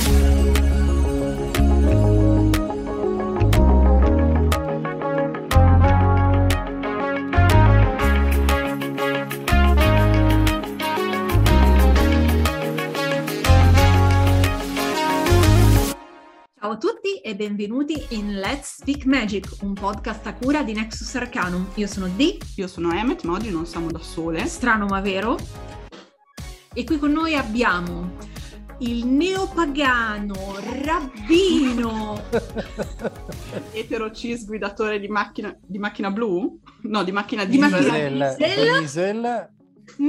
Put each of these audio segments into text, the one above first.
Ciao a tutti e benvenuti in Let's Speak Magic, un podcast a cura di Nexus Arcanum. Io sono Dee. Io sono Emmet, ma oggi non siamo da sole. Strano ma vero. E qui con noi abbiamo il neopagano rabbino etero cis guidatore di macchina blu? No, di macchina diesel.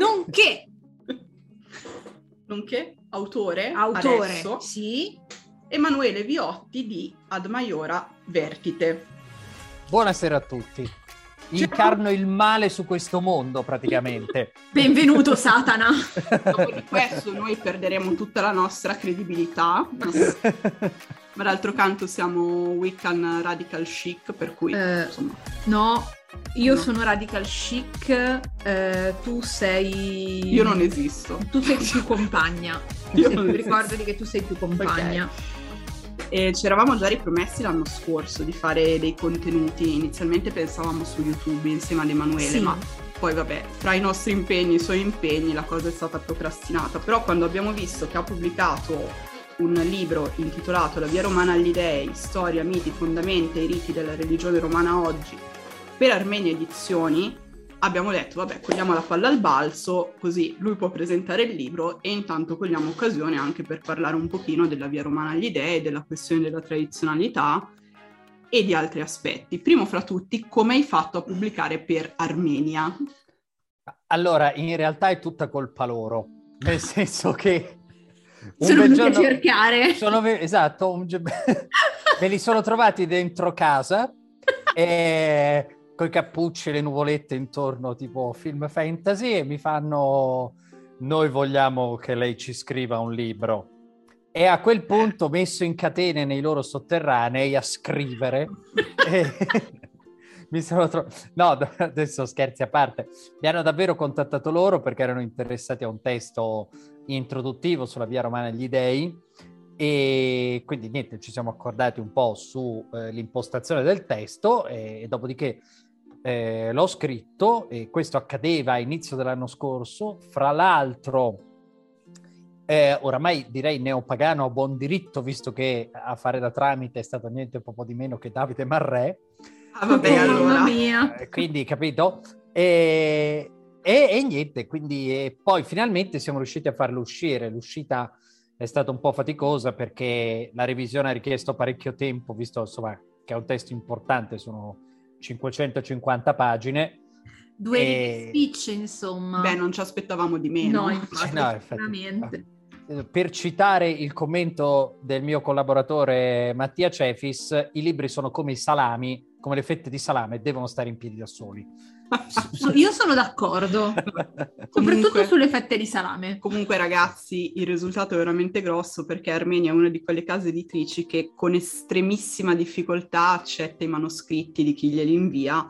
Nonché autore Autore, sì. Emanuele Viotti di Ad Maiora Vertite. Buonasera a tutti. Incarno il male su questo mondo praticamente. Benvenuto Satana. Dopo di questo noi perderemo tutta la nostra credibilità, ma d'altro canto siamo Wiccan Radical Chic, per cui insomma. No, io sono Radical Chic, tu sei... Io non esisto. Tu sei più compagna. Ricordati che tu sei più compagna. Okay. E ci eravamo già ripromessi l'anno scorso di fare dei contenuti. Inizialmente pensavamo su YouTube insieme ad Emanuele, sì. Ma poi vabbè, fra i nostri impegni e i suoi impegni la cosa è stata procrastinata. Però quando abbiamo visto che ha pubblicato un libro intitolato La via romana agli dei, storia, miti, fondamenti e riti della religione romana oggi, per Armenia Edizioni, abbiamo detto, vabbè, cogliamo la palla al balzo, così lui può presentare il libro e intanto cogliamo occasione anche per parlare un pochino della via romana agli dei, della questione della tradizionalità e di altri aspetti. Primo fra tutti, come hai fatto a pubblicare per Armenia? Allora, in realtà è tutta colpa loro, nel senso che... sono venuti a cercare. Esatto, me li sono trovati dentro casa e... coi cappucci e le nuvolette intorno, tipo film fantasy, e mi fanno: noi vogliamo che lei ci scriva un libro. E a quel punto, messo in catene nei loro sotterranei a scrivere, mi sono no, adesso scherzi a parte, mi hanno davvero contattato loro perché erano interessati a un testo introduttivo sulla via romana agli dei, e quindi niente, ci siamo accordati un po' su l'impostazione del testo e dopodiché l'ho scritto, e questo accadeva a inizio dell'anno scorso. Fra l'altro oramai direi neopagano a buon diritto, visto che a fare da tramite è stato niente po' di meno che Davide Marrè. Vabbè, allora. Mamma mia. Quindi capito? E niente, quindi poi finalmente siamo riusciti a farlo uscire. L'uscita è stata un po' faticosa perché la revisione ha richiesto parecchio tempo, visto insomma che è un testo importante, sono 550 pagine. Due speech, insomma. Beh, non ci aspettavamo di meno. No, infatti, sicuramente. Per citare il commento del mio collaboratore Mattia Cefis, i libri sono come i salami, come le fette di salame, devono stare in piedi da soli. Io sono d'accordo, soprattutto sulle fette di salame. Comunque ragazzi, il risultato è veramente grosso, perché Armenia è una di quelle case editrici che con estremissima difficoltà accetta i manoscritti di chi glieli invia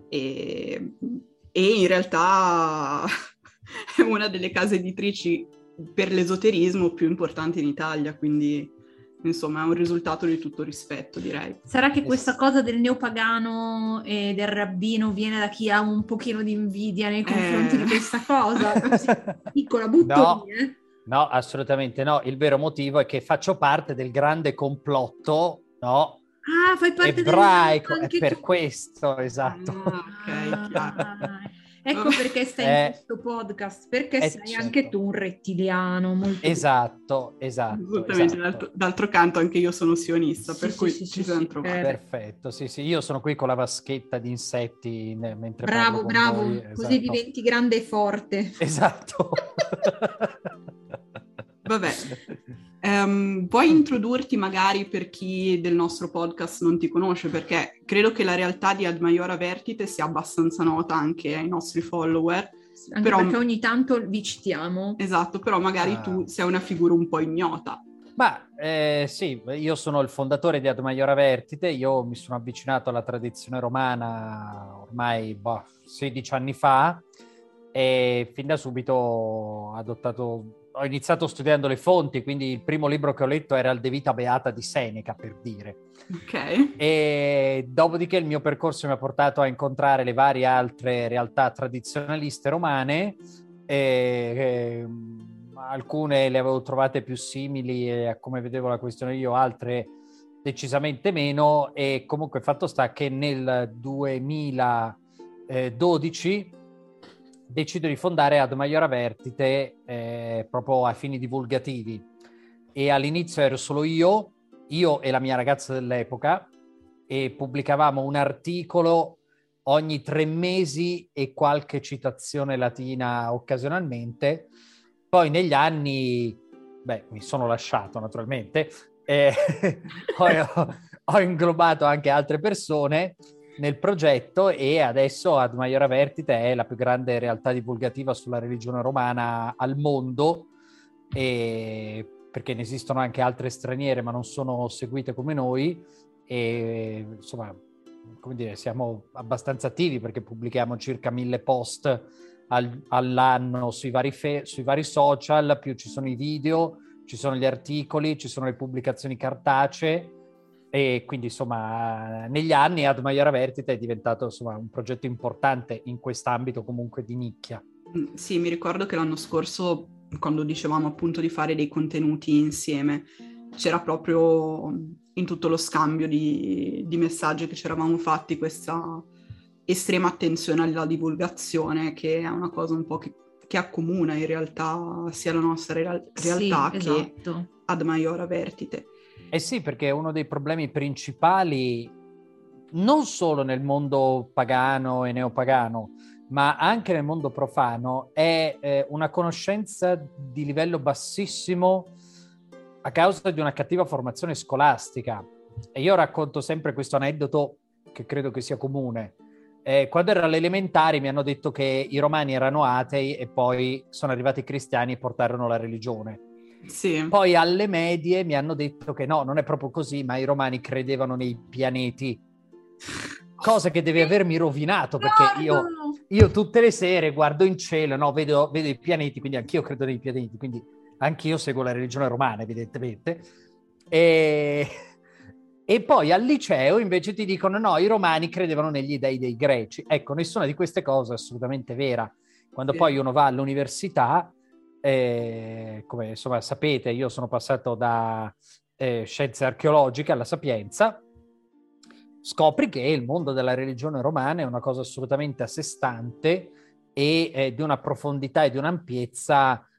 e in realtà è una delle case editrici per l'esoterismo più importanti in Italia, quindi insomma è un risultato di tutto rispetto, direi. Sarà che questa cosa del neopagano e del rabbino viene da chi ha un pochino di invidia nei confronti di questa cosa? Piccola butto lì, No, assolutamente no. Il vero motivo è che faccio parte del grande complotto, no? Ah, fai parte ebraico, del... è per tu. Questo, esatto. Ok, chiaro. Ecco perché stai in questo podcast, perché sei certo. Anche tu un rettiliano. Molto esatto. D'altro canto anche io sono sionista, sì, per cui sì, ci siamo trovati. Perfetto, sì, io sono qui con la vaschetta di insetti mentre bravo, voi. Così Esatto. diventi grande e forte. Esatto. Vabbè, vuoi introdurti magari per chi del nostro podcast non ti conosce? Perché credo che la realtà di Ad Maiora Vertite sia abbastanza nota anche ai nostri follower. Anche perché ogni tanto vi citiamo. Esatto, però magari tu sei una figura un po' ignota. Ma sì, io sono il fondatore di Ad Maiora Vertite, io mi sono avvicinato alla tradizione romana ormai 16 anni fa e fin da subito ho ho iniziato studiando le fonti, quindi il primo libro che ho letto era il De Vita Beata di Seneca, per dire. Ok. E dopodiché il mio percorso mi ha portato a incontrare le varie altre realtà tradizionaliste romane, alcune le avevo trovate più simili a come vedevo la questione io, altre decisamente meno, e comunque fatto sta che nel 2012 decido di fondare Ad Maiora Vertite proprio a fini divulgativi, e all'inizio ero solo io e la mia ragazza dell'epoca, e pubblicavamo un articolo ogni 3 mesi e qualche citazione latina occasionalmente. Poi negli anni, mi sono lasciato naturalmente, ho inglobato anche altre persone nel progetto, e adesso Ad Maiora Vertite è la più grande realtà divulgativa sulla religione romana al mondo, perché ne esistono anche altre straniere ma non sono seguite come noi, e insomma, come dire, siamo abbastanza attivi perché pubblichiamo circa 1000 post all'anno sui vari social, più ci sono i video, ci sono gli articoli, ci sono le pubblicazioni cartacee, e quindi insomma negli anni Ad Maiora Vertite è diventato insomma un progetto importante in quest'ambito comunque di nicchia. Sì, mi ricordo che l'anno scorso, quando dicevamo appunto di fare dei contenuti insieme, c'era proprio in tutto lo scambio di messaggi che ci eravamo fatti questa estrema attenzione alla divulgazione, che è una cosa un po' che accomuna in realtà sia la nostra realtà sì, che esatto. Ad Maiora Vertite. Eh sì, perché uno dei problemi principali, non solo nel mondo pagano e neopagano, ma anche nel mondo profano, è una conoscenza di livello bassissimo a causa di una cattiva formazione scolastica. E io racconto sempre questo aneddoto che credo che sia comune. Quando ero alle elementari mi hanno detto che i romani erano atei e poi sono arrivati i cristiani e portarono la religione. Sì. Poi alle medie mi hanno detto che no, non è proprio così, ma i romani credevano nei pianeti, cosa che deve avermi rovinato, perché io tutte le sere guardo in cielo, no, vedo i pianeti, quindi anch'io credo nei pianeti, quindi anch'io seguo la religione romana evidentemente, e poi al liceo invece ti dicono no, i romani credevano negli dei dei greci. Ecco, nessuna di queste cose è assolutamente vera. Quando poi uno va all'università, come insomma sapete, io sono passato da scienze archeologiche alla Sapienza, scopri che il mondo della religione romana è una cosa assolutamente a sé stante e di una profondità e di un'ampiezza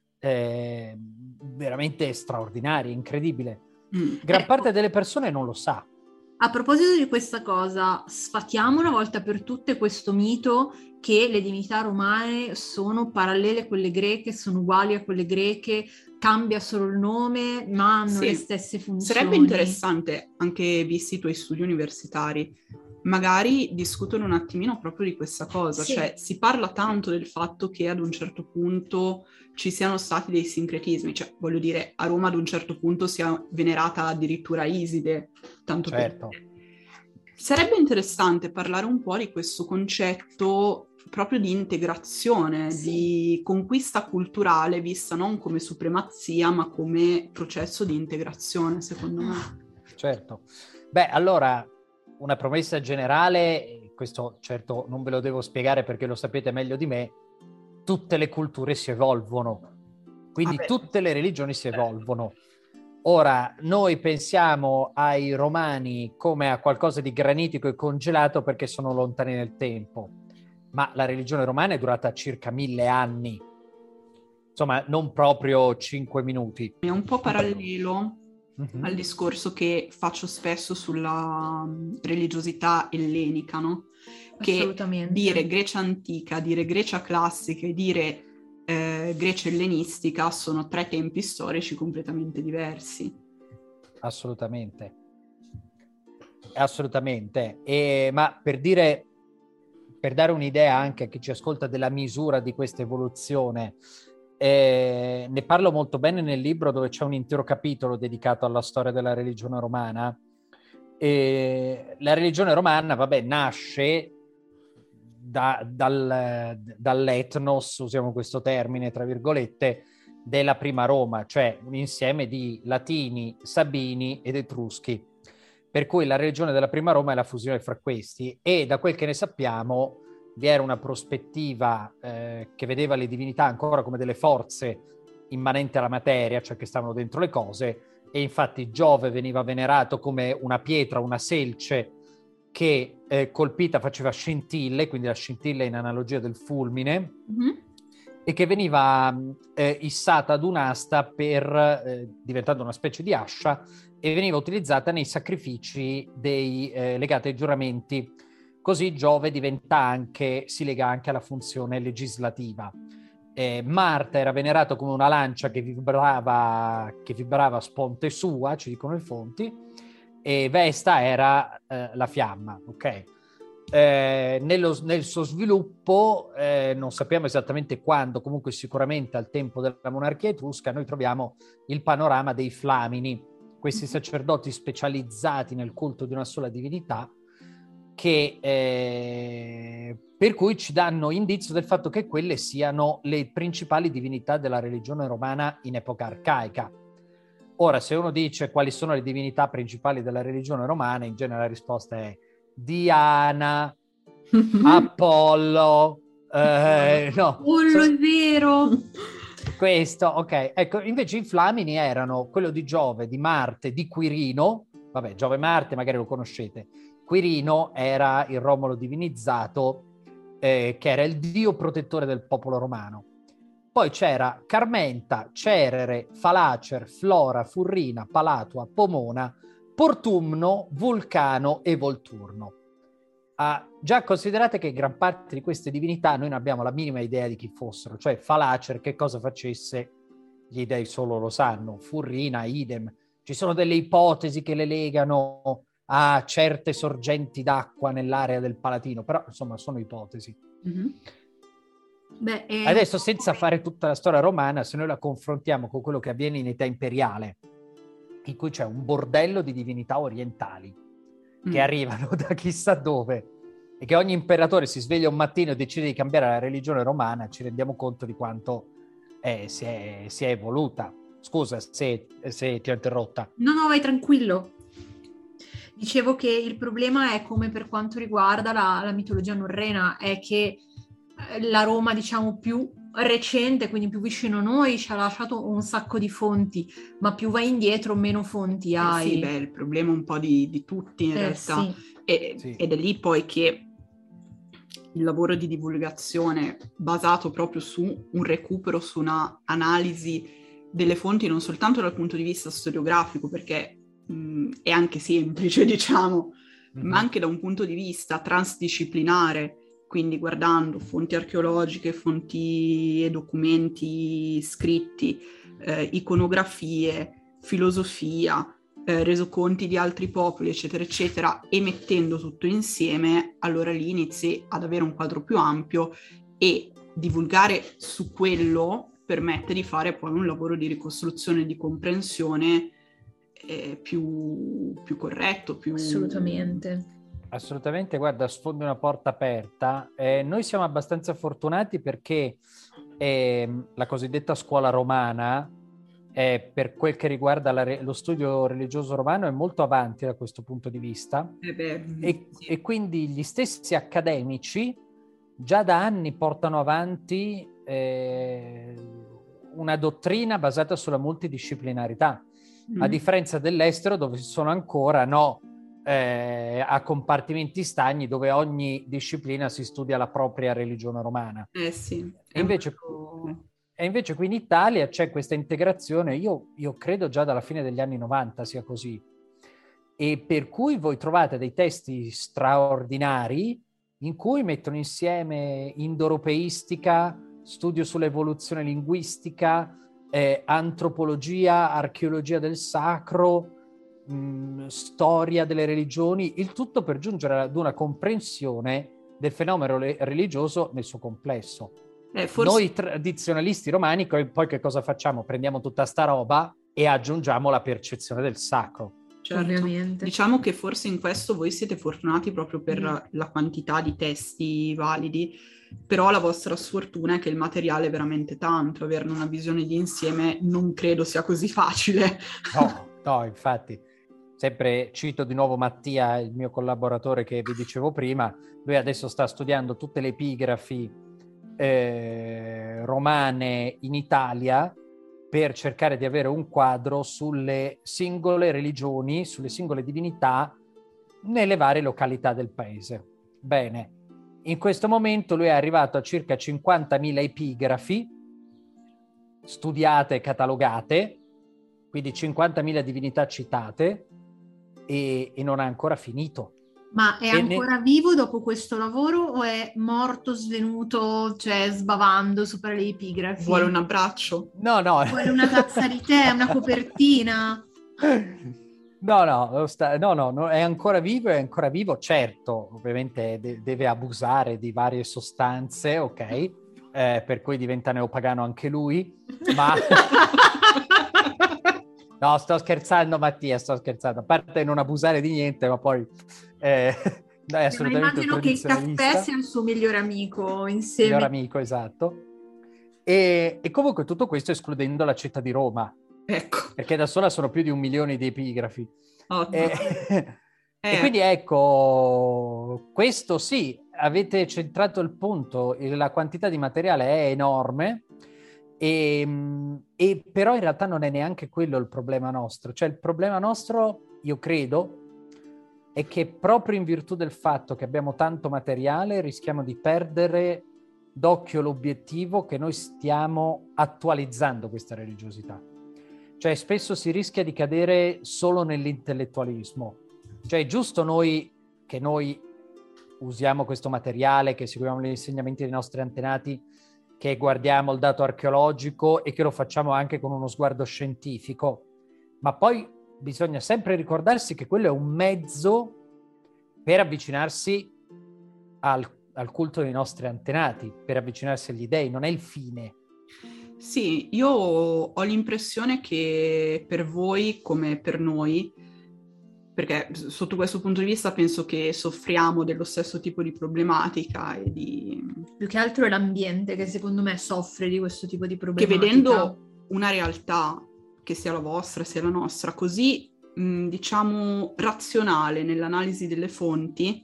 veramente straordinaria, incredibile. Gran parte delle persone non lo sa. A proposito di questa cosa, sfatiamo una volta per tutte questo mito che le divinità romane sono parallele a quelle greche, sono uguali a quelle greche, cambia solo il nome, ma hanno le stesse funzioni. Sarebbe interessante, anche visti i tuoi studi universitari, magari discutono un attimino proprio di questa cosa. Sì. Cioè si parla tanto del fatto che ad un certo punto ci siano stati dei sincretismi, cioè voglio dire, a Roma ad un certo punto sia venerata addirittura Iside, tanto certo. Sarebbe interessante parlare un po' di questo concetto proprio di integrazione, di conquista culturale vista non come supremazia ma come processo di integrazione, secondo me. Certo. Allora, una promessa generale, questo certo non ve lo devo spiegare perché lo sapete meglio di me, tutte le culture si evolvono, quindi tutte le religioni si evolvono. Ora, noi pensiamo ai romani come a qualcosa di granitico e congelato perché sono lontani nel tempo, ma la religione romana è durata circa 1000 anni, insomma non proprio 5 minuti. È un po' parallelo al discorso che faccio spesso sulla religiosità ellenica, no? Che dire Grecia antica, dire Grecia classica e dire Grecia ellenistica sono 3 tempi storici completamente diversi. Assolutamente. Ma per dare un'idea anche a chi ci ascolta della misura di questa evoluzione, ne parlo molto bene nel libro dove c'è un intero capitolo dedicato alla storia della religione romana. La religione romana, nasce dall'etnos, usiamo questo termine tra virgolette, della prima Roma, cioè un insieme di Latini, Sabini ed Etruschi. Per cui la religione della prima Roma è la fusione fra questi, e da quel che ne sappiamo vi era una prospettiva che vedeva le divinità ancora come delle forze immanenti alla materia, cioè che stavano dentro le cose, e infatti Giove veniva venerato come una pietra, una selce che colpita faceva scintille, quindi la scintilla in analogia del fulmine, e che veniva issata ad un'asta diventando una specie di ascia, e veniva utilizzata nei sacrifici legati ai giuramenti. Così Giove si lega anche alla funzione legislativa. Marte era venerato come una lancia che vibrava a sponte sua, ci dicono le fonti, e Vesta era la fiamma, ok? Nel suo sviluppo non sappiamo esattamente quando, comunque sicuramente al tempo della monarchia etrusca, noi troviamo il panorama dei Flamini, questi sacerdoti specializzati nel culto di una sola divinità, per cui ci danno indizio del fatto che quelle siano le principali divinità della religione romana in epoca arcaica. Ora, se uno dice quali sono le divinità principali della religione romana, in genere la risposta è Diana, Apollo, no. Apollo è vero! Questo, ok. Ecco, invece i Flamini erano quello di Giove, di Marte, di Quirino. Vabbè, Giove e Marte magari lo conoscete. Quirino era il Romolo divinizzato, che era il dio protettore del popolo romano. Poi c'era Carmenta, Cerere, Falacer, Flora, Furrina, Palatua, Pomona, Portumno, Vulcano e Volturno. Già considerate che gran parte di queste divinità noi non abbiamo la minima idea di chi fossero, cioè Falacer che cosa facesse gli dei solo lo sanno, Furrina idem, ci sono delle ipotesi che le legano a certe sorgenti d'acqua nell'area del Palatino, però insomma sono ipotesi. Adesso, senza fare tutta la storia romana, se noi la confrontiamo con quello che avviene in età imperiale, in cui c'è un bordello di divinità orientali che arrivano da chissà dove, e che ogni imperatore si sveglia un mattino e decide di cambiare la religione romana, ci rendiamo conto di quanto si è evoluta. Scusa se ti ho interrotta. No, vai tranquillo. Dicevo che il problema è, come per quanto riguarda la mitologia norrena, è che la Roma, diciamo, più recente, quindi più vicino a noi, ci ha lasciato un sacco di fonti, ma più vai indietro meno fonti hai. Sì, il problema è un po' di tutti in realtà. Sì. Ed è lì poi che il lavoro di divulgazione basato proprio su un recupero, su una analisi delle fonti, non soltanto dal punto di vista storiografico, perché è anche semplice, diciamo, ma anche da un punto di vista transdisciplinare, quindi guardando fonti archeologiche, fonti e documenti scritti, iconografie, filosofia, resoconti di altri popoli, eccetera, eccetera, e mettendo tutto insieme, allora lì inizi ad avere un quadro più ampio, e divulgare su quello permette di fare poi un lavoro di ricostruzione e di comprensione più corretto, più... Assolutamente, guarda, sfondi una porta aperta. Noi siamo abbastanza fortunati perché la cosiddetta scuola romana, per quel che riguarda lo studio religioso romano, è molto avanti da questo punto di vista. E quindi gli stessi accademici già da anni portano avanti una dottrina basata sulla multidisciplinarità, a differenza dell'estero, dove ci sono ancora a compartimenti stagni, dove ogni disciplina si studia la propria religione romana. Sì. E invece qui in Italia c'è questa integrazione, io credo già dalla fine degli anni 90 sia così, e per cui voi trovate dei testi straordinari in cui mettono insieme indoeuropeistica, studio sull'evoluzione linguistica, antropologia, archeologia del sacro, storia delle religioni, il tutto per giungere ad una comprensione del fenomeno religioso nel suo complesso. Noi tradizionalisti romani poi che cosa facciamo? Prendiamo tutta sta roba e aggiungiamo la percezione del sacro. Certo. Ovviamente. Diciamo che forse in questo voi siete fortunati proprio per la quantità di testi validi, però la vostra sfortuna è che il materiale è veramente tanto, averne una visione di insieme non credo sia così facile. No, infatti, sempre cito di nuovo Mattia, il mio collaboratore che vi dicevo prima, lui adesso sta studiando tutte le epigrafi romane in Italia per cercare di avere un quadro sulle singole religioni, sulle singole divinità nelle varie località del paese. Bene, in questo momento lui è arrivato a circa 50.000 epigrafi studiate e catalogate, quindi 50.000 divinità citate, e non ha ancora finito. Ma è ancora vivo dopo questo lavoro o è morto, svenuto, cioè sbavando sopra le epigrafi? Vuole un abbraccio? No. Vuole una tazza di tè, una copertina? No, è ancora vivo, certo, ovviamente deve abusare di varie sostanze, ok? Per cui diventa neopagano anche lui, ma... No, sto scherzando Mattia, a parte non abusare di niente, ma poi è assolutamente immagino che il caffè sia il suo migliore amico insieme. Miglior amico, esatto. E comunque tutto questo escludendo la città di Roma. Ecco. Perché da sola sono più di 1 milione di epigrafi. E quindi ecco, questo sì, avete centrato il punto, la quantità di materiale è enorme, e però in realtà non è neanche quello il problema nostro. Cioè il problema nostro, io credo, è che proprio in virtù del fatto che abbiamo tanto materiale rischiamo di perdere d'occhio l'obiettivo che noi stiamo attualizzando questa religiosità. Cioè spesso si rischia di cadere solo nell'intellettualismo. Cioè è giusto che noi usiamo questo materiale, che seguiamo gli insegnamenti dei nostri antenati, che guardiamo il dato archeologico e che lo facciamo anche con uno sguardo scientifico, ma poi bisogna sempre ricordarsi che quello è un mezzo per avvicinarsi al culto dei nostri antenati, per avvicinarsi agli dei, non è il fine. Sì, io ho l'impressione che per voi come per noi, perché sotto questo punto di vista penso che soffriamo dello stesso tipo di problematica e di... Più che altro è l'ambiente che secondo me soffre di questo tipo di problematica. Che vedendo una realtà, che sia la vostra sia la nostra, così diciamo razionale nell'analisi delle fonti,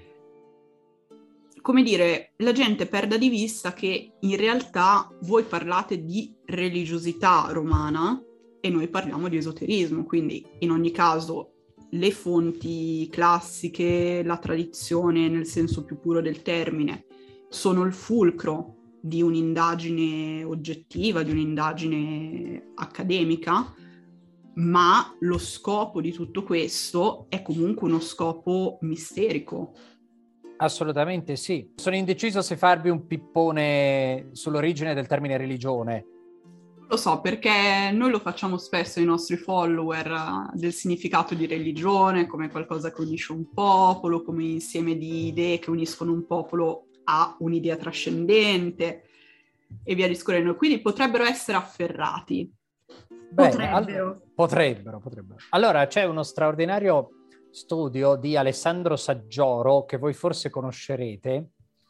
come dire, la gente perda di vista che in realtà voi parlate di religiosità romana e noi parliamo di esoterismo, quindi in ogni caso le fonti classiche, la tradizione nel senso più puro del termine, sono il fulcro di un'indagine oggettiva, di un'indagine accademica, ma lo scopo di tutto questo è comunque uno scopo misterico. Assolutamente sì. Sono indeciso se farvi un pippone sull'origine del termine religione. Lo so, perché noi lo facciamo spesso ai nostri follower del significato di religione, come qualcosa che unisce un popolo, come insieme di idee che uniscono un popolo a un'idea trascendente e via discorrendo. Quindi potrebbero essere afferrati. Potrebbero. Allora, c'è uno straordinario studio di Alessandro Saggioro, che voi forse conoscerete,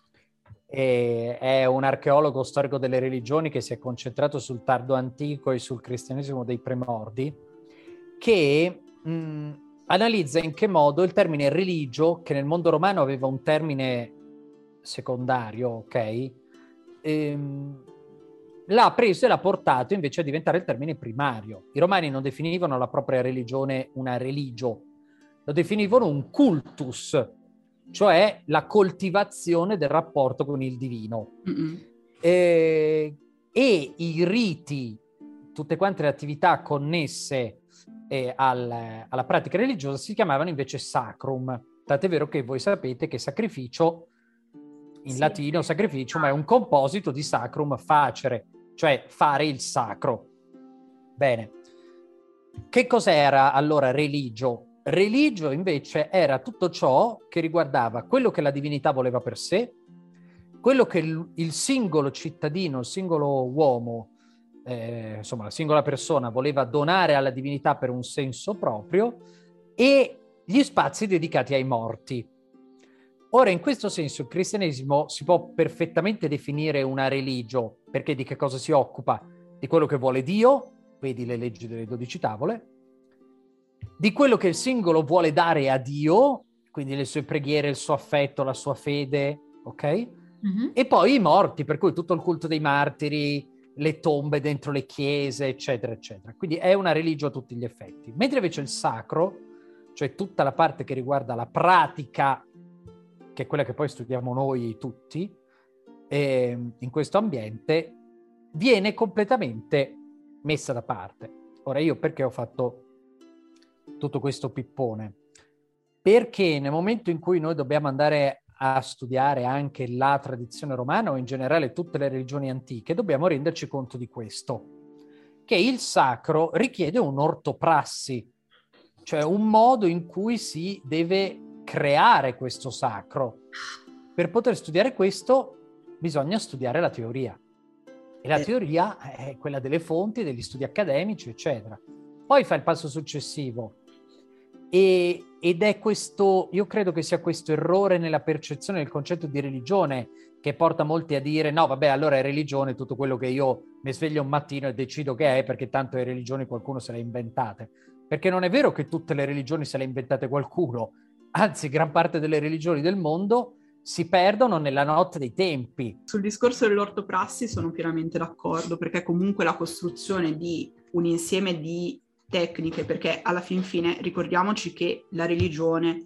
è un archeologo storico delle religioni che si è concentrato sul tardo antico e sul cristianesimo dei primordi, che analizza in che modo il termine religio, che nel mondo romano aveva un termine secondario, ok? L'ha preso e l'ha portato invece a diventare il termine primario. I romani non definivano la propria religione una religio, lo definivano un cultus, cioè la coltivazione del rapporto con il divino. E i riti, tutte quante le attività connesse alla pratica religiosa si chiamavano invece sacrum. Tant'è vero che voi sapete che sacrificio, in latino sacrificium, è un composito di sacrum facere, cioè fare il sacro. Bene. Che cos'era allora religio? Religio invece era tutto ciò che riguardava quello che la divinità voleva per sé, quello che il singolo cittadino, il singolo uomo, insomma la singola persona voleva donare alla divinità per un senso proprio, e gli spazi dedicati ai morti. Ora, in questo senso, il cristianesimo si può perfettamente definire una religio, perché di che cosa si occupa? Di quello che vuole Dio, vedi le leggi delle 12 tavole, di quello che il singolo vuole dare a Dio, quindi le sue preghiere, il suo affetto, la sua fede, ok? Mhm. E poi i morti, per cui tutto il culto dei martiri, le tombe dentro le chiese, eccetera, eccetera. Quindi è una religio a tutti gli effetti. Mentre invece il sacro, cioè tutta la parte che riguarda la pratica, che è quella che poi studiamo noi tutti, in questo ambiente, viene completamente messa da parte. Ora, io perché ho fatto tutto questo pippone? Perché nel momento in cui noi dobbiamo andare a studiare anche la tradizione romana o in generale tutte le religioni antiche, dobbiamo renderci conto di questo, che il sacro richiede un'ortoprassi, cioè un modo in cui si deve creare questo sacro. Per poter studiare questo bisogna studiare la teoria. E la teoria è quella delle fonti, degli studi accademici, eccetera. Poi fa il passo successivo. Ed è questo, io credo che sia questo errore nella percezione del concetto di religione che porta molti a dire no, vabbè, allora è religione tutto quello che io mi sveglio un mattino e decido che è, perché tanto le religioni qualcuno se le ha inventate. Perché non è vero che tutte le religioni se le ha inventate qualcuno, anzi gran parte delle religioni del mondo si perdono nella notte dei tempi. Sul discorso dell'ortoprassi sono pienamente d'accordo, perché comunque la costruzione di un insieme di tecniche, perché alla fin fine ricordiamoci che la religione,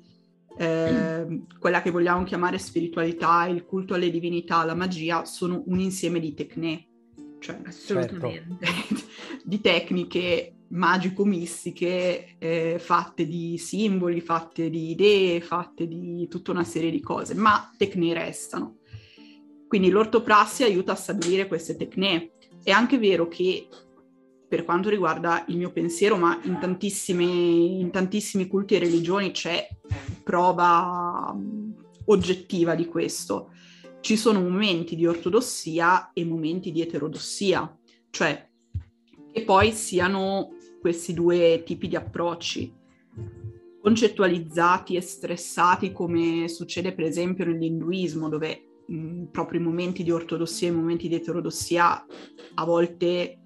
quella che vogliamo chiamare spiritualità, il culto alle divinità, la magia, sono un insieme di tecne, cioè Assolutamente. di tecniche magico-mistiche, fatte di simboli, fatte di idee, fatte di tutta una serie di cose, ma tecne restano. Quindi l'ortoprassi aiuta a stabilire queste tecne. È anche vero che per quanto riguarda il mio pensiero, ma in tantissimi culti e religioni c'è prova oggettiva di questo. Ci sono momenti di ortodossia e momenti di eterodossia, cioè che poi siano questi due tipi di approcci concettualizzati e stressati, come succede per esempio nell'induismo, dove proprio i momenti di ortodossia e i momenti di eterodossia a volte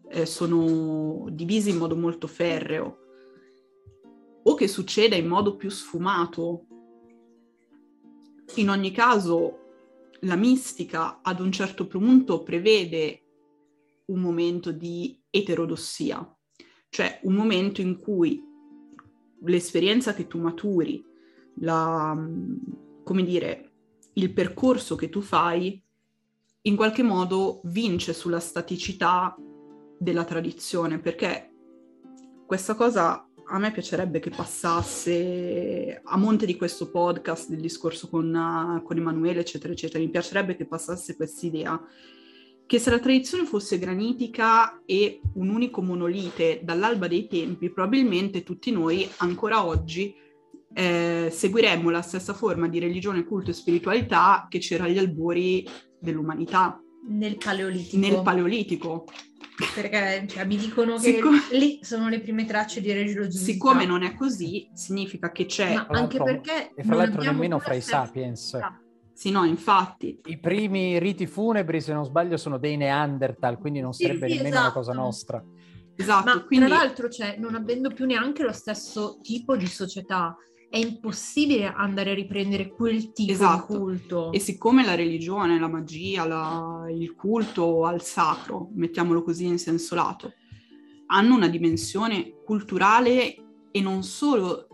sono divisi in modo molto ferreo, o che succeda in modo più sfumato. In ogni caso, la mistica ad un certo punto prevede un momento di eterodossia, cioè un momento in cui l'esperienza che tu maturi, come dire, il percorso che tu fai, in qualche modo vince sulla staticità della tradizione, perché questa cosa a me piacerebbe che passasse a monte di questo podcast, del discorso con Emanuele, eccetera, eccetera. Mi piacerebbe che passasse quest'idea che se la tradizione fosse granitica e un unico monolite dall'alba dei tempi, probabilmente tutti noi ancora oggi seguiremmo la stessa forma di religione, culto e spiritualità che c'era agli albori dell'umanità. Nel Paleolitico. Perché mi dicono che lì sono le prime tracce di religiosità. Siccome non è così, significa che c'è... Ma anche perché... E fra l'altro nemmeno fra i sapiens. Sì, no, infatti. I primi riti funebri, se non sbaglio, sono dei Neanderthal, quindi non sarebbe nemmeno una cosa nostra. Esatto. Ma quindi... tra l'altro, non avendo più neanche lo stesso tipo di società, è impossibile andare a riprendere quel tipo di culto. E siccome la religione, la magia, il culto al sacro, mettiamolo così in senso lato, hanno una dimensione culturale e non solo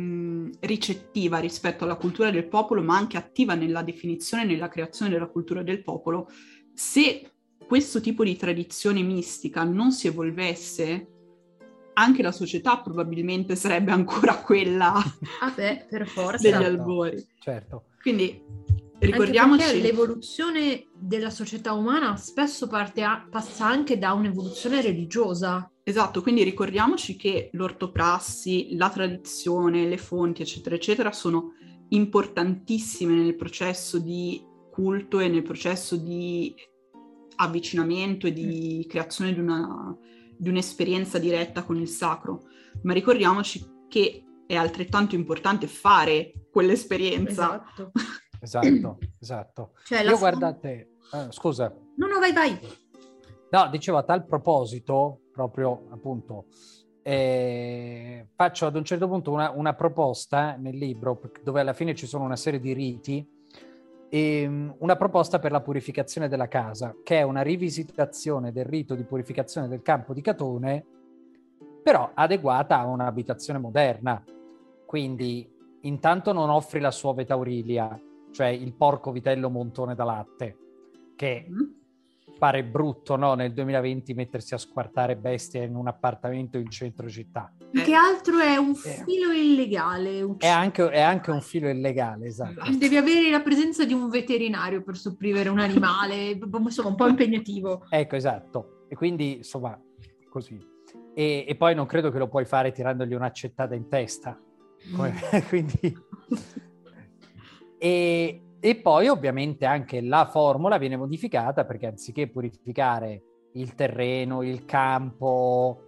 ricettiva rispetto alla cultura del popolo, ma anche attiva nella definizione e nella creazione della cultura del popolo, se questo tipo di tradizione mistica non si evolvesse, anche la società probabilmente sarebbe ancora quella per forza degli albori. Certo. Quindi ricordiamoci... Anche perché l'evoluzione della società umana spesso passa anche da un'evoluzione religiosa. Esatto, quindi ricordiamoci che l'ortoprassi, la tradizione, le fonti, eccetera, eccetera, sono importantissime nel processo di culto e nel processo di avvicinamento e di creazione di un'esperienza diretta con il sacro, ma ricordiamoci che è altrettanto importante fare quell'esperienza. Esatto. Esatto. Cioè, Io guardate, scusa. No, vai. No, dicevo a tal proposito, proprio appunto, faccio ad un certo punto una proposta nel libro, dove alla fine ci sono una serie di riti, una proposta per la purificazione della casa, che è una rivisitazione del rito di purificazione del campo di Catone, però adeguata a un'abitazione moderna. Quindi intanto non offri la Suove Taurilia, cioè il porco vitello montone da latte, che pare brutto, no? Nel 2020 mettersi a squartare bestie in un appartamento in centro città. Che altro è un filo illegale. È anche un filo illegale, esatto. Devi avere la presenza di un veterinario per sopprimere un animale, insomma un po' impegnativo. Ecco, esatto. E quindi, insomma, così. E poi non credo che lo puoi fare tirandogli un'accettata in testa. Quindi... E poi ovviamente anche la formula viene modificata, perché anziché purificare il terreno, il campo,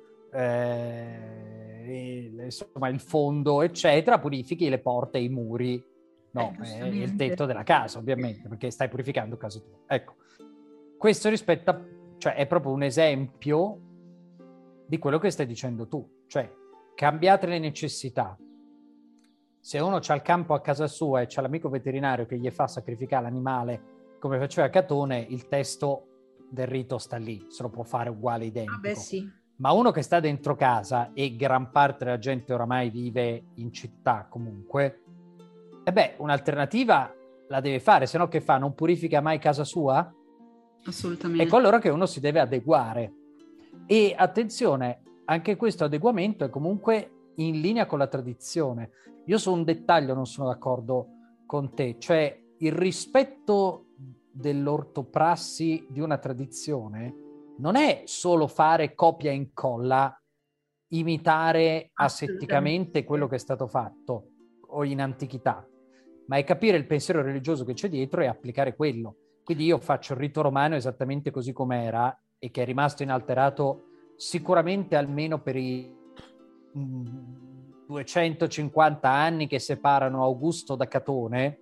insomma il fondo, eccetera, purifichi le porte e i muri, no, il tetto della casa, ovviamente, perché stai purificando casa tua. Ecco, questo cioè è proprio un esempio di quello che stai dicendo tu, cioè cambiate le necessità. Se uno c'ha il campo a casa sua e c'ha l'amico veterinario che gli fa sacrificare l'animale come faceva Catone, il testo del rito sta lì, se lo può fare uguale, identico. Sì. Ma uno che sta dentro casa, e gran parte della gente oramai vive in città comunque, un'alternativa la deve fare, se no che fa? Non purifica mai casa sua? Assolutamente. Ecco allora che uno si deve adeguare. E attenzione, anche questo adeguamento è comunque in linea con la tradizione. Io su un dettaglio non sono d'accordo con te, cioè il rispetto dell'ortoprassi di una tradizione non è solo fare copia e incolla, imitare asetticamente quello che è stato fatto o in antichità, ma è capire il pensiero religioso che c'è dietro e applicare quello. Quindi io faccio il rito romano esattamente così com'era e che è rimasto inalterato sicuramente almeno per i 250 anni che separano Augusto da Catone,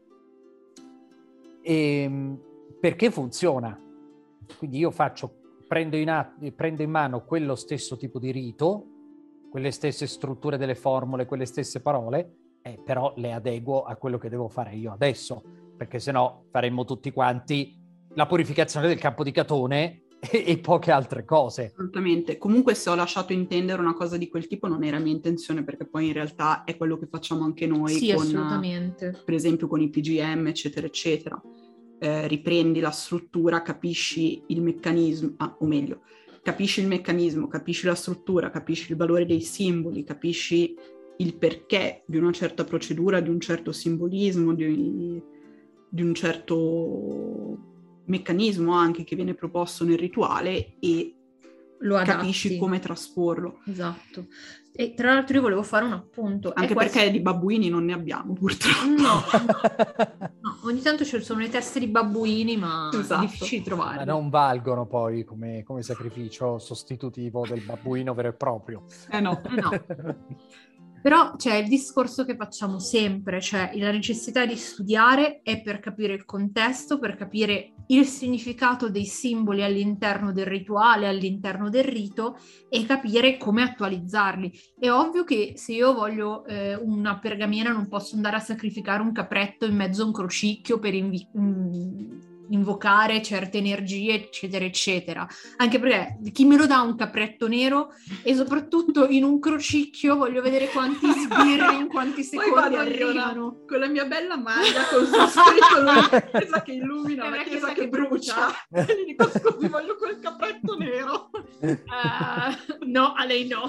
perché funziona. Quindi io prendo in mano quello stesso tipo di rito, quelle stesse strutture delle formule, quelle stesse parole, però le adeguo a quello che devo fare io adesso, perché sennò faremmo tutti quanti la purificazione del campo di Catone e poche altre cose. Assolutamente. Comunque, se ho lasciato intendere una cosa di quel tipo, non era mia intenzione, perché poi in realtà è quello che facciamo anche noi. Sì, assolutamente. Per esempio con i PGM, eccetera, eccetera. Riprendi la struttura, capisci il meccanismo, o meglio, capisci il meccanismo, capisci la struttura, capisci il valore dei simboli, capisci il perché di una certa procedura, di un certo simbolismo, di un certo meccanismo anche che viene proposto nel rituale, e lo capisci come trasporlo. Esatto. E tra l'altro io volevo fare un appunto. Anche perché di babbuini non ne abbiamo, purtroppo. No, ogni tanto ci sono le teste di babbuini, ma esatto. È difficile trovarli. Ma non valgono poi come sacrificio sostitutivo del babbuino vero e proprio. No. Però c'è il discorso che facciamo sempre, cioè la necessità di studiare è per capire il contesto, per capire il significato dei simboli all'interno del rituale, all'interno del rito, e capire come attualizzarli. È ovvio che se io voglio una pergamena non posso andare a sacrificare un capretto in mezzo a un crocicchio per invocare certe energie, eccetera, eccetera. Anche perché chi me lo dà un capretto nero, e soprattutto in un crocicchio voglio vedere quanti sbirri in quanti secondi arrivano. Con la mia bella maglia con su scritto la chiesa che illumina, la chiesa che brucia. E gli dico: scusi, voglio quel capretto nero. No, a lei no.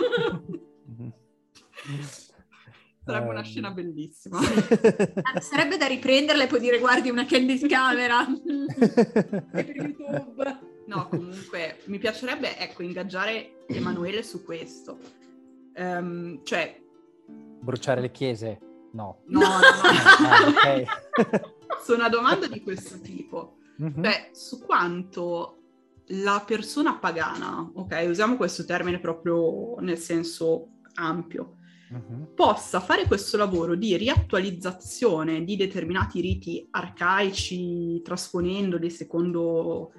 Sarebbe una scena bellissima. Sarebbe da riprenderla e poi dire: guardi, una candid camera per YouTube. No, comunque mi piacerebbe, ingaggiare Emanuele su questo. Cioè, bruciare le chiese? No. No. Okay. Su una domanda di questo tipo. Mm-hmm. Su quanto la persona pagana, ok, usiamo questo termine proprio nel senso ampio, possa fare questo lavoro di riattualizzazione di determinati riti arcaici, trasponendoli secondo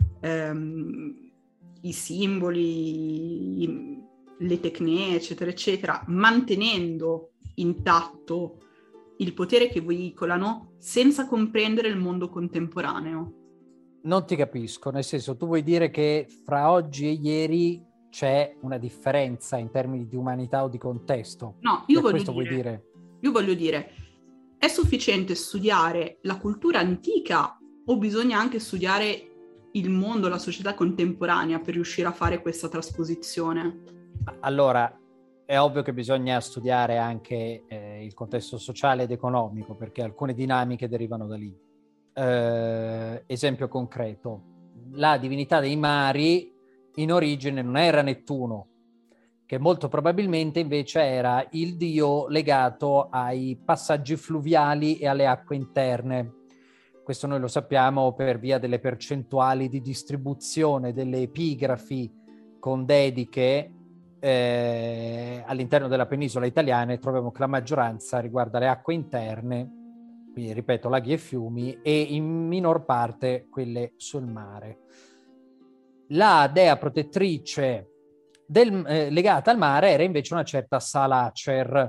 i simboli, le tecniche, eccetera, eccetera, mantenendo intatto il potere che veicolano senza comprendere il mondo contemporaneo. Non ti capisco, nel senso, tu vuoi dire che fra oggi e ieri c'è una differenza in termini di umanità o di contesto? No, io voglio dire, è sufficiente studiare la cultura antica o bisogna anche studiare il mondo, la società contemporanea per riuscire a fare questa trasposizione? Allora, è ovvio che bisogna studiare anche il contesto sociale ed economico, perché alcune dinamiche derivano da lì. Esempio concreto, la divinità dei mari in origine non era Nettuno, che molto probabilmente invece era il dio legato ai passaggi fluviali e alle acque interne. Questo noi lo sappiamo per via delle percentuali di distribuzione delle epigrafi con dediche all'interno della penisola italiana, e troviamo che la maggioranza riguarda le acque interne, quindi ripeto laghi e fiumi, e in minor parte quelle sul mare. La dea protettrice legata al mare era invece una certa Salacer,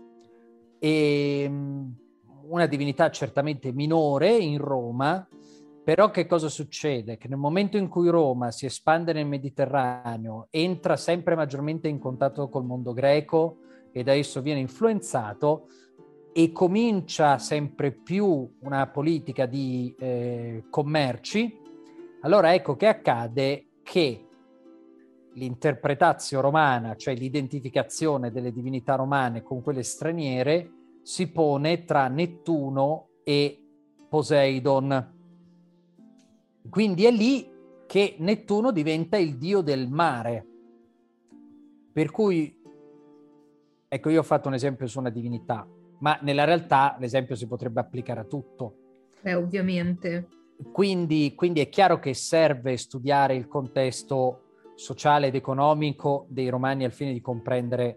e una divinità certamente minore in Roma. Però che cosa succede? Che nel momento in cui Roma si espande nel Mediterraneo, entra sempre maggiormente in contatto col mondo greco e da esso viene influenzato, e comincia sempre più una politica di commerci, allora ecco che accade che l'interpretatio romana, cioè l'identificazione delle divinità romane con quelle straniere, si pone tra Nettuno e Poseidon. Quindi è lì che Nettuno diventa il dio del mare. Per cui, ecco, io ho fatto un esempio su una divinità, ma nella realtà l'esempio si potrebbe applicare a tutto. Ovviamente. Quindi è chiaro che serve studiare il contesto sociale ed economico dei Romani al fine di comprendere,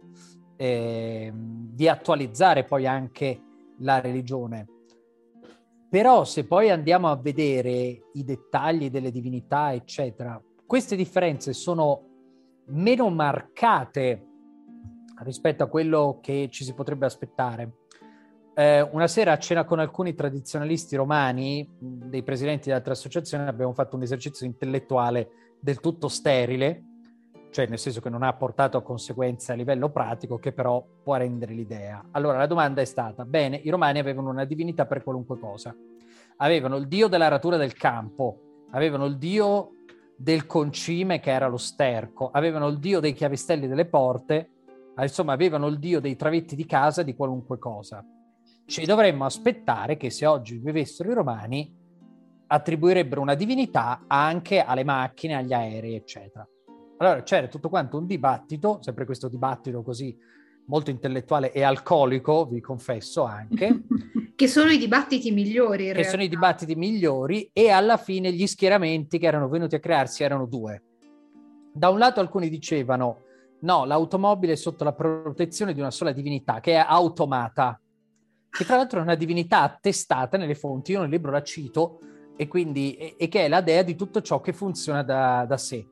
di attualizzare poi anche la religione. Però se poi andiamo a vedere i dettagli delle divinità, eccetera, queste differenze sono meno marcate rispetto a quello che ci si potrebbe aspettare. Una sera a cena con alcuni tradizionalisti romani, dei presidenti di altre associazioni, abbiamo fatto un esercizio intellettuale del tutto sterile, cioè nel senso che non ha portato a conseguenze a livello pratico, che però può rendere l'idea. Allora la domanda è stata: bene, i romani avevano una divinità per qualunque cosa. Avevano il dio dell'aratura del campo, avevano il dio del concime che era lo sterco, avevano il dio dei chiavistelli delle porte, insomma avevano il dio dei travetti di casa, di qualunque cosa. Ci dovremmo aspettare che se oggi vivessero i romani attribuirebbero una divinità anche alle macchine, agli aerei, eccetera. Allora c'era tutto quanto un dibattito, sempre questo dibattito così molto intellettuale e alcolico, vi confesso anche. Che sono i dibattiti migliori in realtà. Sono i dibattiti migliori, e alla fine gli schieramenti che erano venuti a crearsi erano due. Da un lato alcuni dicevano: no, l'automobile è sotto la protezione di una sola divinità, che è Automata, che tra l'altro è una divinità attestata nelle fonti, io nel libro la cito, e quindi e che è la dea di tutto ciò che funziona da sé.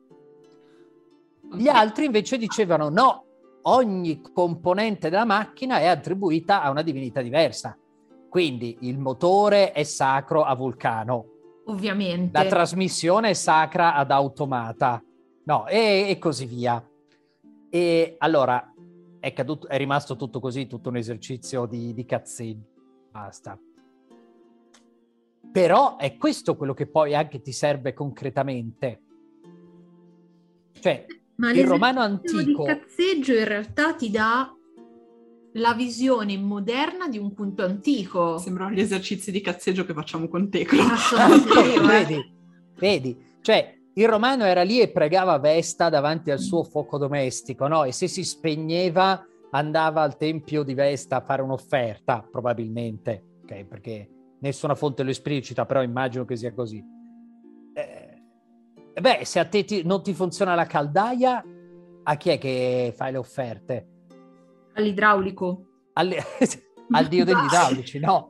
Gli altri invece dicevano: no, ogni componente della macchina è attribuita a una divinità diversa. Quindi il motore è sacro a Vulcano. Ovviamente. La trasmissione è sacra ad Automata. No, e così via. E allora è rimasto tutto così, tutto un esercizio di cazzeggio. Basta. Però è questo quello che poi anche ti serve concretamente. Cioè, ma il romano antico di cazzeggio in realtà ti dà la visione moderna di un culto antico. Sembrano gli esercizi di cazzeggio che facciamo con te. Vedi, cioè il romano era lì e pregava Vesta davanti al suo fuoco domestico, no? E se si spegneva andava al tempio di Vesta a fare un'offerta, probabilmente, ok? Perché nessuna fonte lo esplicita, però immagino che sia così. Se a te non ti funziona la caldaia, a chi è che fai le offerte? All'idraulico. Al dio degli idraulici, no?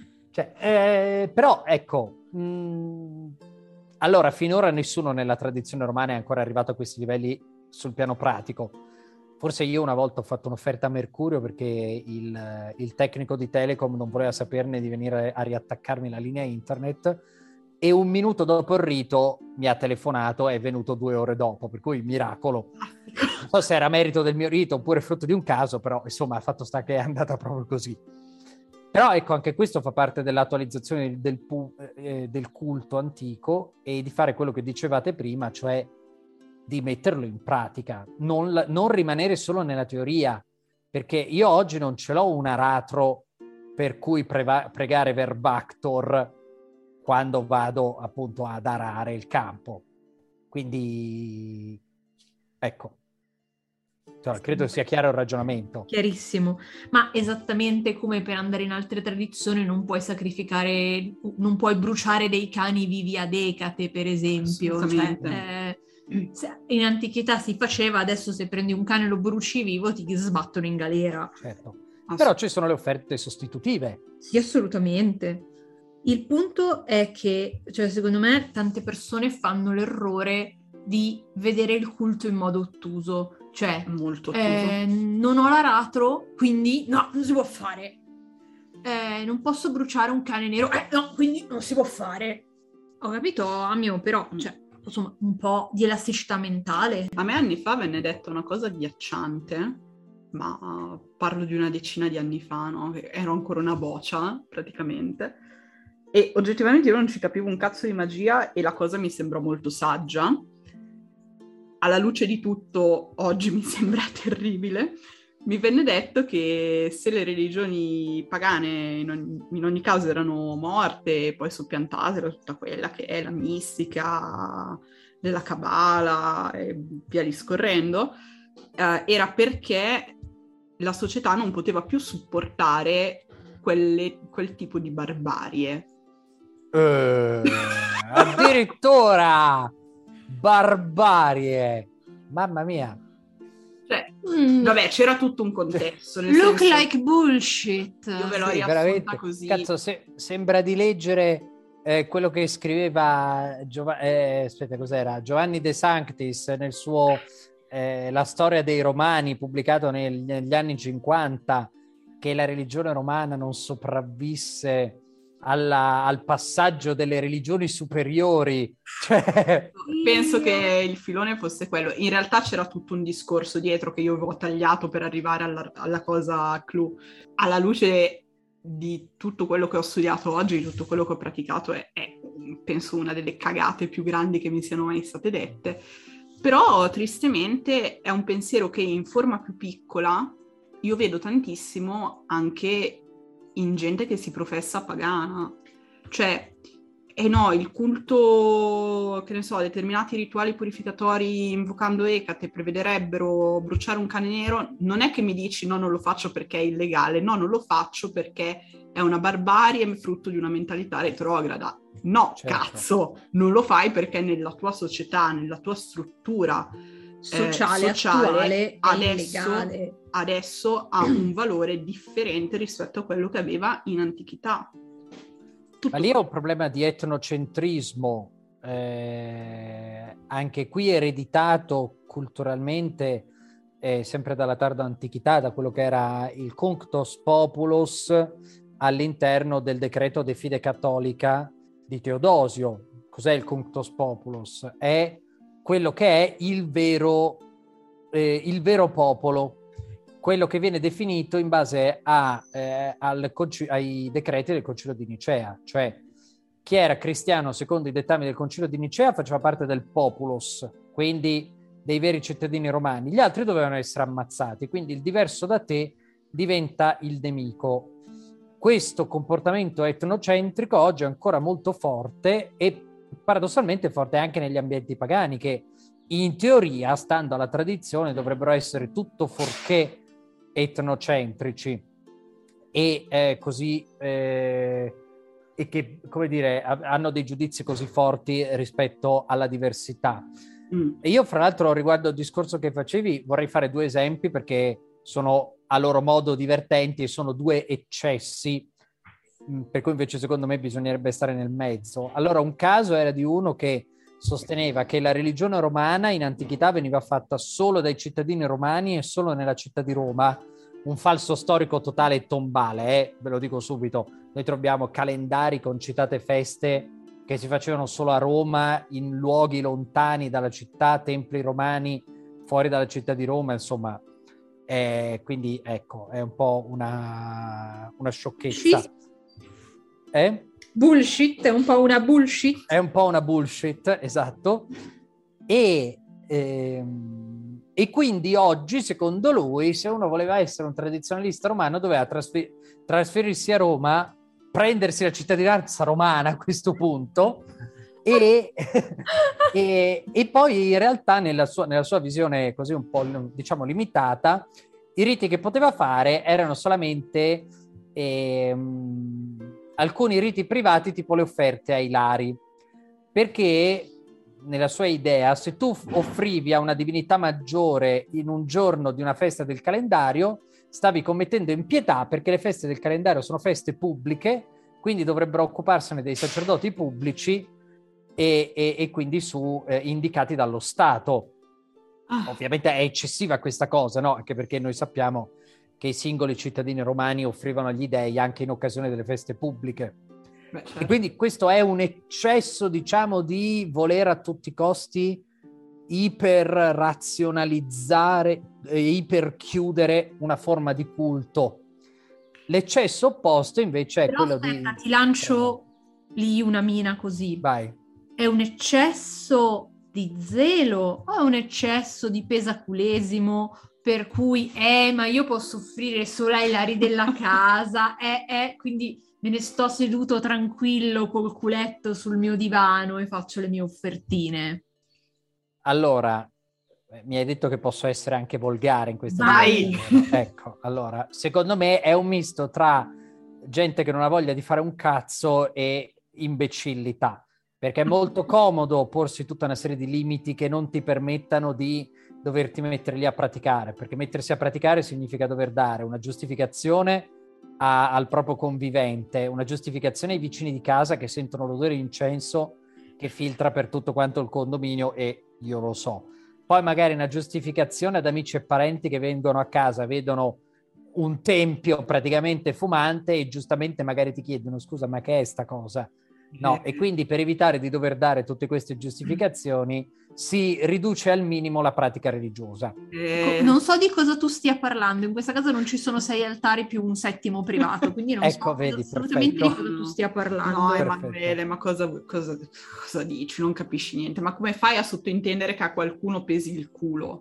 Cioè, però, ecco, allora, finora nessuno nella tradizione romana è ancora arrivato a questi livelli sul piano pratico. Forse io una volta ho fatto un'offerta a Mercurio perché il tecnico di Telecom non voleva saperne di venire a riattaccarmi la linea internet e un minuto dopo il rito mi ha telefonato e è venuto 2 ore dopo, per cui miracolo. Non so se era merito del mio rito oppure frutto di un caso, però insomma fatto sta che è andata proprio così. Però ecco, anche questo fa parte dell'attualizzazione del culto antico e di fare quello che dicevate prima, cioè di metterlo in pratica, non rimanere solo nella teoria, perché io oggi non ce l'ho un aratro per cui pregare verbactor quando vado appunto ad arare il campo. Quindi, ecco. Credo sia chiaro il ragionamento. Chiarissimo, ma esattamente come per andare in altre tradizioni non puoi sacrificare, non puoi bruciare dei cani vivi ad Ecate, per esempio. Cioè, in antichità si faceva, adesso se prendi un cane e lo bruci vivo ti sbattono in galera. Certo. Però ci sono le offerte sostitutive. Sì, assolutamente. Il punto è che, cioè, secondo me, tante persone fanno l'errore di vedere il culto in modo ottuso. Cioè, molto ottuso. Non ho l'aratro, quindi no, non si può fare. Non posso bruciare un cane nero, no, quindi non si può fare. Ho capito, Amio, però, cioè, insomma, un po' di elasticità mentale. A me anni fa venne detta una cosa agghiacciante, ma parlo di una decina di anni fa, no? Ero ancora una boccia, praticamente. E oggettivamente io non ci capivo un cazzo di magia e la cosa mi sembrò molto saggia. Alla luce di tutto, oggi mi sembra terribile. Mi venne detto che se le religioni pagane in ogni caso erano morte e poi soppiantate da tutta quella che è la mistica della Kabbalah e via discorrendo, era perché la società non poteva più supportare quel tipo di barbarie. Addirittura barbarie, mamma mia. Cioè, vabbè, c'era tutto un contesto. Look senso, like bullshit. Io ve l'ho riassunta così. Cazzo, sembra di leggere quello che scriveva Giovanni De Sanctis nel suo La storia dei Romani, pubblicato negli anni 50, che la religione romana non sopravvisse al passaggio delle religioni superiori. Cioè... Penso che il filone fosse quello. In realtà c'era tutto un discorso dietro che io avevo tagliato per arrivare alla cosa clou. Alla luce di tutto quello che ho studiato oggi, di tutto quello che ho praticato, è penso una delle cagate più grandi che mi siano mai state dette. Però tristemente è un pensiero che in forma più piccola io vedo tantissimo anche in gente che si professa pagana. Cioè, no, il culto, che ne so, determinati rituali purificatori invocando Ecate prevederebbero bruciare un cane nero. Non è che mi dici no, non lo faccio perché è illegale, no, non lo faccio perché è una barbarie frutto di una mentalità retrograda. No, certo. Cazzo, non lo fai perché nella tua società, nella tua struttura sociale attuale adesso ha un valore differente rispetto a quello che aveva in antichità. Ma lì è un problema di etnocentrismo, anche qui ereditato culturalmente sempre dalla tarda antichità, da quello che era il Cunctos Populus all'interno del decreto De Fide Cattolica di Teodosio. Cos'è il Cunctos Populus? È quello che è il vero popolo, quello che viene definito in base ai decreti del Concilio di Nicea, cioè chi era cristiano secondo i dettami del Concilio di Nicea faceva parte del populus, quindi dei veri cittadini romani. Gli altri dovevano essere ammazzati, quindi il diverso da te diventa il nemico. Questo comportamento etnocentrico oggi è ancora molto forte e paradossalmente forte anche negli ambienti pagani, che in teoria, stando alla tradizione, dovrebbero essere tutto fuorché etnocentrici e così e che, come dire, hanno dei giudizi così forti rispetto alla diversità. E io, fra l'altro, riguardo al discorso che facevi, vorrei fare 2 esempi perché sono a loro modo divertenti e sono due eccessi, per cui invece secondo me bisognerebbe stare nel mezzo. Allora, un caso era di uno che sosteneva che la religione romana in antichità veniva fatta solo dai cittadini romani e solo nella città di Roma, un falso storico totale e tombale, ve lo dico subito. Noi troviamo calendari con citate feste che si facevano solo a Roma, in luoghi lontani dalla città, templi romani fuori dalla città di Roma, insomma. Quindi ecco, è un po' una sciocchezza. Bullshit, è un po' una bullshit. È un po' una bullshit, esatto. E quindi oggi, secondo lui, se uno voleva essere un tradizionalista romano, doveva trasferirsi a Roma, prendersi la cittadinanza romana a questo punto e poi in realtà nella sua visione così un po', diciamo, limitata, i riti che poteva fare erano solamente alcuni riti privati, tipo le offerte ai lari, perché nella sua idea, se tu offrivi a una divinità maggiore in un giorno di una festa del calendario, stavi commettendo impietà, perché le feste del calendario sono feste pubbliche, quindi dovrebbero occuparsene dei sacerdoti pubblici e quindi indicati dallo Stato. Ovviamente è eccessiva questa cosa, no? Anche perché noi sappiamo che i singoli cittadini romani offrivano agli dei anche in occasione delle feste pubbliche. Certo. E quindi questo è un eccesso, diciamo, di voler a tutti i costi iper-razionalizzare, iper-chiudere una forma di culto. L'eccesso opposto invece è quello di... Ti lancio lì una mina così. Vai. È un eccesso di zelo o è un eccesso di pesaculesimo per cui ma io posso offrire solo ai lari della casa, quindi me ne sto seduto tranquillo col culetto sul mio divano e faccio le mie offertine. Allora, mi hai detto che posso essere anche volgare in questa direzione. Ecco, allora, secondo me è un misto tra gente che non ha voglia di fare un cazzo e imbecillità, perché è molto comodo porsi tutta una serie di limiti che non ti permettano di doverti mettere lì a praticare, perché mettersi a praticare significa dover dare una giustificazione al proprio convivente, una giustificazione ai vicini di casa che sentono l'odore di incenso che filtra per tutto quanto il condominio, e io lo so. Poi magari una giustificazione ad amici e parenti che vengono a casa, vedono un tempio praticamente fumante e giustamente magari ti chiedono: scusa, ma che è sta cosa? No, e quindi per evitare di dover dare tutte queste giustificazioni si riduce al minimo la pratica religiosa. Non so di cosa tu stia parlando, in questa casa non ci sono 6 altari più un 7° privato, quindi non so assolutamente di cosa tu stia parlando. No, Emanuele, ma cosa dici? Non capisci niente, ma come fai a sottointendere che a qualcuno pesi il culo?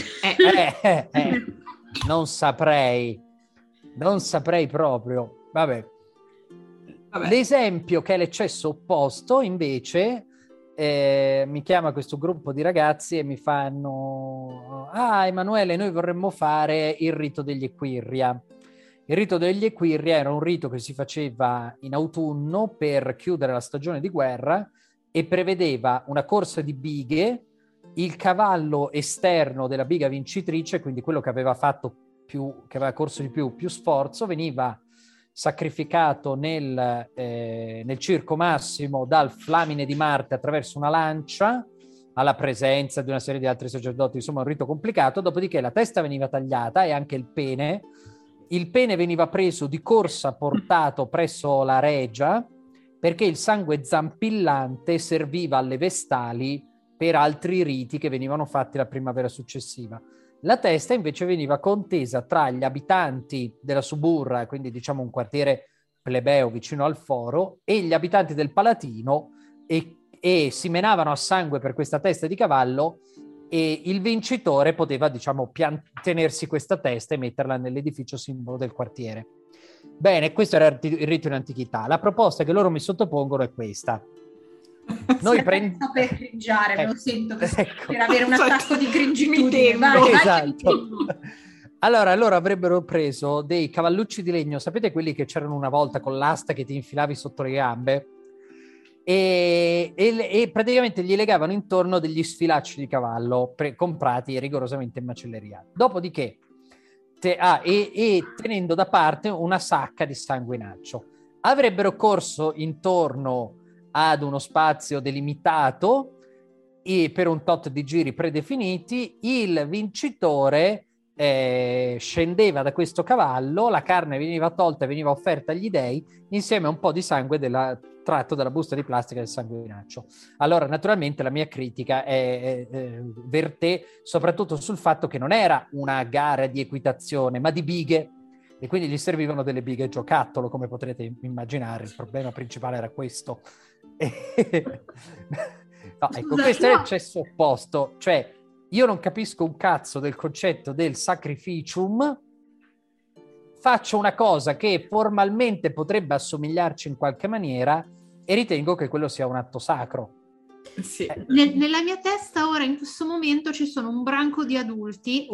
Non saprei proprio. Vabbè. L'esempio che è l'eccesso opposto, invece, mi chiama questo gruppo di ragazzi e mi fanno: Emanuele, noi vorremmo fare il rito degli Equirria. Il rito degli Equirria era un rito che si faceva in autunno per chiudere la stagione di guerra e prevedeva una corsa di bighe. Il cavallo esterno della biga vincitrice, quindi quello che aveva corso di più sforzo, veniva sacrificato nel circo massimo dal Flamine di Marte attraverso una lancia, alla presenza di una serie di altri sacerdoti, insomma un rito complicato. Dopodiché la testa veniva tagliata e anche il pene veniva preso di corsa, portato presso la regia, perché il sangue zampillante serviva alle vestali per altri riti che venivano fatti la primavera successiva. La testa invece veniva contesa tra gli abitanti della Suburra, quindi diciamo un quartiere plebeo vicino al foro, e gli abitanti del Palatino, e si menavano a sangue per questa testa di cavallo, e il vincitore poteva, diciamo, tenersi questa testa e metterla nell'edificio simbolo del quartiere. Bene, questo era il rito in antichità. La proposta che loro mi sottopongono è questa. Noi prendiamo per cringiare, me lo sento per avere un attacco di cringitudine. Esatto. Allora loro avrebbero preso dei cavallucci di legno, sapete quelli che c'erano una volta con l'asta che ti infilavi sotto le gambe, e praticamente gli legavano intorno degli sfilacci di cavallo comprati rigorosamente in macelleria. Dopodiché e tenendo da parte una sacca di sanguinaccio. Avrebbero corso intorno ad uno spazio delimitato e per un tot di giri predefiniti. Il vincitore scendeva da questo cavallo, la carne veniva tolta e veniva offerta agli dei insieme a un po' di sangue tratto dalla busta di plastica del sanguinaccio. Allora, naturalmente la mia critica verte soprattutto sul fatto che non era una gara di equitazione, ma di bighe, e quindi gli servivano delle bighe giocattolo, come potrete immaginare. Il problema principale era questo. No, ecco, questo è l'eccesso opposto, cioè io non capisco un cazzo del concetto del sacrificium, faccio una cosa che formalmente potrebbe assomigliarci in qualche maniera e ritengo che quello sia un atto sacro. Sì. Nella mia testa ora in questo momento ci sono un branco di adulti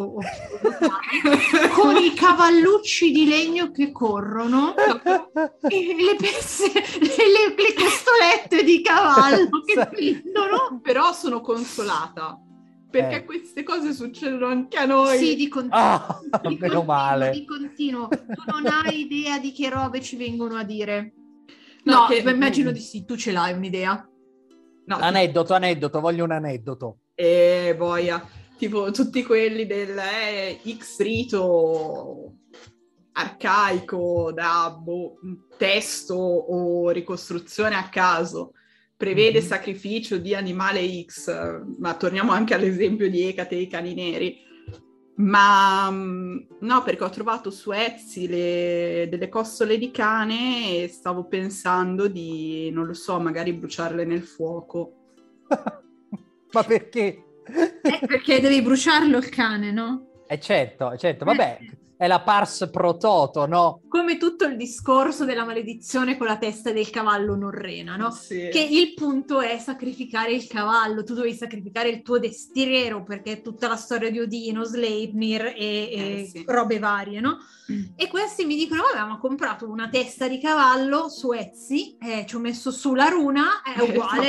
con i cavallucci di legno che corrono e le costolette di cavallo che prendono. Però sono consolata perché queste cose succedono anche a noi. Sì, di continuo. Meno male. Di continuo. Tu non hai idea di che robe ci vengono a dire. No, immagino di sì, tu ce l'hai un'idea. No, aneddoto, voglio un aneddoto. Boia, tipo tutti quelli del X rito arcaico da testo o ricostruzione a caso, prevede sacrificio di animale X, ma torniamo anche all'esempio di Ecate e i cani neri. Ma no, perché ho trovato su Etsy delle costole di cane e stavo pensando di, non lo so, magari bruciarle nel fuoco. Ma perché? Perché devi bruciarlo il cane, no? Certo, vabbè, è la pars pro toto, no? Come tutto il discorso della maledizione con la testa del cavallo norrena, no? Sì. Che il punto è sacrificare il cavallo, tu dovevi sacrificare il tuo destriero, perché è tutta la storia di Odino, Sleipnir e sì, robe varie, no? E questi mi dicono, vabbè, ma ho comprato una testa di cavallo su Etsy, ci ho messo su la runa, è uguale.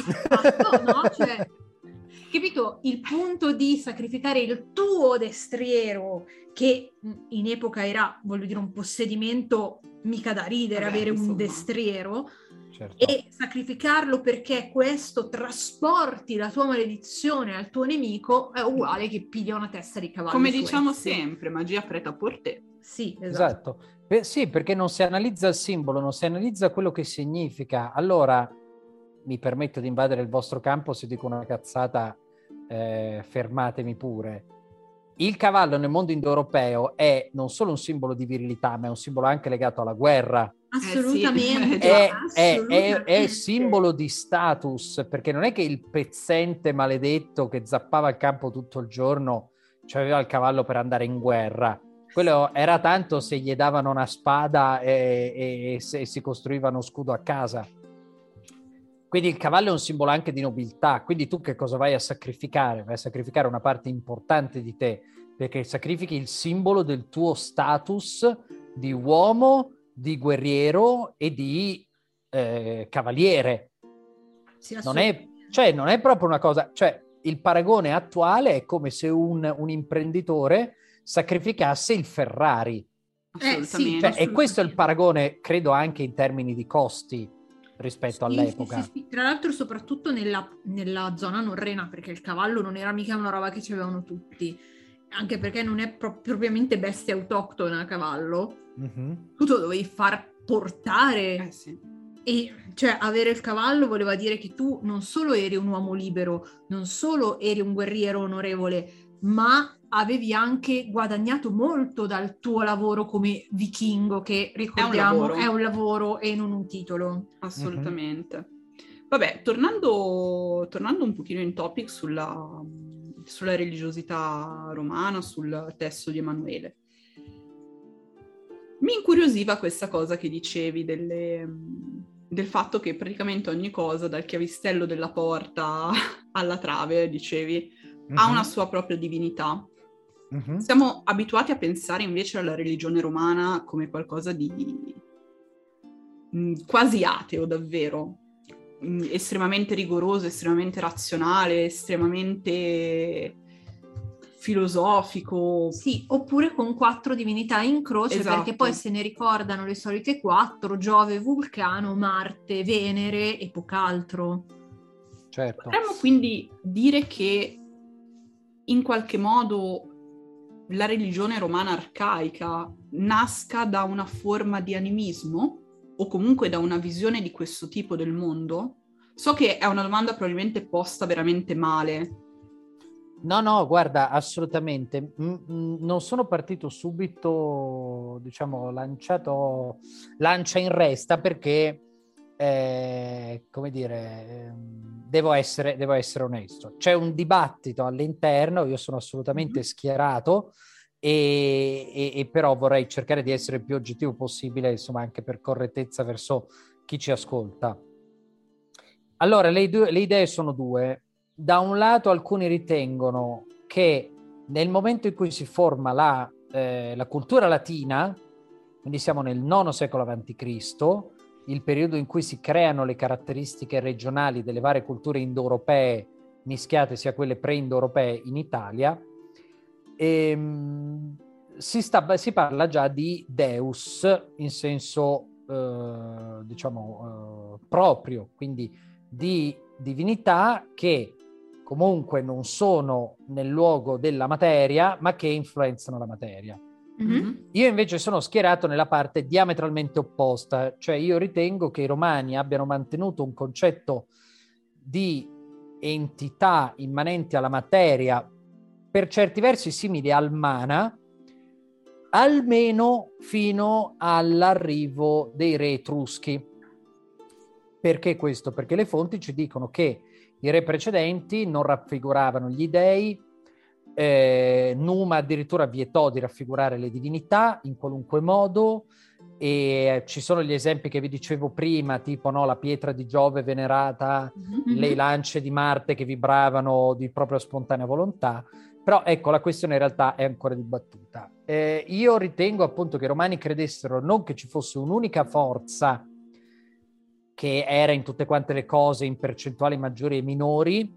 No? Cioè, capito? Il punto di sacrificare il tuo destriero, che in epoca era, voglio dire, un possedimento mica da ridere, avere un destriero, certo, e sacrificarlo perché questo trasporti la tua maledizione al tuo nemico è uguale che piglia una testa di cavallo. Come diciamo sempre, magia prêt-à-porter. Sì, esatto. Sì, perché non si analizza il simbolo, non si analizza quello che significa. Allora, mi permetto di invadere il vostro campo, se dico una cazzata, fermatemi pure. Il cavallo nel mondo indoeuropeo è non solo un simbolo di virilità, ma è un simbolo anche legato alla guerra. Assolutamente. È simbolo di status, perché non è che il pezzente maledetto che zappava il campo tutto il giorno aveva il cavallo per andare in guerra. Quello era tanto se gli davano una spada e si costruiva uno scudo a casa. Quindi il cavallo è un simbolo anche di nobiltà, quindi tu che cosa vai a sacrificare? Vai a sacrificare una parte importante di te, perché sacrifichi il simbolo del tuo status di uomo, di guerriero e di cavaliere. Sì, non è proprio una cosa, cioè il paragone attuale è come se un imprenditore sacrificasse il Ferrari. Assolutamente. E questo è il paragone, credo, anche in termini di costi rispetto all'epoca. Sì. Tra l'altro soprattutto nella zona norrena, perché il cavallo non era mica una roba che ci avevano tutti, anche perché non è propriamente bestia autoctona a cavallo. Tu lo dovevi far portare. Sì. E cioè avere il cavallo voleva dire che tu non solo eri un uomo libero, non solo eri un guerriero onorevole, ma avevi guadagnato molto dal tuo lavoro come vichingo, che ricordiamo è un lavoro e non un titolo. Assolutamente. Vabbè, tornando un pochino in topic sulla religiosità romana, sul testo di Emanuele. Mi incuriosiva questa cosa che dicevi del fatto che praticamente ogni cosa, dal chiavistello della porta alla trave, dicevi, ha una sua propria divinità. Siamo abituati a pensare invece alla religione romana come qualcosa di quasi ateo, davvero. Estremamente rigoroso, estremamente razionale, estremamente filosofico. Sì, oppure con 4 divinità in croce, Esatto. perché poi se ne ricordano le solite 4, Giove, Vulcano, Marte, Venere e poco altro. Certo. Potremmo quindi dire che in qualche modo la religione romana arcaica nasca da una forma di animismo o comunque da una visione di questo tipo del mondo? So che è una domanda probabilmente posta veramente male. No, guarda, assolutamente. Non sono partito subito, diciamo, lancia in resta perché, come dire, devo essere onesto. C'è un dibattito all'interno, io sono assolutamente schierato e però vorrei cercare di essere il più oggettivo possibile, insomma, anche per correttezza verso chi ci ascolta. Allora, le idee sono due. Da un lato alcuni ritengono che nel momento in cui si forma la cultura latina, quindi siamo nel IX secolo a.C., il periodo in cui si creano le caratteristiche regionali delle varie culture indoeuropee mischiate sia quelle pre-indoeuropee in Italia, si parla già di Deus in senso proprio, quindi di divinità che comunque non sono nel luogo della materia, ma che influenzano la materia. Io invece sono schierato nella parte diametralmente opposta, cioè io ritengo che i romani abbiano mantenuto un concetto di entità immanenti alla materia per certi versi simili al mana, almeno fino all'arrivo dei re etruschi. Perché questo? Perché le fonti ci dicono che i re precedenti non raffiguravano gli dei, Numa addirittura vietò di raffigurare le divinità in qualunque modo, e ci sono gli esempi che vi dicevo prima, tipo la pietra di Giove venerata, le lance di Marte che vibravano di propria spontanea volontà. Però ecco, la questione in realtà è ancora dibattuta. Io ritengo appunto che i romani credessero non che ci fosse un'unica forza che era in tutte quante le cose in percentuali maggiori e minori,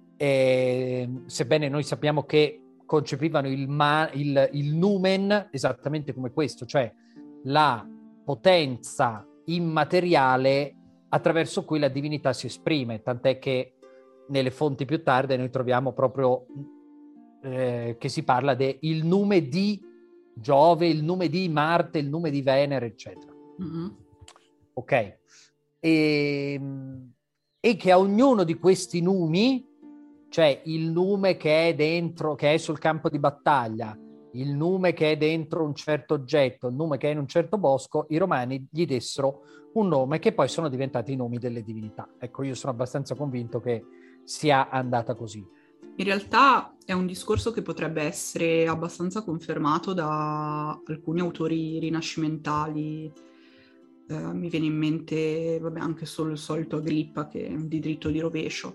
sebbene noi sappiamo che concepivano il numen esattamente come questo, cioè la potenza immateriale attraverso cui la divinità si esprime, tant'è che nelle fonti più tarde noi troviamo proprio che si parla del nome di Giove, il nome di Marte, il nome di Venere, eccetera. Ok. E che a ognuno di questi numi, cioè il nume che è dentro, che è sul campo di battaglia, il nume che è dentro un certo oggetto, il nume che è in un certo bosco, i romani gli dessero un nome che poi sono diventati i nomi delle divinità. Ecco, io sono abbastanza convinto che sia andata così. In realtà è un discorso che potrebbe essere abbastanza confermato da alcuni autori rinascimentali. Mi viene in mente, anche solo il solito Agrippa, che è di dritto di rovescio,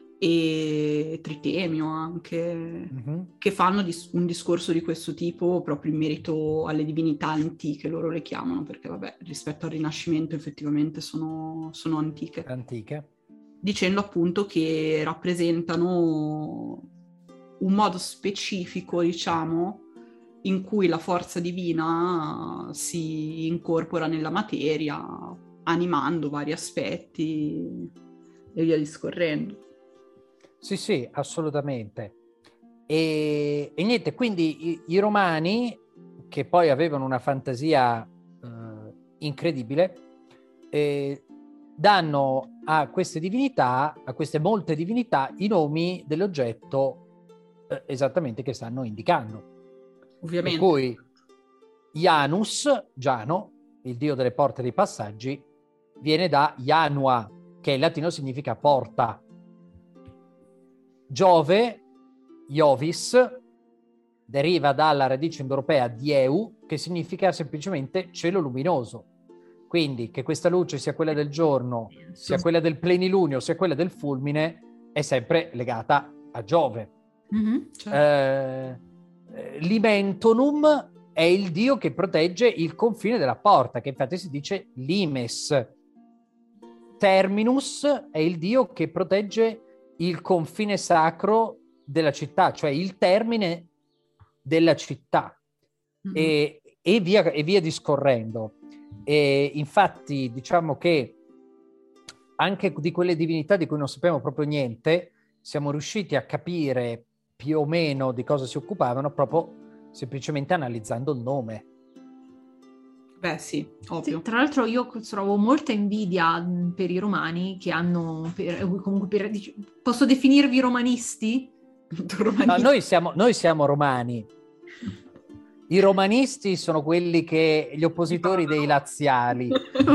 e Tritemio anche, che fanno un discorso di questo tipo proprio in merito alle divinità antiche, loro le chiamano, perché rispetto al Rinascimento effettivamente sono antiche. Dicendo appunto che rappresentano un modo specifico, diciamo, in cui la forza divina si incorpora nella materia, animando vari aspetti e via discorrendo. Sì, assolutamente. E niente, quindi i romani, che poi avevano una fantasia incredibile, danno a queste divinità, a queste molte divinità, i nomi dell'oggetto esattamente che stanno indicando. Ovviamente. Per cui Janus, Giano, il dio delle porte e dei passaggi, viene da Janua, che in latino significa porta. Giove, Iovis, deriva dalla radice indoeuropea dieu, che significa semplicemente cielo luminoso. Quindi che questa luce sia quella del giorno, sia quella del plenilunio, sia quella del fulmine, è sempre legata a Giove. Certo. Limentonum è il dio che protegge il confine della porta, che infatti si dice limes. Terminus è il dio che protegge il confine sacro della città, cioè il termine della città e via discorrendo. E infatti diciamo che anche di quelle divinità di cui non sappiamo proprio niente, siamo riusciti a capire più o meno di cosa si occupavano proprio semplicemente analizzando il nome. Beh sì, ovvio. Sì, tra l'altro io trovo molta invidia per i romani che hanno, posso definirvi romanisti? No, noi siamo romani. I romanisti sono quelli che gli oppositori dei laziali.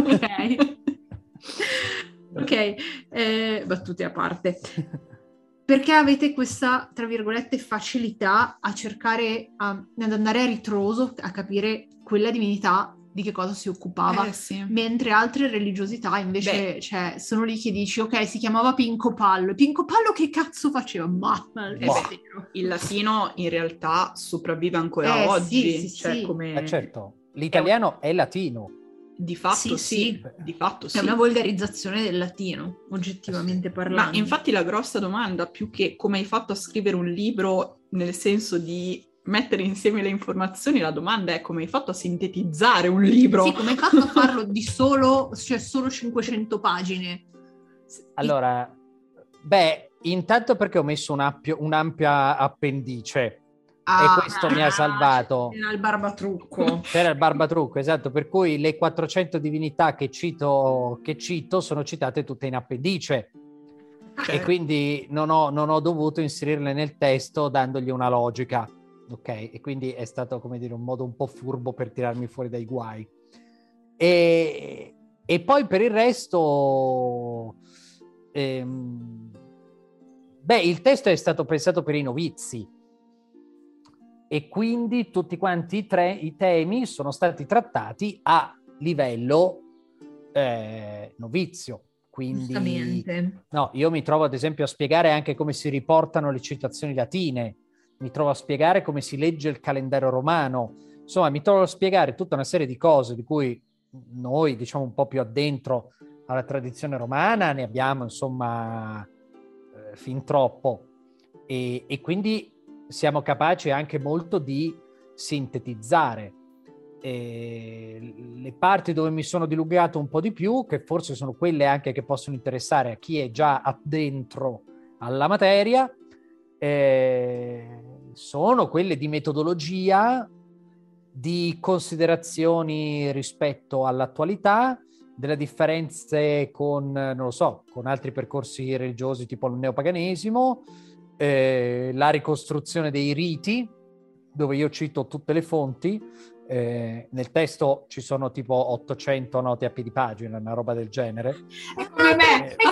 Ok, battute a parte. Perché avete questa, tra virgolette, facilità a cercare, ad andare a ritroso, a capire quella divinità di che cosa si occupava, sì. Mentre altre religiosità invece sono lì che dici ok, si chiamava Pinco Pallo che cazzo faceva? Il latino in realtà sopravvive ancora oggi, sì. Come... certo, l'italiano è latino. Di fatto sì. Di fatto sì. È una volgarizzazione del latino, oggettivamente parlando. Ma infatti la grossa domanda, più che come hai fatto a scrivere un libro nel senso di mettere insieme le informazioni, la domanda è come hai fatto a sintetizzare un libro. Sì, come hai fatto a farlo di solo 500 pagine. Allora, intanto perché ho messo un'ampia appendice. E questo mi ha salvato. C'era il barbatrucco. C'era il barbatrucco, esatto, per cui le 400 divinità che cito sono citate tutte in appendice. E quindi non ho dovuto inserirle nel testo dandogli una logica. Ok, e quindi è stato, come dire, un modo un po' furbo per tirarmi fuori dai guai. E poi per il resto il testo è stato pensato per i novizi e quindi tutti quanti i temi sono stati trattati a livello novizio. Quindi no, io mi trovo ad esempio a spiegare anche come si riportano le citazioni latine, mi trovo a spiegare come si legge il calendario romano, insomma mi trovo a spiegare tutta una serie di cose di cui noi, diciamo, un po' più addentro alla tradizione romana ne abbiamo insomma fin troppo e quindi siamo capaci anche molto di sintetizzare le parti dove mi sono dilungato un po' di più, che forse sono quelle anche che possono interessare a chi è già addentro alla materia, sono quelle di metodologia, di considerazioni rispetto all'attualità, delle differenze con, non lo so, con altri percorsi religiosi tipo il neopaganesimo, la ricostruzione dei riti, dove io cito tutte le fonti. Nel testo ci sono tipo 800 note a piedi pagina, una roba del genere. È come me, è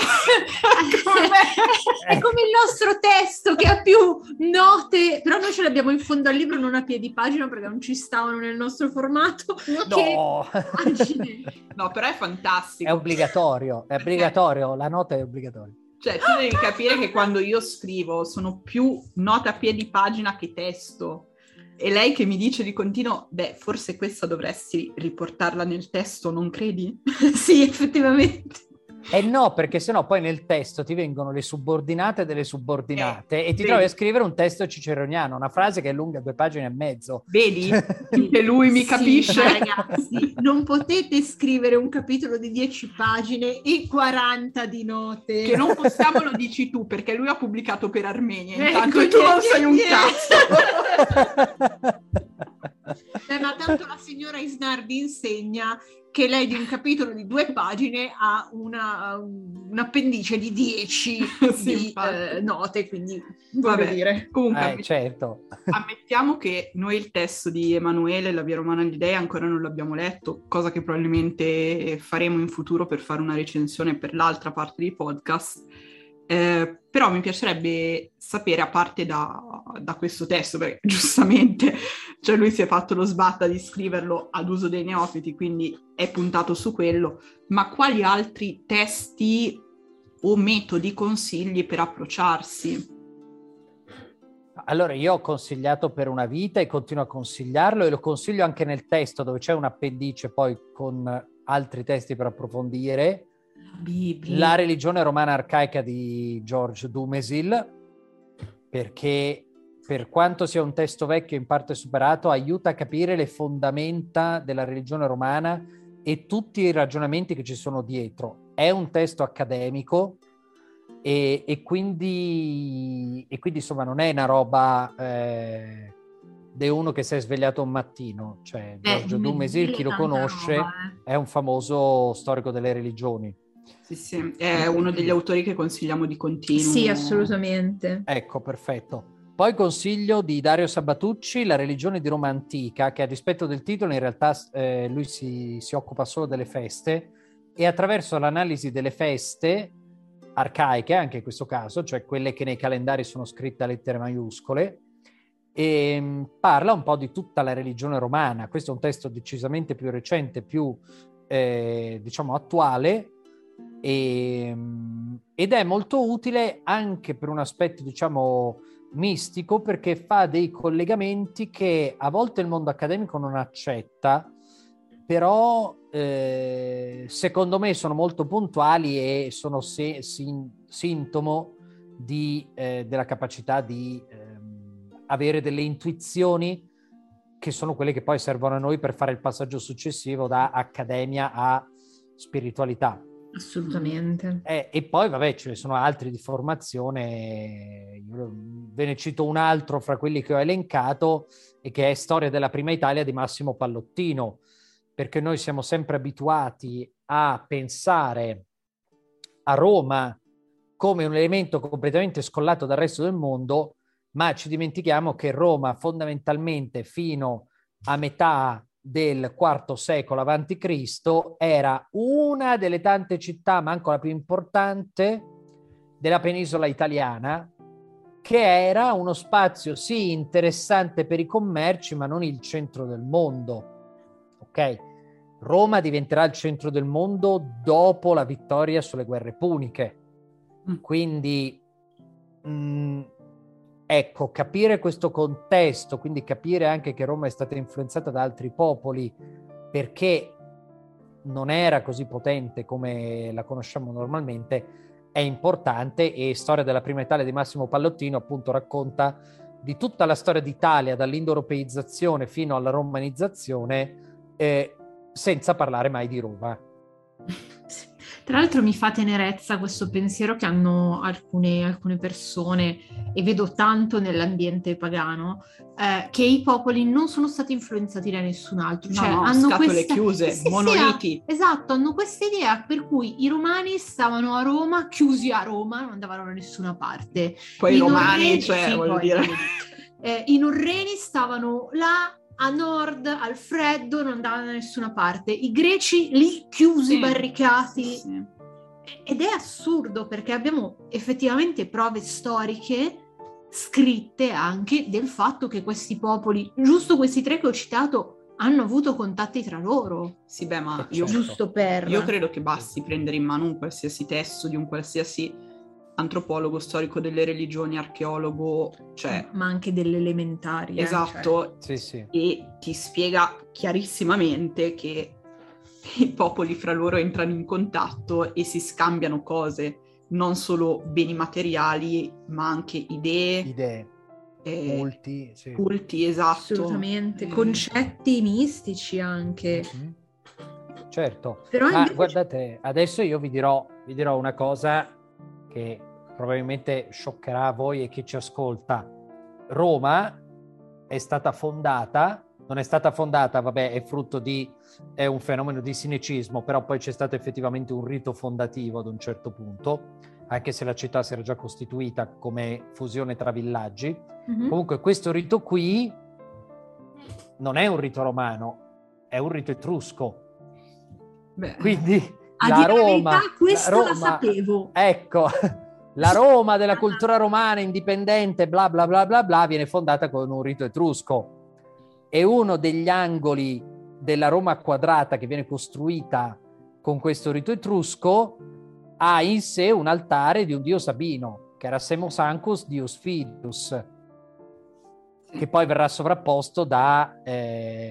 come il nostro testo che ha più note, però noi ce l'abbiamo in fondo al libro non a piedi pagina perché non ci stavano nel nostro formato. No, no, però è fantastico. È obbligatorio, la nota è obbligatoria. Cioè, tu devi capire che quando io scrivo sono più note a piedi pagina che testo. E lei che mi dice di continuo, forse questa dovresti riportarla nel testo, non credi? Sì, effettivamente. No, perché sennò poi nel testo ti vengono le subordinate delle subordinate e ti trovi a scrivere un testo ciceroniano, una frase che è lunga 2 pagine e mezzo. Vedi? Che lui mi capisce. Ma ragazzi, non potete scrivere un capitolo di 10 pagine e 40 di note. Che non possiamo, lo dici tu, perché lui ha pubblicato per Armenia, intanto tu non sai un cazzo. Ma tanto la signora Isnardi insegna che lei di un capitolo di 2 pagine ha un appendice di 10 di note, quindi vabbè, dire. Comunque, certo. Ammettiamo che noi il testo di Emanuele, La Via Romana agli Dei, ancora non l'abbiamo letto, cosa che probabilmente faremo in futuro per fare una recensione per l'altra parte dei podcast. Però mi piacerebbe sapere, a parte da questo testo, perché giustamente cioè lui si è fatto lo sbatta di scriverlo ad uso dei neofiti, quindi è puntato su quello, ma quali altri testi o metodi consigli per approcciarsi? Allora, io ho consigliato per una vita e continuo a consigliarlo e lo consiglio anche nel testo dove c'è un appendice poi con altri testi per approfondire. La religione romana arcaica di George Dumézil, perché per quanto sia un testo vecchio in parte superato, aiuta a capire le fondamenta della religione romana e tutti i ragionamenti che ci sono dietro. È un testo accademico e quindi insomma non è una roba di uno che si è svegliato un mattino, cioè Giorgio Dumézil, chi lo conosce, roba, è un famoso storico delle religioni. Sì, è uno degli autori che consigliamo di continuo. Sì, assolutamente. Ecco, perfetto. Poi consiglio di Dario Sabatucci, La religione di Roma antica, che a dispetto del titolo in realtà lui si occupa solo delle feste e attraverso l'analisi delle feste arcaiche, anche in questo caso, cioè quelle che nei calendari sono scritte a lettere maiuscole, e parla un po' di tutta la religione romana. Questo è un testo decisamente più recente, più diciamo attuale, ed è molto utile anche per un aspetto diciamo mistico, perché fa dei collegamenti che a volte il mondo accademico non accetta, però secondo me sono molto puntuali e sono sintomo della capacità di avere delle intuizioni che sono quelle che poi servono a noi per fare il passaggio successivo da accademia a spiritualità. Assolutamente. E poi vabbè, ce ne sono altri di formazione, io ve ne cito un altro fra quelli che ho elencato, e che è Storia della prima Italia di Massimo Pallottino, perché noi siamo sempre abituati a pensare a Roma come un elemento completamente scollato dal resto del mondo, ma ci dimentichiamo che Roma fondamentalmente fino a metà del IV secolo avanti Cristo era una delle tante città, manco la più importante, della penisola italiana, che era uno spazio sì interessante per i commerci, ma non il centro del mondo. Ok? Roma diventerà il centro del mondo dopo la vittoria sulle guerre puniche. Quindi ecco, capire questo contesto, quindi capire anche che Roma è stata influenzata da altri popoli perché non era così potente come la conosciamo normalmente, è importante. E Storia della prima Italia di Massimo Pallottino appunto racconta di tutta la storia d'Italia dall'indoeuropeizzazione fino alla romanizzazione, senza parlare mai di Roma. Sì. Tra l'altro mi fa tenerezza questo pensiero che hanno alcune persone, e vedo tanto nell'ambiente pagano, che i popoli non sono stati influenzati da nessun altro. Cioè, hanno scatole chiuse, monoliti. Esatto, hanno questa idea per cui i romani stavano a Roma, chiusi a Roma, non andavano da nessuna parte. Poi i romani, cioè, sì, voglio dire... I norreni stavano là a nord, al freddo, non andavano da nessuna parte. I greci lì chiusi, barricati. Sì. Ed è assurdo, perché abbiamo effettivamente prove storiche scritte anche del fatto che questi popoli, giusto questi tre che ho citato, hanno avuto contatti tra loro. Sì, beh, ma io credo che basti prendere in mano un qualsiasi testo di un qualsiasi antropologo, storico delle religioni, archeologo, cioè... Ma anche delle elementari. Esatto, cioè. Sì. E ti spiega chiarissimamente che i popoli fra loro entrano in contatto e si scambiano cose, non solo beni materiali, ma anche idee. Culti, esatto. Assolutamente, concetti mistici anche. Mm-hmm. Certo, però ma guardate, adesso io vi dirò una cosa che probabilmente scioccherà voi e chi ci ascolta. Roma è stata fondata, non è stata fondata, vabbè, è un fenomeno di sinecismo, però poi c'è stato effettivamente un rito fondativo ad un certo punto, anche se la città si era già costituita come fusione tra villaggi. Mm-hmm. Comunque questo rito qui non è un rito romano, è un rito etrusco. Beh, quindi la Roma, la sapevo. Ecco, la Roma della cultura romana indipendente, bla bla bla bla bla, viene fondata con un rito etrusco. E uno degli angoli della Roma quadrata che viene costruita con questo rito etrusco ha in sé un altare di un dio sabino, che era Semos Ancus Dius Fidus, che poi verrà sovrapposto da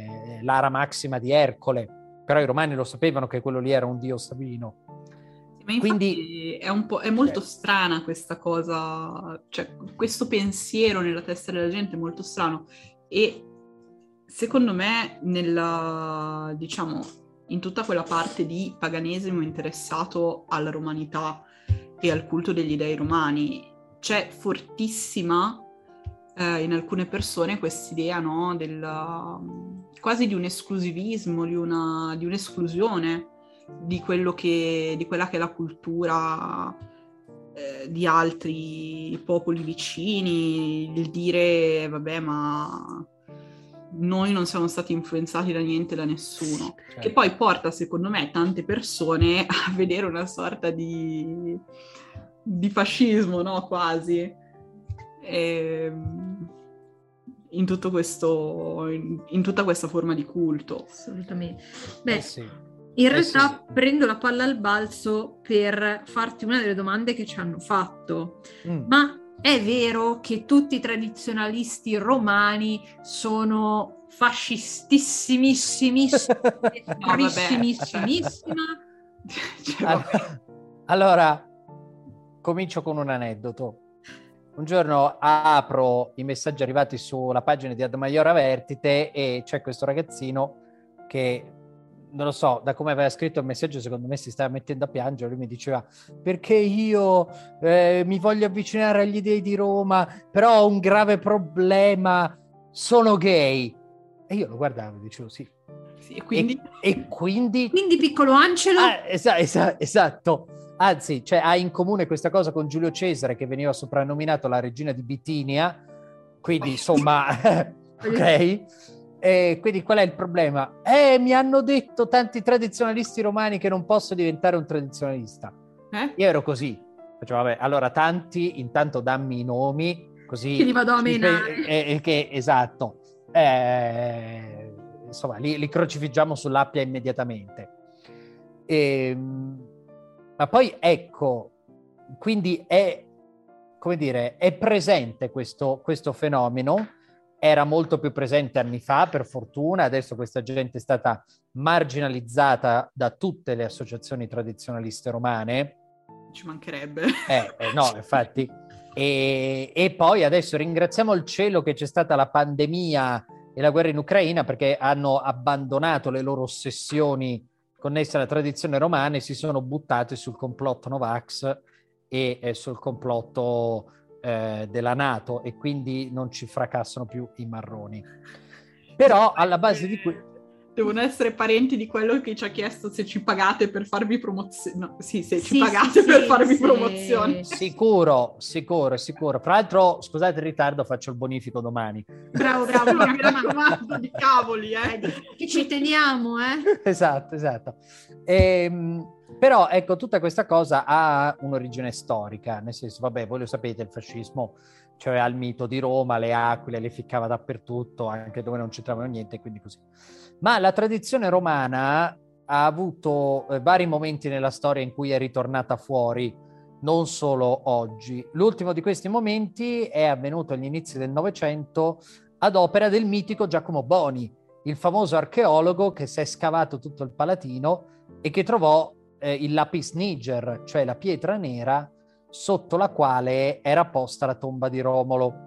l'ara maxima di Ercole. Però i romani lo sapevano che quello lì era un dio sabino. Ma Ma infatti è molto strana questa cosa, cioè questo pensiero nella testa della gente è molto strano e secondo me diciamo, in tutta quella parte di paganesimo interessato alla romanità e al culto degli dei romani c'è fortissima in alcune persone quest'idea, no, quasi di un esclusivismo, di un'esclusione di quella che è la cultura di altri popoli vicini, il dire vabbè, ma noi non siamo stati influenzati da niente, da nessuno, certo. Che poi porta secondo me tante persone a vedere una sorta di fascismo, no, quasi in tutto questo, in tutta questa forma di culto. Assolutamente. Beh, sì. In realtà prendo la palla al balzo per farti una delle domande che ci hanno fatto. Ma è vero che tutti i tradizionalisti romani sono fascistissimissimi? Allora, comincio con un aneddoto. Un giorno apro i messaggi arrivati sulla pagina di Ad Maiora Vertite e c'è questo ragazzino che, non lo so, da come aveva scritto il messaggio secondo me si stava mettendo a piangere. Lui mi diceva perché io mi voglio avvicinare agli dei di Roma, però ho un grave problema, sono gay. E io lo guardavo e dicevo sì. E quindi? E quindi? Quindi piccolo Angelo? Esatto. Anzi, cioè, ha in comune questa cosa con Giulio Cesare, che veniva soprannominato la regina di Bitinia, quindi insomma, ok? E quindi qual è il problema? Mi hanno detto tanti tradizionalisti romani che non posso diventare un tradizionalista. Io ero così. Facevo, vabbè, allora tanti, intanto dammi i nomi, così... Che li vado a menare. Esatto. Insomma, li crocifiggiamo sull'appia immediatamente. Ma poi ecco, quindi è presente questo fenomeno, era molto più presente anni fa, per fortuna, adesso questa gente è stata marginalizzata da tutte le associazioni tradizionaliste romane. Ci mancherebbe. No, infatti. E poi adesso ringraziamo il cielo che c'è stata la pandemia e la guerra in Ucraina, perché hanno abbandonato le loro ossessioni connesse alla tradizione romana e si sono buttate sul complotto Novax e sul complotto della NATO, e quindi non ci fracassano più i marroni. Però alla base di cui... Devono essere parenti di quello che ci ha chiesto se ci pagate per farvi promozione. No, sì, ci pagate per farvi promozione. Sicuro. Fra l'altro, scusate il ritardo, faccio il bonifico domani. Bravo, mi raccomando, di cavoli, che ci teniamo, Esatto. Però, ecco, tutta questa cosa ha un'origine storica, nel senso, vabbè, voi lo sapete, il fascismo, cioè al mito di Roma, le aquile le ficcava dappertutto, anche dove non c'entravano niente, quindi così. Ma la tradizione romana ha avuto vari momenti nella storia in cui è ritornata fuori, non solo oggi. L'ultimo di questi momenti è avvenuto agli inizi del Novecento ad opera del mitico Giacomo Boni, il famoso archeologo che si è scavato tutto il Palatino e che trovò il lapis niger, cioè la pietra nera sotto la quale era posta la tomba di Romolo.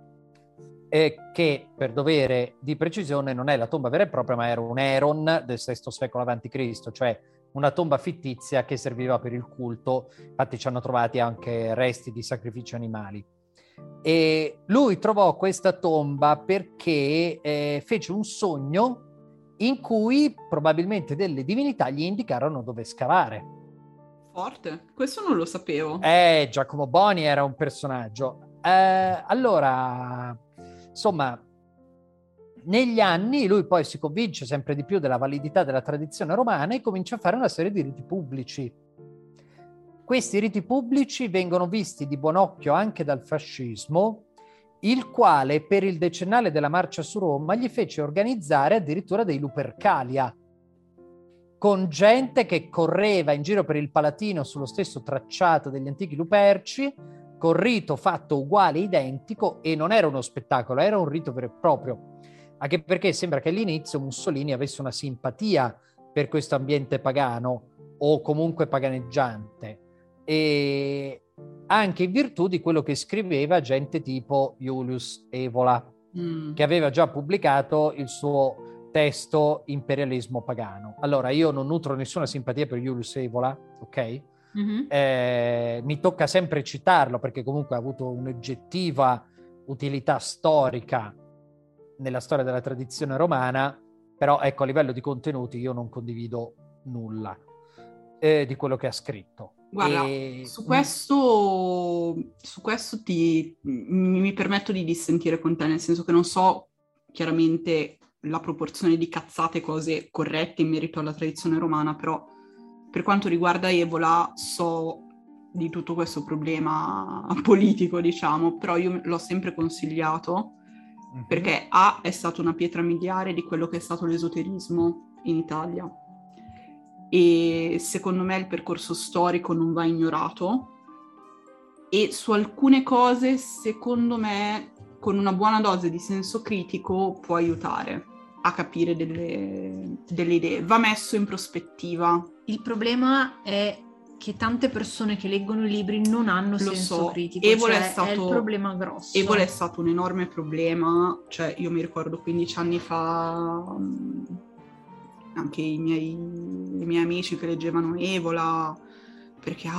Che per dovere di precisione non è la tomba vera e propria, ma era un Eron del VI secolo a.C., cioè una tomba fittizia che serviva per il culto. Infatti ci hanno trovati anche resti di sacrifici animali. E lui trovò questa tomba perché fece un sogno in cui probabilmente delle divinità gli indicarono dove scavare. Forte, questo non lo sapevo. Giacomo Boni era un personaggio. Allora... Insomma, negli anni lui poi si convince sempre di più della validità della tradizione romana e comincia a fare una serie di riti pubblici. Questi riti pubblici vengono visti di buon occhio anche dal fascismo, il quale per il decennale della marcia su Roma gli fece organizzare addirittura dei Lupercalia, con gente che correva in giro per il Palatino sullo stesso tracciato degli antichi Luperci, con rito fatto uguale, identico, e non era uno spettacolo, era un rito vero e proprio. Anche perché sembra che all'inizio Mussolini avesse una simpatia per questo ambiente pagano, o comunque paganeggiante, e anche in virtù di quello che scriveva gente tipo Julius Evola, che aveva già pubblicato il suo testo Imperialismo pagano. Allora, io non nutro nessuna simpatia per Julius Evola, ok? Mi tocca sempre citarlo perché comunque ha avuto un'oggettiva utilità storica nella storia della tradizione romana, però ecco, a livello di contenuti io non condivido nulla di quello che ha scritto. Guarda, su questo mi permetto di dissentire con te, nel senso che non so chiaramente la proporzione di cazzate e cose corrette in merito alla tradizione romana, però per quanto riguarda Evola so di tutto questo problema politico, diciamo, però io l'ho sempre consigliato perché è stata una pietra miliare di quello che è stato l'esoterismo in Italia. E secondo me il percorso storico non va ignorato e su alcune cose, secondo me, con una buona dose di senso critico può aiutare a capire delle idee. Va messo in prospettiva. Il problema è che tante persone che leggono i libri non hanno senso critico, Evola è il problema grosso. Evola è stato un enorme problema, cioè io mi ricordo 15 anni fa anche i miei amici che leggevano Evola, perché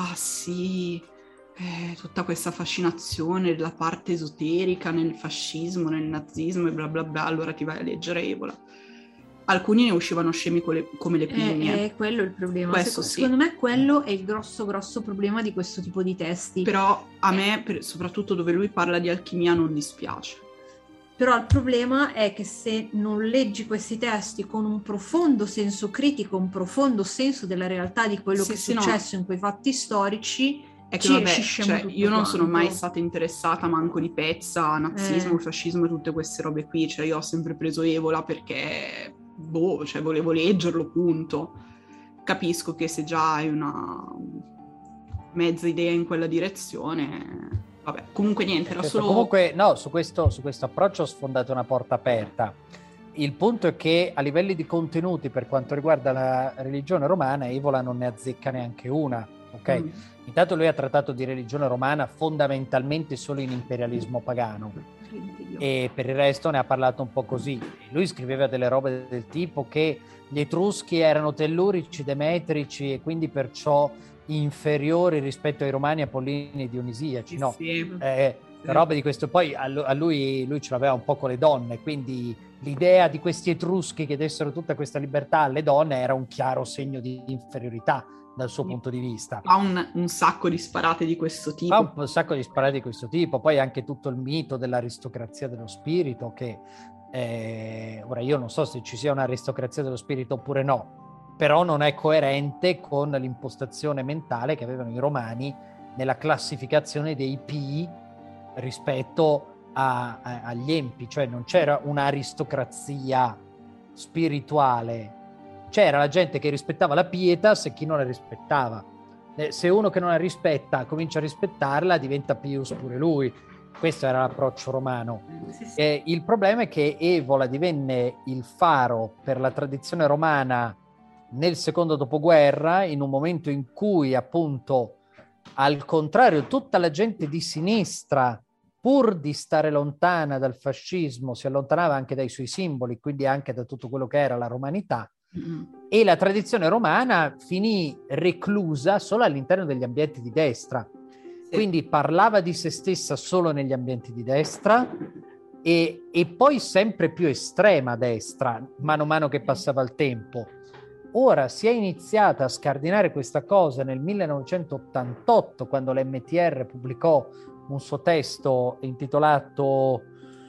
tutta questa fascinazione della parte esoterica nel fascismo, nel nazismo e bla bla bla, allora ti vai a leggere Evola. Alcuni ne uscivano scemi come le pigne. È quello il problema. Secondo me quello è il grosso problema di questo tipo di testi. Però a me, soprattutto dove lui parla di alchimia, non dispiace. Però il problema è che se non leggi questi testi con un profondo senso critico, un profondo senso della realtà di quello che è successo in quei fatti storici, è che io non sono mai stata interessata manco di pezza, nazismo, fascismo e tutte queste robe qui, cioè io ho sempre preso Evola perché volevo leggerlo, punto. Capisco che se già hai una mezza idea in quella direzione, vabbè, comunque niente, era solo... Comunque, no, su questo approccio ho sfondato una porta aperta. Il punto è che a livelli di contenuti, per quanto riguarda la religione romana, Evola non ne azzecca neanche una, ok? Intanto lui ha trattato di religione romana fondamentalmente solo in imperialismo pagano e per il resto ne ha parlato un po' così. Lui scriveva delle robe del tipo che gli Etruschi erano tellurici, demetrici e quindi perciò inferiori rispetto ai romani, apollini e dionisiaci, no? Sì. Robe di questo. Poi a lui ce l'aveva un po' con le donne, quindi l'idea di questi Etruschi che dessero tutta questa libertà alle donne era un chiaro segno di inferiorità dal suo punto di vista. Ha un sacco di sparate di questo tipo. Poi anche tutto il mito dell'aristocrazia dello spirito, che ora io non so se ci sia un'aristocrazia dello spirito oppure no, però non è coerente con l'impostazione mentale che avevano i romani nella classificazione dei pii rispetto agli empi, cioè non c'era un'aristocrazia spirituale, c'era la gente che rispettava la pietas e chi non la rispettava. Se uno che non la rispetta comincia a rispettarla, diventa pius pure lui. Questo era l'approccio romano. Sì. Il problema è che Evola divenne il faro per la tradizione romana nel secondo dopoguerra, in un momento in cui appunto, al contrario, tutta la gente di sinistra, pur di stare lontana dal fascismo, si allontanava anche dai suoi simboli, quindi anche da tutto quello che era la romanità. E la tradizione romana finì reclusa solo all'interno degli ambienti di destra, quindi parlava di se stessa solo negli ambienti di destra e poi sempre più estrema destra mano a mano che passava il tempo. Ora si è iniziata a scardinare questa cosa nel 1988, quando l'MTR pubblicò un suo testo intitolato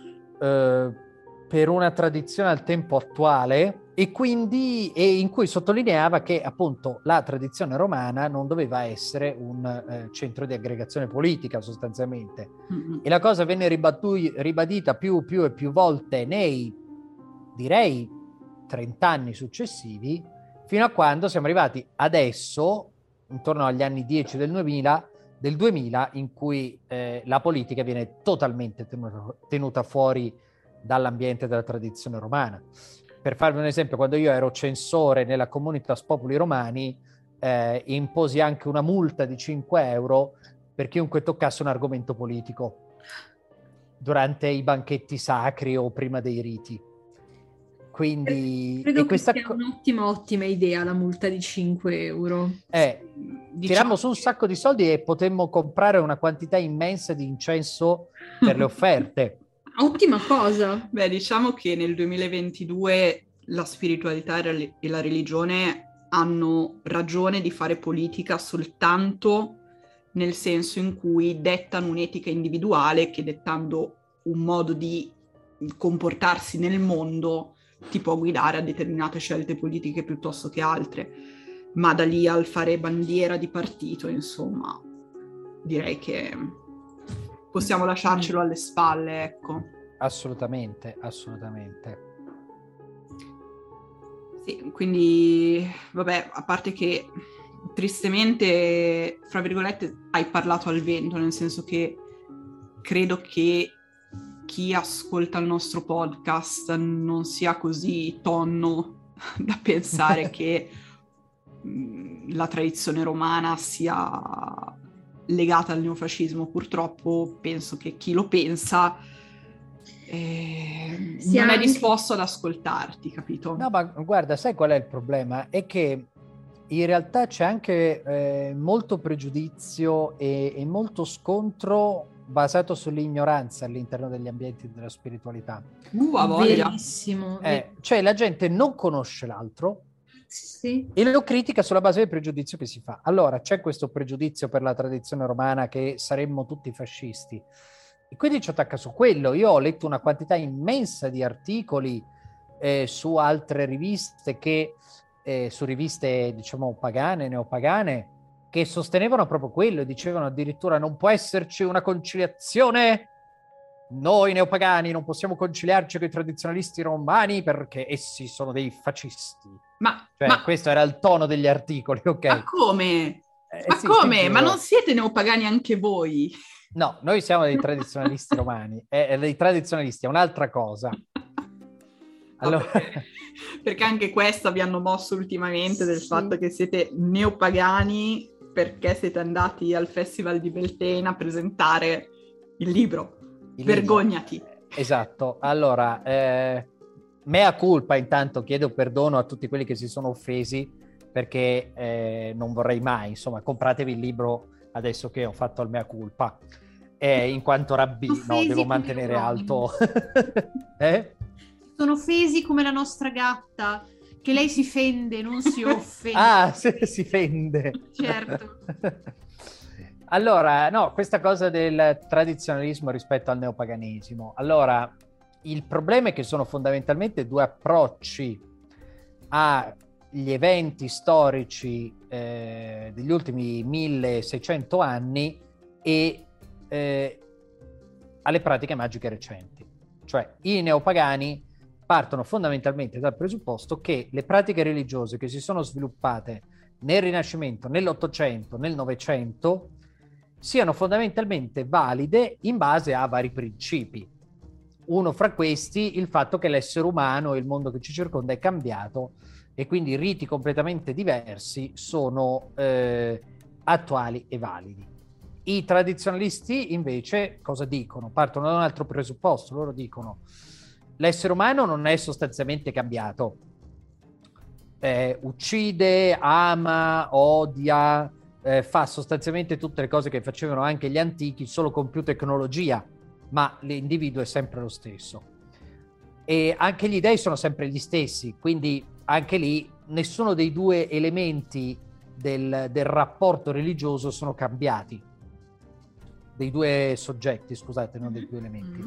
Per una tradizione al tempo attuale, e in cui sottolineava che appunto la tradizione romana non doveva essere un centro di aggregazione politica sostanzialmente. E la cosa venne ribadita più e più volte nei, direi, 30 anni successivi, fino a quando siamo arrivati adesso, intorno agli anni 10 del 2000, in cui la politica viene totalmente tenuta fuori dall'ambiente della tradizione romana. Per farvi un esempio, quando io ero censore nella Communitas Populi Romani, imposi anche una multa di 5 euro per chiunque toccasse un argomento politico durante i banchetti sacri o prima dei riti. Quindi credo che sia un'ottima idea la multa di 5 euro. Tirammo su un sacco di soldi e potemmo comprare una quantità immensa di incenso per le offerte. Ottima cosa. Beh, diciamo che nel 2022 la spiritualità e la religione hanno ragione di fare politica soltanto nel senso in cui dettano un'etica individuale che, dettando un modo di comportarsi nel mondo, ti può guidare a determinate scelte politiche piuttosto che altre. Ma da lì al fare bandiera di partito, insomma, direi che possiamo lasciarcelo alle spalle, ecco. Assolutamente. Sì, quindi, vabbè, a parte che tristemente, fra virgolette, hai parlato al vento, nel senso che credo che chi ascolta il nostro podcast non sia così tonno da pensare che la tradizione romana sia legata al neofascismo. Purtroppo penso che chi lo pensa non è disposto ad ascoltarti, capito? No, ma guarda, sai qual è il problema? È che in realtà c'è anche molto pregiudizio e molto scontro basato sull'ignoranza all'interno degli ambienti della spiritualità. A voglia. Verissimo. Cioè la gente non conosce l'altro, sì, e lo critica sulla base del pregiudizio che si fa. Allora c'è questo pregiudizio per la tradizione romana che saremmo tutti fascisti, e quindi ci attacca su quello. Io ho letto una quantità immensa di articoli su altre riviste su riviste diciamo pagane, neopagane, che sostenevano proprio quello, dicevano addirittura non può esserci una conciliazione, noi neopagani non possiamo conciliarci con i tradizionalisti romani perché essi sono dei fascisti. Ma questo era il tono degli articoli, ok? Ma come? Sì, come? Ma non siete neopagani anche voi? No, noi siamo dei tradizionalisti romani, dei tradizionalisti è un'altra cosa. Allora... Perché anche questo vi hanno mosso ultimamente del fatto che siete neopagani perché siete andati al Festival di Beltane a presentare il libro. Vergognati. Esatto. Allora, mea culpa, intanto chiedo perdono a tutti quelli che si sono offesi, perché non vorrei mai, insomma, compratevi il libro adesso che ho fatto il mea culpa. In quanto rabbino devo mantenere alto. Sono offesi come la nostra gatta, che lei si fende, non si offende. Ah, si fende. Certo. Allora, no, questa cosa del tradizionalismo rispetto al neopaganesimo. Allora, il problema è che sono fondamentalmente due approcci agli eventi storici degli ultimi 1600 anni e alle pratiche magiche recenti. Cioè, i neopagani partono fondamentalmente dal presupposto che le pratiche religiose che si sono sviluppate nel Rinascimento, nell'Ottocento, nel Novecento siano fondamentalmente valide in base a vari principi. Uno fra questi, il fatto che l'essere umano e il mondo che ci circonda è cambiato e quindi riti completamente diversi sono attuali e validi. I tradizionalisti invece cosa dicono? Partono da un altro presupposto. Loro dicono: l'essere umano non è sostanzialmente cambiato, uccide, ama, odia, fa sostanzialmente tutte le cose che facevano anche gli antichi, solo con più tecnologia, ma l'individuo è sempre lo stesso. E anche gli dei sono sempre gli stessi, quindi anche lì nessuno dei due elementi del rapporto religioso sono cambiati. Dei due soggetti, scusate, non dei due elementi.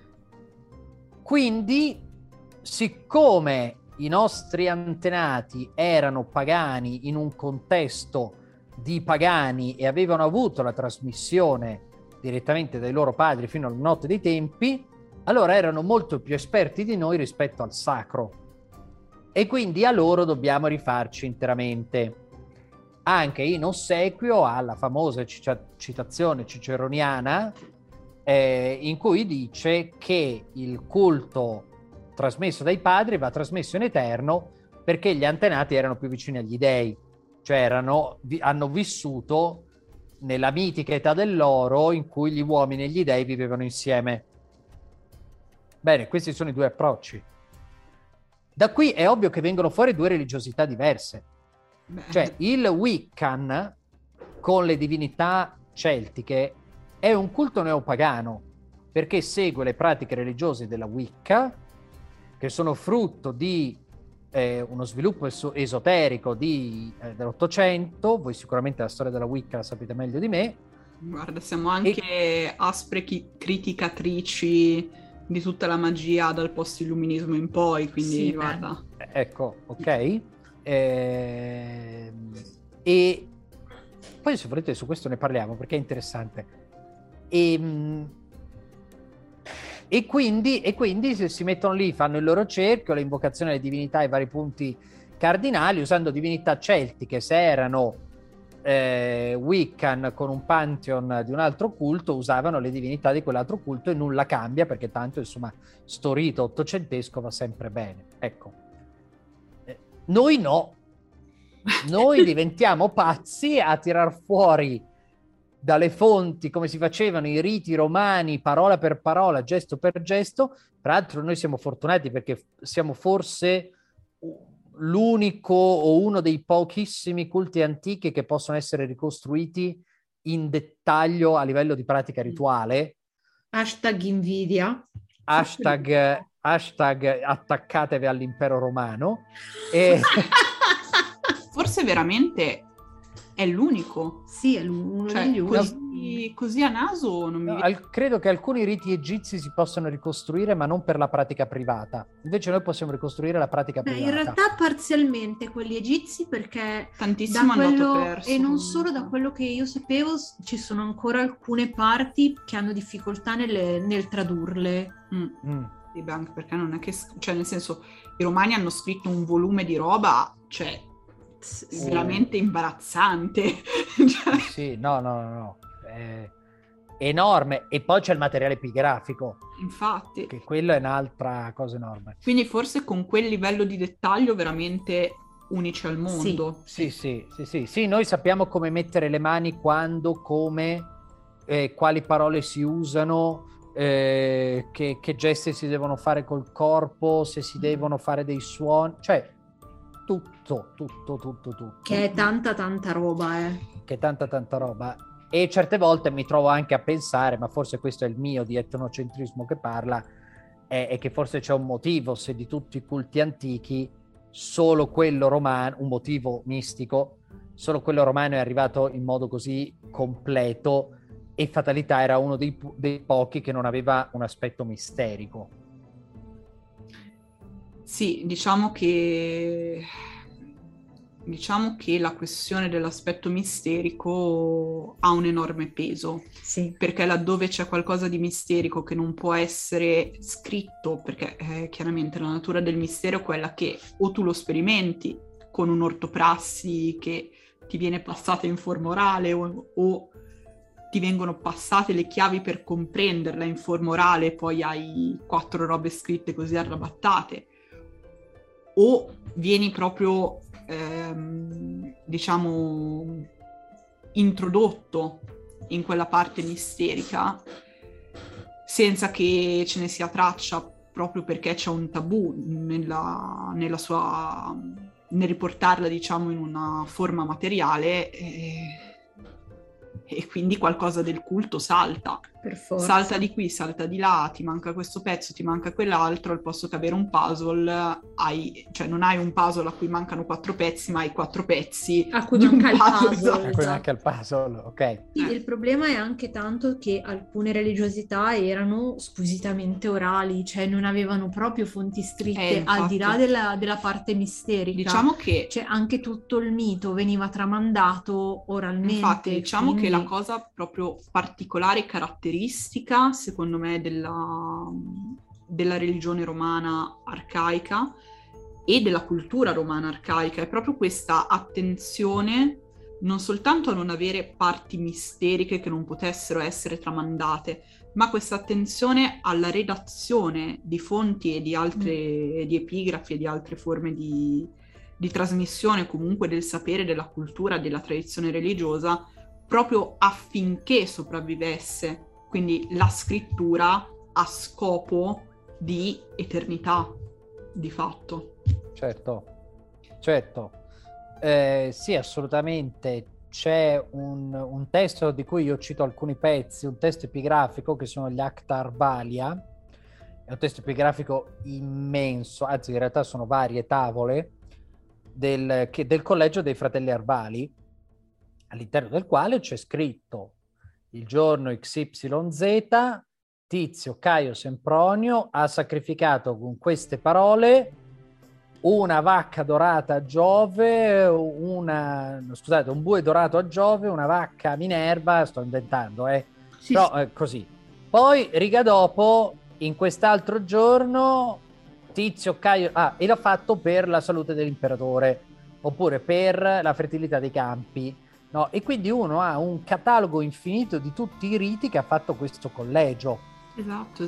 Quindi, siccome i nostri antenati erano pagani in un contesto di pagani e avevano avuto la trasmissione direttamente dai loro padri fino alla notte dei tempi, allora erano molto più esperti di noi rispetto al sacro. E quindi a loro dobbiamo rifarci interamente. Anche in ossequio alla famosa citazione ciceroniana in cui dice che il culto trasmesso dai padri va trasmesso in eterno perché gli antenati erano più vicini agli dei. cioè hanno vissuto nella mitica età dell'oro in cui gli uomini e gli dei vivevano insieme. Bene, questi sono i due approcci. Da qui è ovvio che vengono fuori due religiosità diverse. Cioè il Wiccan con le divinità celtiche è un culto neopagano perché segue le pratiche religiose della Wicca, che sono frutto di uno sviluppo esoterico dell'Ottocento. Voi sicuramente la storia della Wicca la sapete meglio di me. Guarda, siamo anche aspre criticatrici di tutta la magia dal post-illuminismo in poi, quindi sì, guarda. Ecco, ok. E poi se volete su questo ne parliamo perché è interessante. E quindi si mettono lì, fanno il loro cerchio, le invocazioni alle divinità ai vari punti cardinali, usando divinità celtiche se erano Wiccan con un pantheon di un altro culto, usavano le divinità di quell'altro culto e nulla cambia perché tanto insomma sto rito ottocentesco va sempre bene. Ecco, noi no, noi diventiamo pazzi a tirar fuori dalle fonti come si facevano i riti romani, parola per parola, gesto per gesto. Tra l'altro noi siamo fortunati perché siamo forse l'unico o uno dei pochissimi culti antichi che possono essere ricostruiti in dettaglio a livello di pratica rituale. #invidia. Hashtag attaccatevi all'impero romano. Forse veramente è l'unico. Sì, è uno degli unici. Così a naso non mi viene. Credo che alcuni riti egizi si possano ricostruire, ma non per la pratica privata. Invece noi possiamo ricostruire la pratica privata. In realtà parzialmente quelli egizi, perché tantissimo da andato perso. E non solo, da quello che io sapevo, ci sono ancora alcune parti che hanno difficoltà nel tradurle. Sì, beh, anche perché non è che... Cioè, nel senso, i romani hanno scritto un volume di roba, cioè... veramente imbarazzante. Sì, no. È enorme. E poi c'è il materiale epigrafico. Infatti. Che quello è un'altra cosa enorme. Quindi forse con quel livello di dettaglio veramente unici al mondo. Sì, noi sappiamo come mettere le mani, quando, come, quali parole si usano, che gesti si devono fare col corpo, se si devono fare dei suoni, cioè tutto. Che è tanta roba, Che è tanta roba. E certe volte mi trovo anche a pensare, ma forse questo è il mio di etnocentrismo che parla, è che forse c'è un motivo, se di tutti i culti antichi solo quello romano, un motivo mistico, solo quello romano è arrivato in modo così completo, e fatalità era uno dei pochi che non aveva un aspetto misterico. Sì, diciamo che la questione dell'aspetto misterico ha un enorme peso, sì. Perché laddove c'è qualcosa di misterico che non può essere scritto, perché chiaramente la natura del mistero è quella che o tu lo sperimenti con un'ortoprassi che ti viene passata in forma orale o ti vengono passate le chiavi per comprenderla in forma orale e poi hai 4 robe scritte così arrabattate, o vieni proprio diciamo introdotto in quella parte misterica senza che ce ne sia traccia, proprio perché c'è un tabù nella sua, nel riportarla diciamo in una forma materiale, e quindi qualcosa del culto salta. Per forza. Salta di qui, salta di là, ti manca questo pezzo, ti manca quell'altro, al posto che avere un puzzle, cioè non hai un puzzle a cui mancano 4 pezzi, ma hai 4 pezzi a cui manca il puzzle. Esatto. A cui manca il puzzle, ok. Sì, il problema è anche tanto che alcune religiosità erano squisitamente orali, cioè non avevano proprio fonti scritte, al di là della parte misterica. Diciamo che... Cioè anche tutto il mito veniva tramandato oralmente. Infatti, diciamo quindi... che la cosa proprio particolare e caratteristica, secondo me, della religione romana arcaica e della cultura romana arcaica è proprio questa attenzione non soltanto a non avere parti misteriche che non potessero essere tramandate, ma questa attenzione alla redazione di fonti e di altre di epigrafi e di altre forme di di trasmissione comunque del sapere, della cultura, della tradizione religiosa, proprio affinché sopravvivesse. Quindi la scrittura a scopo di eternità, di fatto. Certo, certo. Sì, assolutamente. C'è un testo di cui io cito alcuni pezzi, un testo epigrafico che sono gli Acta Arbalia. È un testo epigrafico immenso, anzi in realtà sono varie tavole del Collegio dei Fratelli Arbali, all'interno del quale c'è scritto il giorno XYZ, Tizio Caio Sempronio ha sacrificato con queste parole una vacca dorata a Giove, un bue dorato a Giove, una vacca a Minerva, sto inventando, Sì, però sì. così. Poi, riga dopo, in quest'altro giorno, Tizio Caio... Ah, e l'ha fatto per la salute dell'imperatore, oppure per la fertilità dei campi, no? E quindi uno ha un catalogo infinito di tutti i riti che ha fatto questo collegio. Esatto.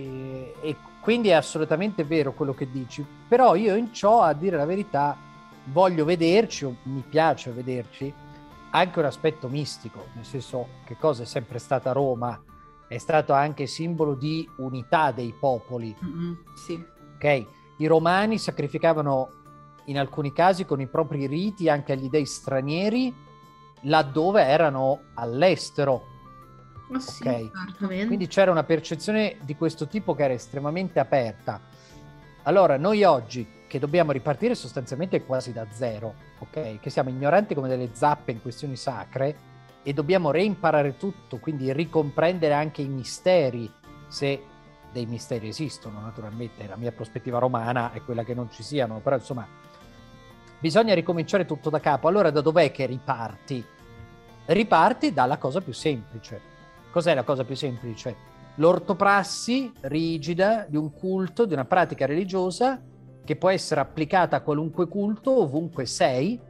E quindi è assolutamente vero quello che dici, però io in ciò, a dire la verità, voglio vederci, o mi piace vederci, anche un aspetto mistico, nel senso che cosa è sempre stata Roma, è stato anche simbolo di unità dei popoli. Sì. Ok? I romani sacrificavano in alcuni casi con i propri riti anche agli dei stranieri laddove erano all'estero. Ma sì, Ok? certamente. Quindi c'era una percezione di questo tipo che era estremamente aperta. Allora, noi oggi che dobbiamo ripartire sostanzialmente quasi da zero, ok? Che siamo ignoranti come delle zappe in questioni sacre e dobbiamo reimparare tutto, quindi ricomprendere anche i misteri, se dei misteri esistono, naturalmente. La mia prospettiva romana è quella che non ci siano, però insomma bisogna ricominciare tutto da capo. Allora da dov'è che riparti? Riparti dalla cosa più semplice. Cos'è la cosa più semplice? L'ortoprassi rigida di un culto, di una pratica religiosa che può essere applicata a qualunque culto, ovunque sei,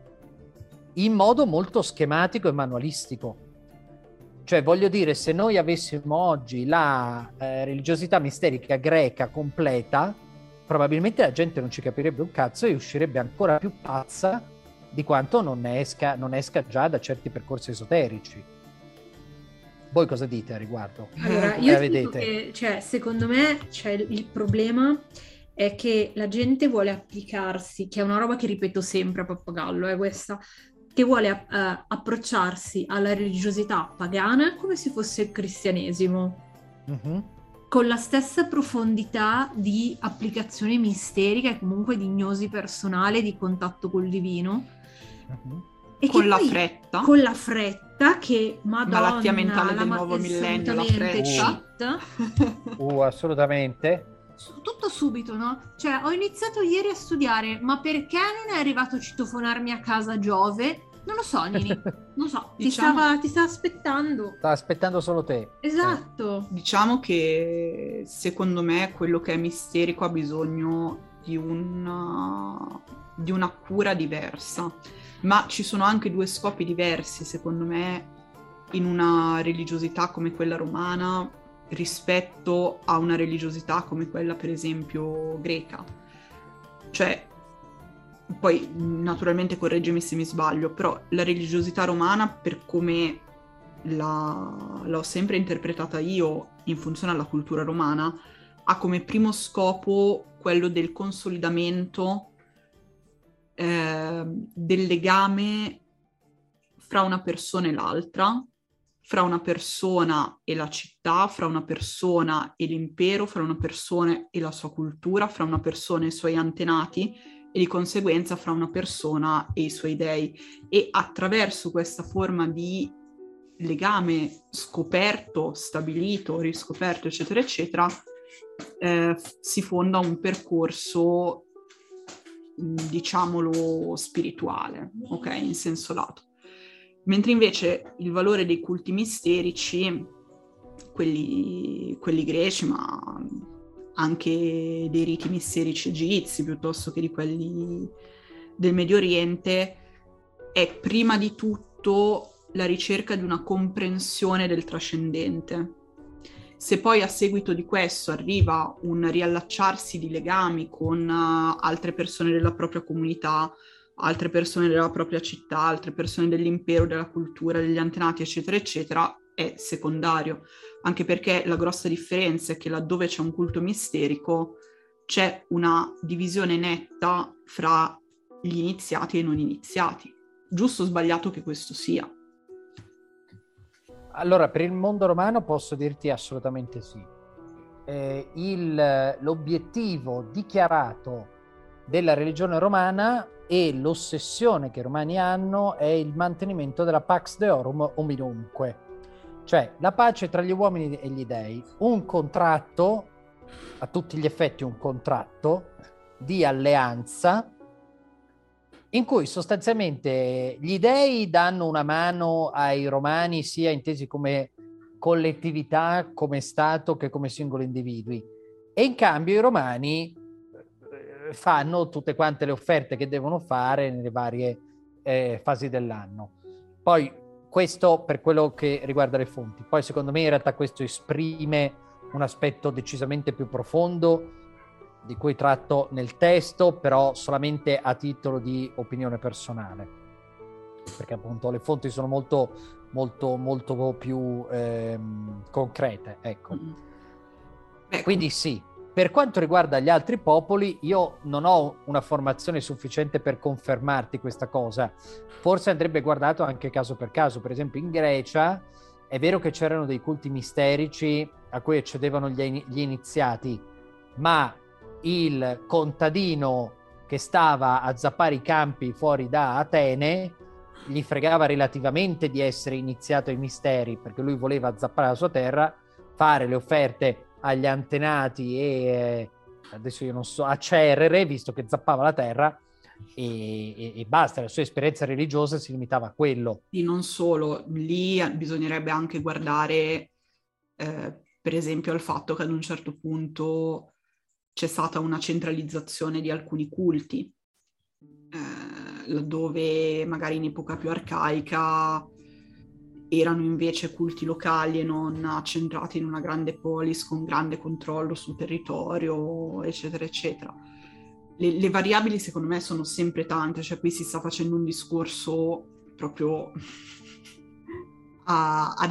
in modo molto schematico e manualistico. Cioè, voglio dire, se noi avessimo oggi la religiosità misterica greca completa, probabilmente la gente non ci capirebbe un cazzo e uscirebbe ancora più pazza di quanto non esca già da certi percorsi esoterici. Voi cosa dite a riguardo? Allora, io dico che, cioè, secondo me il problema è che la gente vuole applicarsi, che è una roba che ripeto sempre a pappagallo, è questa, che vuole approcciarsi alla religiosità pagana come se fosse il cristianesimo, con la stessa profondità di applicazione misterica e comunque di gnosi personale, di contatto col divino. E con la fretta. Con la fretta che, madonna, malattia mentale del nuovo millennio, la fretta. Assolutamente. Tutto subito, no? Cioè, ho iniziato ieri a studiare, ma perché non è arrivato a citofonarmi a casa Giove? Non lo so, Nini, non lo so, ti stava aspettando. Stava aspettando solo te. Esatto. Diciamo che secondo me quello che è misterico ha bisogno di una cura diversa, ma ci sono anche due scopi diversi, secondo me, in una religiosità come quella romana rispetto a una religiosità come quella, per esempio, greca. Cioè, poi naturalmente correggimi se mi sbaglio, però la religiosità romana, per come l'ho sempre interpretata io in funzione alla cultura romana, ha come primo scopo quello del consolidamento del legame fra una persona e l'altra, fra una persona e la città, fra una persona e l'impero, fra una persona e la sua cultura, fra una persona e i suoi antenati e di conseguenza fra una persona e i suoi dei. E attraverso questa forma di legame scoperto, stabilito, riscoperto, eccetera, eccetera, si fonda un percorso, diciamolo, spirituale, ok, in senso lato. Mentre invece il valore dei culti misterici, quelli greci, ma anche dei riti misterici egizi, piuttosto che di quelli del Medio Oriente, è prima di tutto la ricerca di una comprensione del trascendente. Se poi a seguito di questo arriva un riallacciarsi di legami con altre persone della propria comunità, altre persone della propria città, altre persone dell'impero, della cultura, degli antenati, eccetera, eccetera, è secondario. Anche perché la grossa differenza è che laddove c'è un culto misterico c'è una divisione netta fra gli iniziati e i non iniziati. Giusto o sbagliato che questo sia? Allora, per il mondo romano posso dirti assolutamente sì. L'obiettivo dichiarato della religione romana e l'ossessione che i romani hanno è il mantenimento della Pax Deorum hominumque, cioè la pace tra gli uomini e gli dei, un contratto, a tutti gli effetti un contratto di alleanza in cui sostanzialmente gli dei danno una mano ai romani sia intesi come collettività, come Stato che come singoli individui, e in cambio i romani fanno tutte quante le offerte che devono fare nelle varie fasi dell'anno. Poi questo per quello che riguarda le fonti. Poi secondo me in realtà questo esprime un aspetto decisamente più profondo di cui tratto nel testo, però solamente a titolo di opinione personale, perché appunto le fonti sono molto più concrete, ecco. Quindi sì. Per quanto riguarda gli altri popoli, io non ho una formazione sufficiente per confermarti questa cosa. Forse andrebbe guardato anche caso per caso. Per esempio in Grecia è vero che c'erano dei culti misterici a cui accedevano gli iniziati, ma il contadino che stava a zappare i campi fuori da Atene gli fregava relativamente di essere iniziato ai misteri, perché lui voleva zappare la sua terra, fare le offerte agli antenati e adesso io non so, a Cerere, visto che zappava la terra, e basta. La sua esperienza religiosa si limitava a quello. E non solo, lì bisognerebbe anche guardare per esempio al fatto che ad un certo punto c'è stata una centralizzazione di alcuni culti, laddove magari in epoca più arcaica erano invece culti locali e non accentrati in una grande polis con grande controllo sul territorio, eccetera, eccetera. Le variabili secondo me sono sempre tante, cioè qui si sta facendo un discorso proprio ad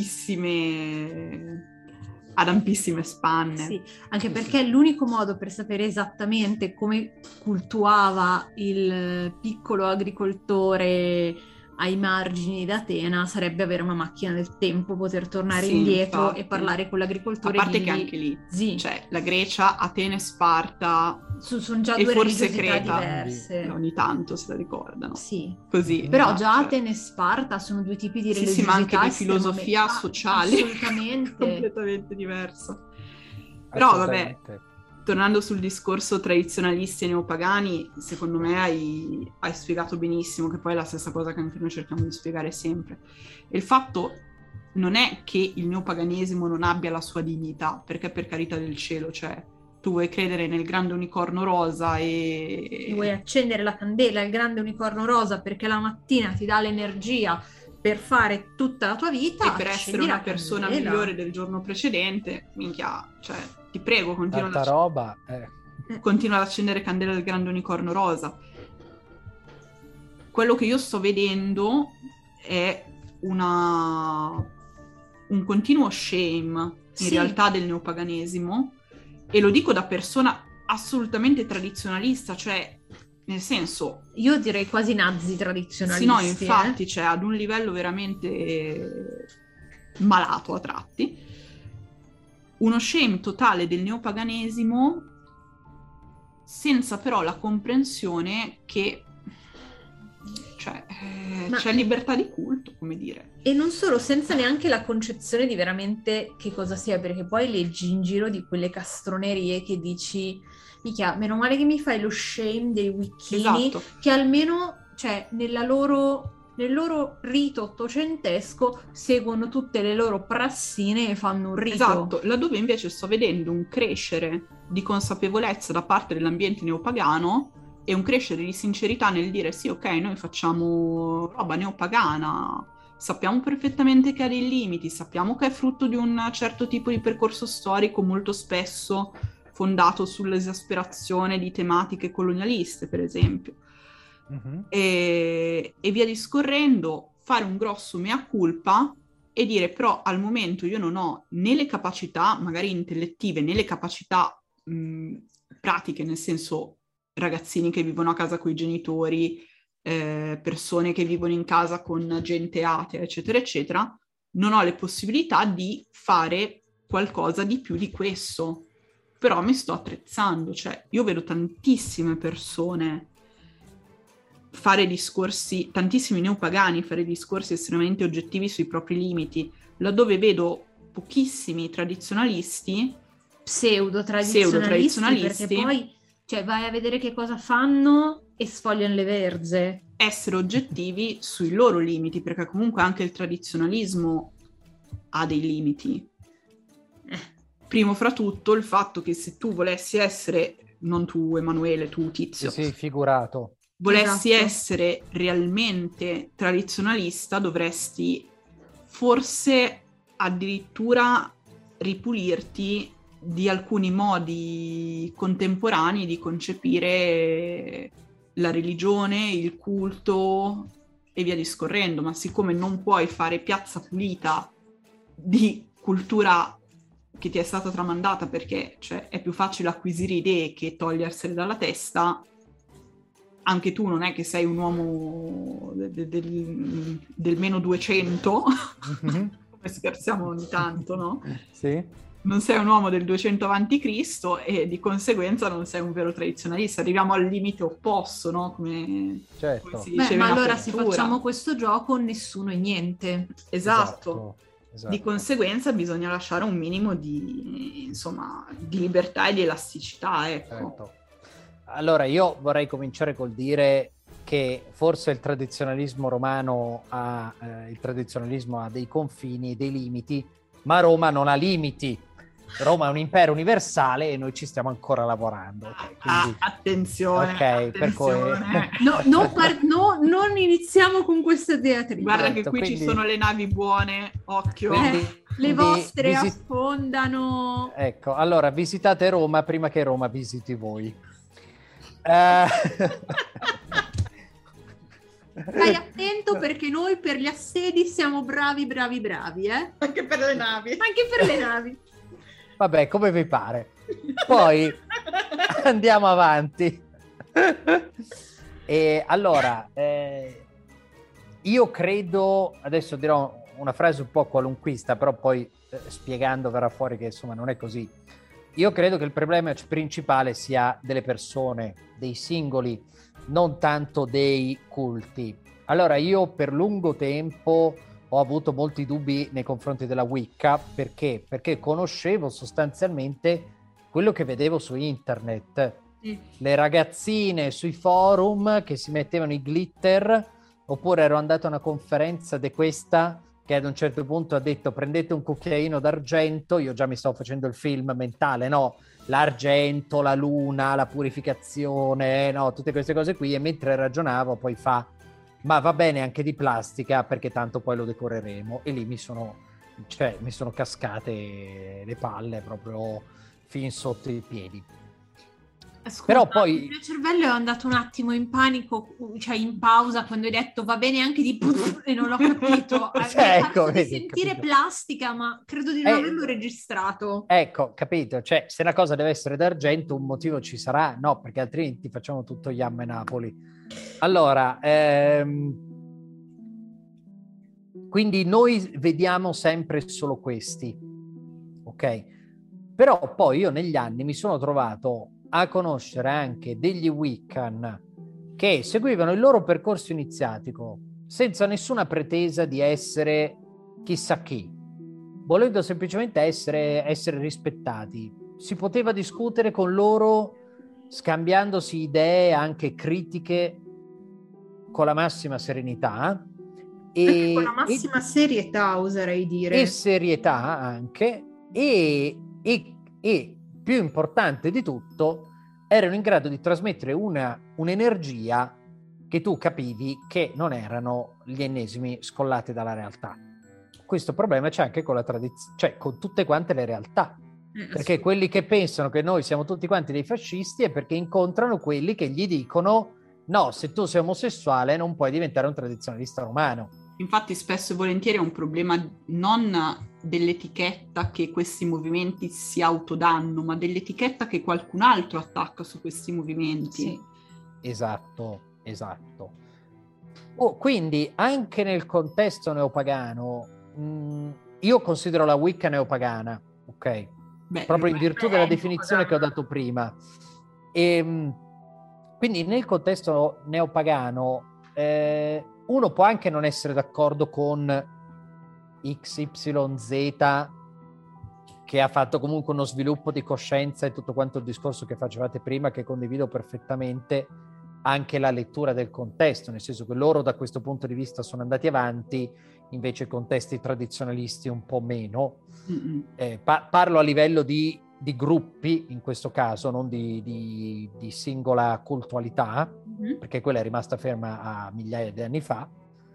ampissime spanne. Sì, anche perché l'unico modo per sapere esattamente come cultuava il piccolo agricoltore ai margini d'Atena sarebbe avere una macchina del tempo, poter tornare indietro infatti. E parlare con l'agricoltore. A parte che anche lì, cioè la Grecia, Atene, Sparta sono già e due forse religiosità Creta diverse. Ogni tanto se la ricordano. Sì. Così. Però già Atene e Sparta sono due tipi di religiosità. Sì, ma anche di filosofia sociale. Assolutamente. Completamente diversa. Però vabbè, tornando sul discorso tradizionalisti e neopagani, secondo me hai spiegato benissimo, che poi è la stessa cosa che anche noi cerchiamo di spiegare sempre. E il fatto non è che il neopaganesimo non abbia la sua dignità, perché per carità del cielo, cioè tu vuoi credere nel grande unicorno rosa e vuoi accendere la candela al grande unicorno rosa perché la mattina ti dà l'energia per fare tutta la tua vita e per essere una persona migliore del giorno precedente, minchia, cioè ti prego, continua ad accendere candela del grande unicorno rosa. Quello che io sto vedendo è un continuo shame in realtà del neopaganesimo, e lo dico da persona assolutamente tradizionalista, cioè nel senso, io direi quasi nazi tradizionalisti. Sì, no, infatti, cioè ad un livello veramente malato a tratti. Uno shame totale del neopaganesimo, senza però la comprensione che c'è libertà di culto, come dire. E non solo, senza neanche la concezione di veramente che cosa sia, perché poi leggi in giro di quelle castronerie che dici, mica, meno male che mi fai lo shame dei wicchini, esatto. Che almeno, cioè, nel loro rito ottocentesco seguono tutte le loro prassine e fanno un rito. Esatto, laddove invece sto vedendo un crescere di consapevolezza da parte dell'ambiente neopagano e un crescere di sincerità nel dire sì, ok, noi facciamo roba neopagana, sappiamo perfettamente che ha dei limiti, sappiamo che è frutto di un certo tipo di percorso storico molto spesso fondato sull'esasperazione di tematiche colonialiste, per esempio. e via discorrendo, fare un grosso mea culpa e dire però al momento io non ho né le capacità magari intellettive né le capacità pratiche, nel senso ragazzini che vivono a casa con i genitori, persone che vivono in casa con gente atea, eccetera, eccetera, non ho le possibilità di fare qualcosa di più di questo. Però mi sto attrezzando, cioè io vedo tantissime persone fare discorsi, tantissimi neopagani fare discorsi estremamente oggettivi sui propri limiti, laddove vedo pochissimi tradizionalisti, pseudo-tradizionalisti, perché poi cioè, vai a vedere che cosa fanno e sfogliano le verze. Essere oggettivi sui loro limiti, perché comunque anche il tradizionalismo ha dei limiti. Primo fra tutto il fatto che se tu volessi essere, non tu Emanuele, tu Tizio, sì, figurato, volessi essere realmente tradizionalista, dovresti forse addirittura ripulirti di alcuni modi contemporanei di concepire la religione, il culto e via discorrendo, ma siccome non puoi fare piazza pulita di cultura che ti è stata tramandata, perché cioè, è più facile acquisire idee che togliersele dalla testa, anche tu non è che sei un uomo del meno 200, come scherziamo ogni tanto, no? Sì. Non sei un uomo del 200 avanti Cristo e di conseguenza non sei un vero tradizionalista. Arriviamo al limite opposto, no? Come si diceva. Ma allora se facciamo questo gioco nessuno è niente. Esatto. Di conseguenza bisogna lasciare un minimo di, insomma, di libertà e di elasticità, ecco. Certo. Allora io vorrei cominciare col dire che forse il tradizionalismo romano ha dei confini, dei limiti, ma Roma non ha limiti. Roma è un impero universale e noi ci stiamo ancora lavorando. Okay, quindi... attenzione, okay, attenzione. Non iniziamo con questa diatriba. Guarda che qui ci sono le navi buone, occhio. Le vostre affondano. Ecco, allora visitate Roma prima che Roma visiti voi. Stai attento perché noi per gli assedi siamo bravi, Anche per le navi. Vabbè, come vi pare. Poi andiamo avanti. E allora, io credo, adesso dirò una frase un po' qualunquista, però poi spiegando verrà fuori che insomma non è così. Io credo che il problema principale sia delle persone, dei singoli, non tanto dei culti. Allora, io per lungo tempo ho avuto molti dubbi nei confronti della Wicca, perché conoscevo sostanzialmente quello che vedevo su internet, le ragazzine sui forum che si mettevano i glitter, oppure ero andato a una conferenza di questa che ad un certo punto ha detto prendete un cucchiaino d'argento, io già mi stavo facendo il film mentale, no? L'argento, la luna, la purificazione, no? Tutte queste cose qui, e mentre ragionavo poi fa ma va bene anche di plastica perché tanto poi lo decoreremo, e lì mi sono cascate le palle proprio fin sotto i piedi. Scusa, però poi il mio cervello è andato un attimo in panico, cioè in pausa quando hai detto va bene anche di e non l'ho capito. Ecco, di sentire capito. Plastica, ma credo di non averlo registrato. Ecco, capito, cioè se la cosa deve essere d'argento un motivo ci sarà, no, perché altrimenti facciamo tutto Yam e Napoli. Allora, quindi noi vediamo sempre solo questi, ok? Però poi io negli anni mi sono trovato a conoscere anche degli Wiccan che seguivano il loro percorso iniziatico senza nessuna pretesa di essere chissà chi, volendo semplicemente essere rispettati. Si poteva discutere con loro scambiandosi idee anche critiche con la massima serenità e con la massima serietà, oserei dire, e serietà anche, e più importante di tutto, erano in grado di trasmettere un'energia che tu capivi che non erano gli ennesimi scollati dalla realtà. Questo problema c'è anche con la tradizione, cioè con tutte quante le realtà, perché quelli che pensano che noi siamo tutti quanti dei fascisti è perché incontrano quelli che gli dicono no, se tu sei omosessuale non puoi diventare un tradizionalista romano. Infatti spesso e volentieri è un problema non dell'etichetta che questi movimenti si autodanno, ma dell'etichetta che qualcun altro attacca su questi movimenti. Sì. Esatto. Quindi anche nel contesto neopagano, io considero la Wicca neopagana, ok? Beh, Proprio in virtù della definizione che ho dato prima. Quindi nel contesto neopagano uno può anche non essere d'accordo con XYZ, che ha fatto comunque uno sviluppo di coscienza e tutto quanto il discorso che facevate prima, che condivido perfettamente, anche la lettura del contesto, nel senso che loro da questo punto di vista sono andati avanti, invece i contesti tradizionalisti un po' meno. Parlo a livello di gruppi, in questo caso, non di singola cultualità, perché quella è rimasta ferma a migliaia di anni fa.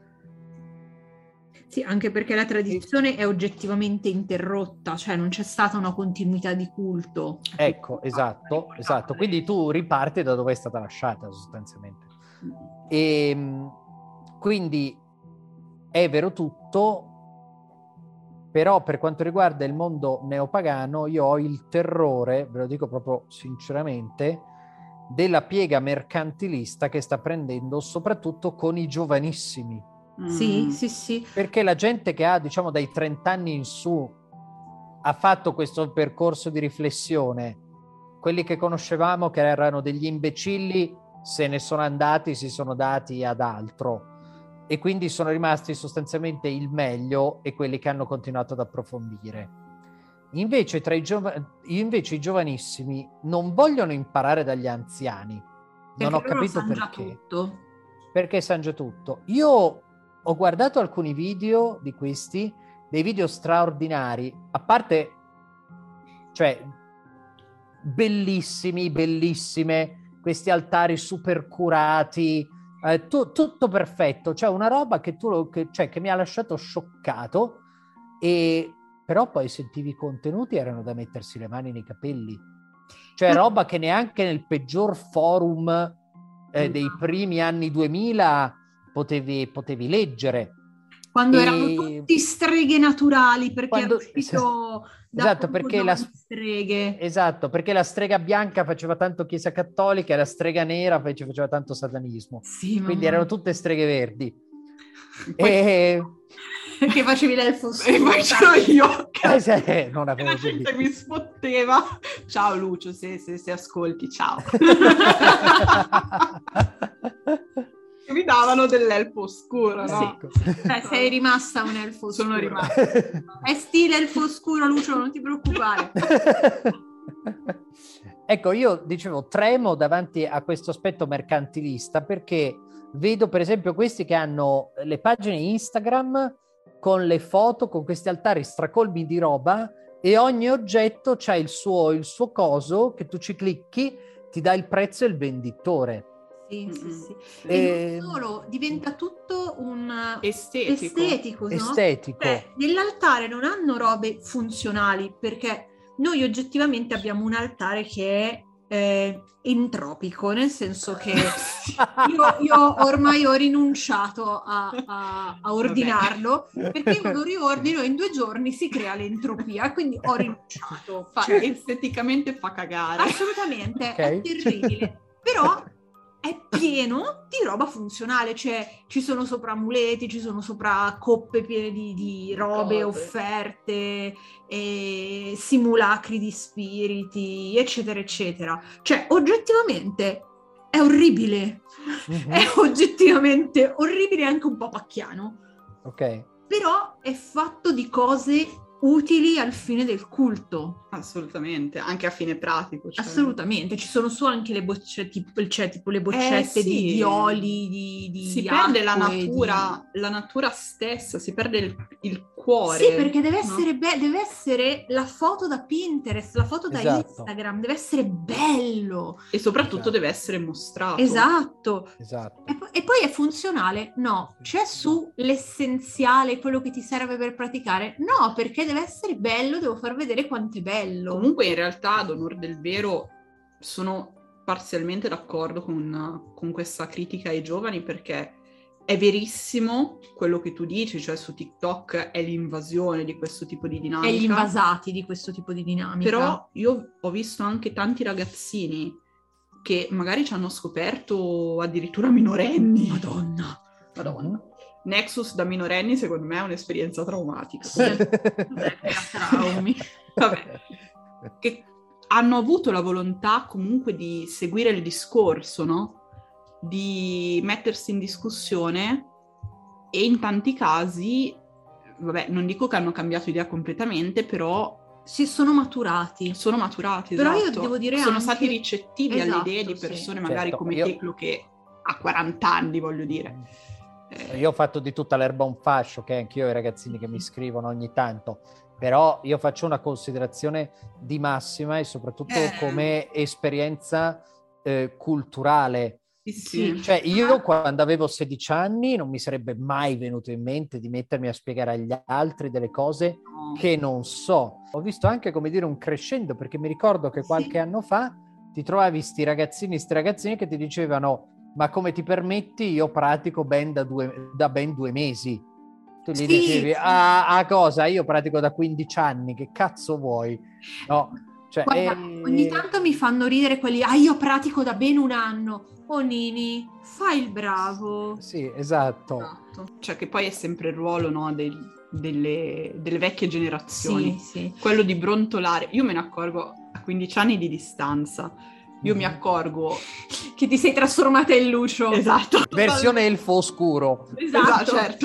Sì, anche perché la tradizione è oggettivamente interrotta, cioè non c'è stata una continuità di culto. Ecco, esatto. Quindi tu riparti da dove è stata lasciata, sostanzialmente. E quindi è vero tutto, però per quanto riguarda il mondo neopagano io ho il terrore, ve lo dico proprio sinceramente, della piega mercantilista che sta prendendo soprattutto con i giovanissimi. Sì. Perché la gente che ha, diciamo, dai 30 anni in su ha fatto questo percorso di riflessione. Quelli che conoscevamo che erano degli imbecilli se ne sono andati, si sono dati ad altro. E quindi sono rimasti sostanzialmente il meglio e quelli che hanno continuato ad approfondire. Invece, i giovanissimi non vogliono imparare dagli anziani. Non ho capito perché. Perché sanno già tutto. Io ho guardato alcuni video di questi, dei video straordinari, a parte, cioè, bellissime, questi altari super curati, tutto perfetto, cioè una roba che mi ha lasciato scioccato, però poi sentivi i contenuti erano da mettersi le mani nei capelli, cioè roba che neanche nel peggior forum dei primi anni 2000 potevi leggere. Quando erano tutti streghe naturali, perché era uscito esatto, perché streghe. Esatto, perché la strega bianca faceva tanto chiesa cattolica e la strega nera faceva tanto satanismo. Sì, quindi erano tutte streghe verdi. Che facevi l'elfo scuro. Facevo io. Non avevo la gente mi sfotteva. Ciao Lucio, se ascolti, ciao. Mi davano dell'elfo oscuro, no? Sì. Sei rimasta un elfo oscuro. Sono rimasta. È stile elfo oscuro, Lucio, non ti preoccupare. Ecco, io dicevo, tremo davanti a questo aspetto mercantilista, perché vedo per esempio questi che hanno le pagine Instagram con le foto, con questi altari stracolmi di roba, e ogni oggetto c'ha il suo coso, che tu ci clicchi, ti dà il prezzo e il venditore. Sì. E non solo, diventa tutto un estetico, no? Estetico. Nell'altare non hanno robe funzionali, perché noi oggettivamente abbiamo un altare che è entropico, nel senso che io ormai ho rinunciato a ordinarlo, perché io lo riordino e in 2 giorni si crea l'entropia, quindi ho rinunciato. Esteticamente fa cagare. Assolutamente, okay. È terribile. Però è pieno di roba funzionale, cioè ci sono sopra amuleti, ci sono sopra coppe piene di robe, offerte, simulacri di spiriti, eccetera, eccetera. Cioè, oggettivamente è orribile. È oggettivamente orribile e anche un po' pacchiano. Ok. Però è fatto di cose utili al fine del culto. Assolutamente, anche a fine pratico. Cioè. Assolutamente, ci sono su anche le boccette, tipo le boccette di oli, di si perde la natura stessa, si perde il cuore. Sì, perché deve essere deve essere la foto da Pinterest, la foto da Instagram, deve essere bello. E soprattutto deve essere mostrato. Esatto. E poi è funzionale? No. C'è su l'essenziale, quello che ti serve per praticare? No, perché deve essere bello, devo far vedere quanto è bello. Comunque in realtà, ad onor del vero, sono parzialmente d'accordo con questa critica ai giovani, perché è verissimo quello che tu dici, cioè su TikTok è l'invasione di questo tipo di dinamica. E gli invasati di questo tipo di dinamica. Però io ho visto anche tanti ragazzini che magari ci hanno scoperto addirittura minorenni. Madonna. Nexus da minorenni secondo me è un'esperienza traumatica. Traumi. Vabbè. Che hanno avuto la volontà comunque di seguire il discorso, no? Di mettersi in discussione, e in tanti casi, vabbè, non dico che hanno cambiato idea completamente, però si sono maturati. Però io devo dire sono anche... stati ricettivi alle idee di persone magari come Teclo, che ha 40 anni, voglio dire. Io ho fatto di tutta l'erba un fascio, che anch'io ho i ragazzini che mi scrivono ogni tanto, però io faccio una considerazione di massima e soprattutto come esperienza culturale. Sì. Cioè io quando avevo 16 anni non mi sarebbe mai venuto in mente di mettermi a spiegare agli altri delle cose che non so. Ho visto anche, come dire, un crescendo, perché mi ricordo che qualche anno fa ti trovavi sti ragazzini che ti dicevano: ma come ti permetti? Io pratico da ben 2 mesi. Tu gli dicevi: a cosa? Io pratico da 15 anni, che cazzo vuoi? No, cioè, guarda, ogni tanto mi fanno ridere quelli: io pratico da ben 1 anno. Oh Nini, fai il bravo. Sì, esatto. Cioè che poi è sempre il ruolo, no, delle vecchie generazioni. Sì. Quello di brontolare. Io me ne accorgo a 15 anni di distanza. Io mi accorgo che ti sei trasformata in Lucio. Esatto. Versione elfo oscuro. Esatto, certo.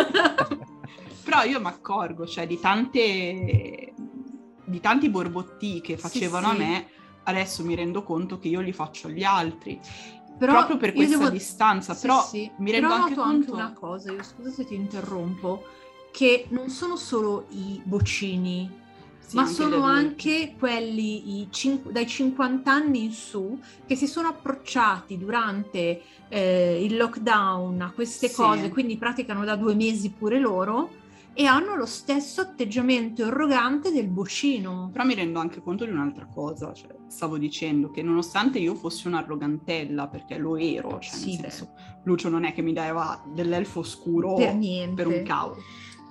Però io mi accorgo, cioè, di tanti borbotti che facevano a me, adesso mi rendo conto che io li faccio agli altri. Però proprio per questa distanza. Però mi rendo anche conto una cosa, io scusa se ti interrompo, che non sono solo i bocini, ma sono anche quelli dai 50 anni in su che si sono approcciati durante il lockdown a queste cose, quindi praticano da 2 mesi pure loro, e hanno lo stesso atteggiamento arrogante del bocino. Però mi rendo anche conto di un'altra cosa, cioè, stavo dicendo che nonostante io fossi un'arrogantella, perché lo ero, cioè nel senso, Lucio non è che mi dava dell'elfo oscuro per niente, per un cavolo.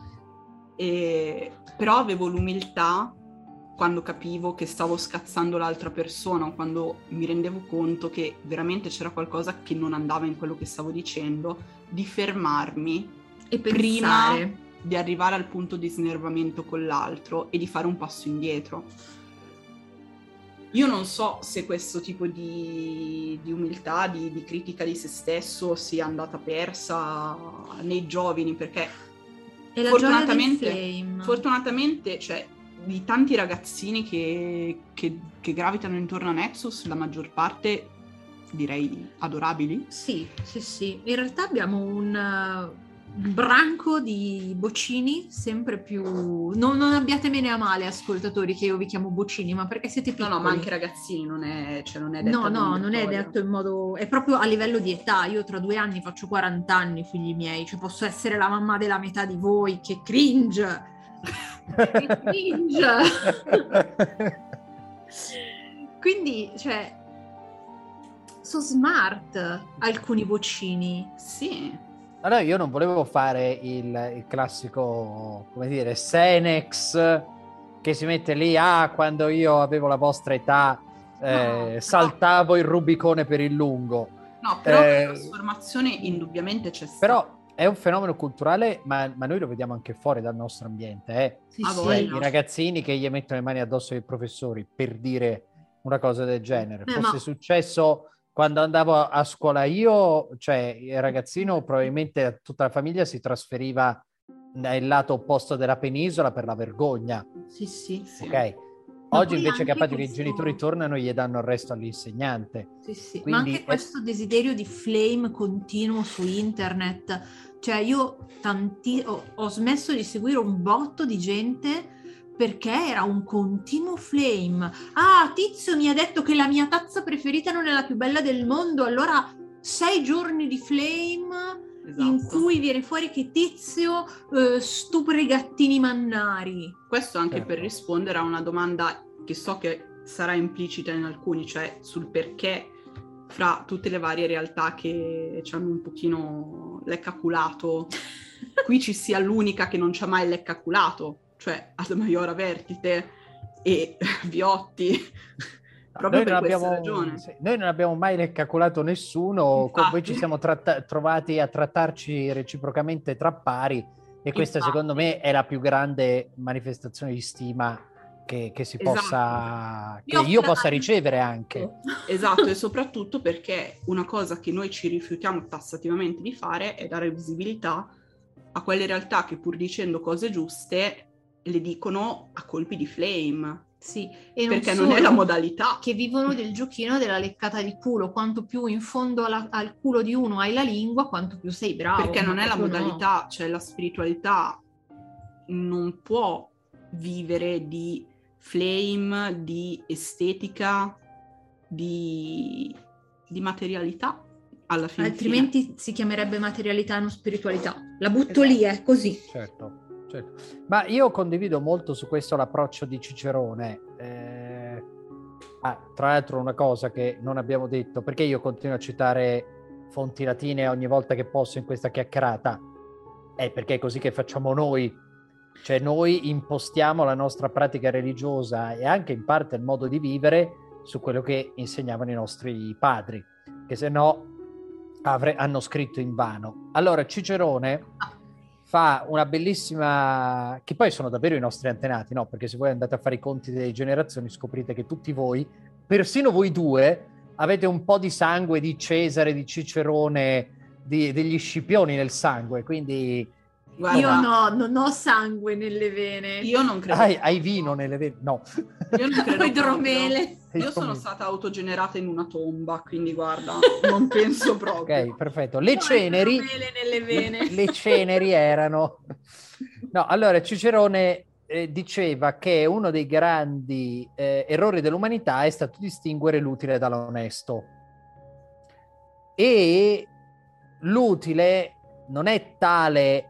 Però avevo l'umiltà, quando capivo che stavo scazzando l'altra persona, o quando mi rendevo conto che veramente c'era qualcosa che non andava in quello che stavo dicendo, di fermarmi e prima di arrivare al punto di snervamento con l'altro e di fare un passo indietro. Io non so se questo tipo di umiltà, di critica di se stesso sia andata persa nei giovani, perché fortunatamente, cioè, di tanti ragazzini che gravitano intorno a Nexus, la maggior parte direi adorabili. Sì. In realtà abbiamo un branco di bocini sempre più... Non abbiatemi a male, ascoltatori, che io vi chiamo bocini, ma perché siete piccoli. No, ma anche ragazzini, non è detto. No, non è detto in modo... È proprio a livello di età. Io tra 2 anni faccio 40 anni, figli miei. Cioè posso essere la mamma della metà di voi. Che cringe! Che cringe! Quindi, cioè... sono smart alcuni bocini. Sì. Allora io non volevo fare il classico, come dire, Senex che si mette lì: quando io avevo la vostra età saltavo il Rubicone per il lungo. No, però la trasformazione indubbiamente c'è stata. Però è un fenomeno culturale, ma noi lo vediamo anche fuori dal nostro ambiente. I ragazzini che gli mettono le mani addosso ai professori per dire una cosa del genere. Fosse successo... Quando andavo a scuola io, cioè il ragazzino, probabilmente tutta la famiglia si trasferiva nel lato opposto della penisola per la vergogna. Sì. Ok. Oggi invece capace che i genitori tornano e gli danno il resto all'insegnante. Sì. Quindi ma anche questo desiderio di flame continuo su internet. Cioè io ho smesso di seguire un botto di gente perché era un continuo flame. Tizio mi ha detto che la mia tazza preferita non è la più bella del mondo, allora 6 giorni di flame, esatto, in cui viene fuori che Tizio stupra i gattini mannari. Questo anche per rispondere a una domanda che so che sarà implicita in alcuni, cioè sul perché fra tutte le varie realtà che ci hanno un pochino leccaculato, qui ci sia l'unica che non c'ha mai leccaculato, cioè Admaiora Vertite e Viotti, proprio per questa ragione. Sì, noi non abbiamo mai leccaculato nessuno, con voi ci siamo trovati a trattarci reciprocamente tra pari, e questa secondo me è la più grande manifestazione di stima che si possa, che io possa ricevere anche. Esatto, e soprattutto perché una cosa che noi ci rifiutiamo tassativamente di fare è dare visibilità a quelle realtà che, pur dicendo cose giuste, le dicono a colpi di flame. Sì, e perché non è la modalità. Che vivono del giochino della leccata di culo. Quanto più in fondo al culo di uno hai la lingua, quanto più sei bravo. Perché non è la modalità, cioè la spiritualità non può vivere di flame, di estetica, di materialità alla fine. Altrimenti si chiamerebbe materialità e non spiritualità. La butto lì, è così. Certo. Ma io condivido molto su questo l'approccio di Cicerone. Tra l'altro una cosa che non abbiamo detto, perché io continuo a citare fonti latine ogni volta che posso in questa chiacchierata, è perché è così che facciamo noi. Cioè noi impostiamo la nostra pratica religiosa e anche in parte il modo di vivere su quello che insegnavano i nostri padri, che se no hanno scritto invano. Allora Cicerone fa una bellissima, che poi sono davvero i nostri antenati, no? Perché se voi andate a fare i conti delle generazioni scoprite che tutti voi, persino voi due, avete un po' di sangue di Cesare, di Cicerone, degli Scipioni nel sangue, quindi... Guarda, io no, non ho sangue nelle vene. Io non credo. Hai vino nelle vene? No. Io non credo. Idromele. Io sono stata autogenerata in una tomba, quindi guarda, non penso proprio. Ok, perfetto. Le ceneri nelle vene. Le ceneri erano... No, allora Cicerone diceva che uno dei grandi errori dell'umanità è stato distinguere l'utile dall'onesto. E l'utile non è tale...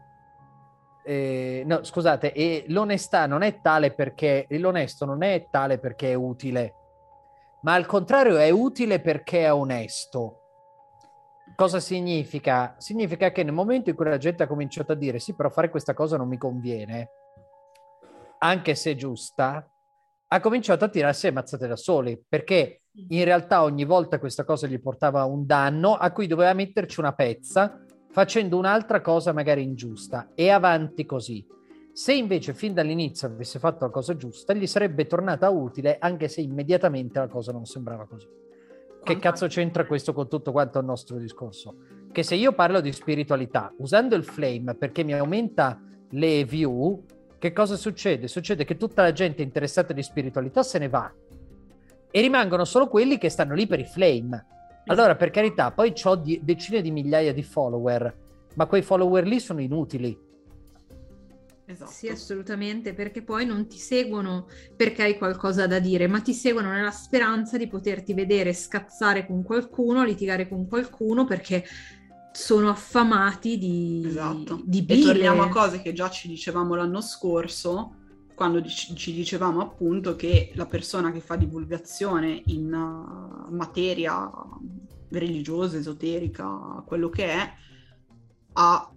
no, scusate, e l'onestà non è tale perché... L'onesto non è tale perché è utile, ma al contrario è utile perché è onesto. Cosa significa? Significa che nel momento in cui la gente ha cominciato a dire sì, però fare questa cosa non mi conviene, anche se giusta, ha cominciato a tirarsi le mazzate da soli, perché in realtà ogni volta questa cosa gli portava un danno a cui doveva metterci una pezza, facendo un'altra cosa magari ingiusta, e avanti così. Se invece fin dall'inizio avesse fatto la cosa giusta, gli sarebbe tornata utile, anche se immediatamente la cosa non sembrava così. Che cazzo c'entra questo con tutto quanto il nostro discorso? Che se io parlo di spiritualità usando il flame perché mi aumenta le view, che cosa succede? Succede che tutta la gente interessata di spiritualità se ne va e rimangono solo quelli che stanno lì per i flame. Allora, per carità, poi ho decine di migliaia di follower, ma quei follower lì sono inutili. Esatto. Sì, assolutamente, perché poi non ti seguono perché hai qualcosa da dire, ma ti seguono nella speranza di poterti vedere scazzare con qualcuno, litigare con qualcuno, perché sono affamati di bile. E torniamo a cose che già ci dicevamo l'anno scorso, quando ci dicevamo appunto che la persona che fa divulgazione in materia religiosa, esoterica, quello che è, ha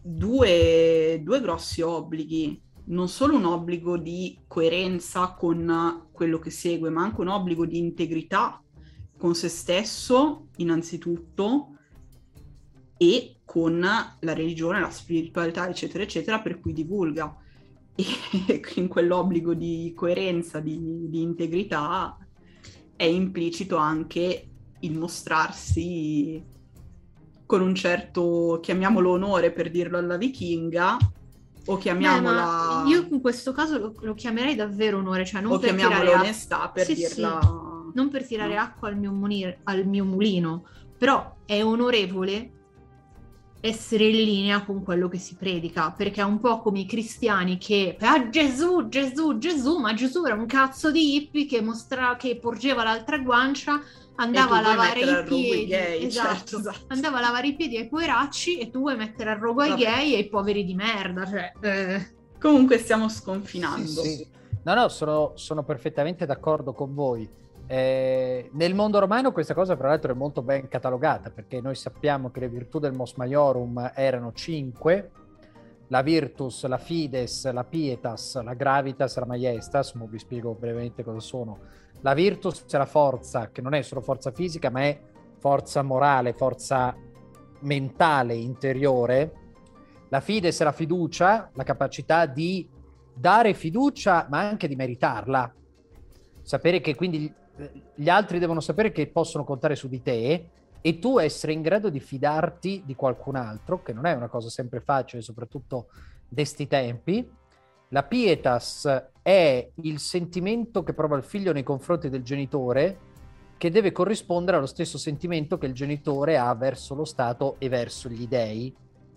due grossi obblighi. Non solo un obbligo di coerenza con quello che segue, ma anche un obbligo di integrità con se stesso innanzitutto e con la religione, la spiritualità, eccetera, eccetera, per cui divulga. E in quell'obbligo di coerenza, di integrità, è implicito anche il mostrarsi con un certo, chiamiamolo onore per dirlo alla vichinga, o chiamiamola... io in questo caso lo chiamerei davvero onore, cioè non o per chiamiamola onestà per dirla... Sì, non per tirare acqua al mio mulino, però è onorevole essere in linea con quello che si predica, perché è un po' come i cristiani che Gesù, ma Gesù era un cazzo di hippie che porgeva l'altra guancia, andava a lavare i piedi, esatto. Andava a lavare i piedi ai poveracci, e tu vuoi mettere al rogo ai gay e ai poveri di merda, cioè Comunque stiamo sconfinando. Sì. No, sono perfettamente d'accordo con voi. Nel mondo romano questa cosa tra l'altro è molto ben catalogata, perché noi sappiamo che le virtù del Mos Maiorum erano 5: la virtus, la fides, la pietas, la gravitas, la maiestas. Mo vi spiego brevemente cosa sono. La virtus è la forza, che non è solo forza fisica, ma è forza morale, forza mentale, interiore. La fides è la fiducia, la capacità di dare fiducia, ma anche di meritarla. Sapere che quindi gli altri devono sapere che possono contare su di te, e tu essere in grado di fidarti di qualcun altro, che non è una cosa sempre facile, soprattutto di sti tempi. La pietas è il sentimento che prova il figlio nei confronti del genitore, che deve corrispondere allo stesso sentimento che il genitore ha verso lo Stato e verso gli dei.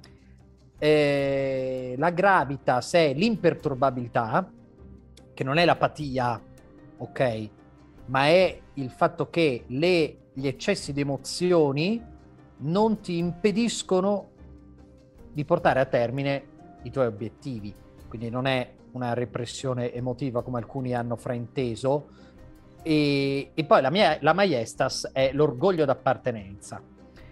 La gravitas è l'imperturbabilità, che non è l'apatia, ok? Ma è il fatto che gli eccessi di emozioni non ti impediscono di portare a termine i tuoi obiettivi. Quindi non è una repressione emotiva come alcuni hanno frainteso. E poi la maiestas è l'orgoglio d'appartenenza.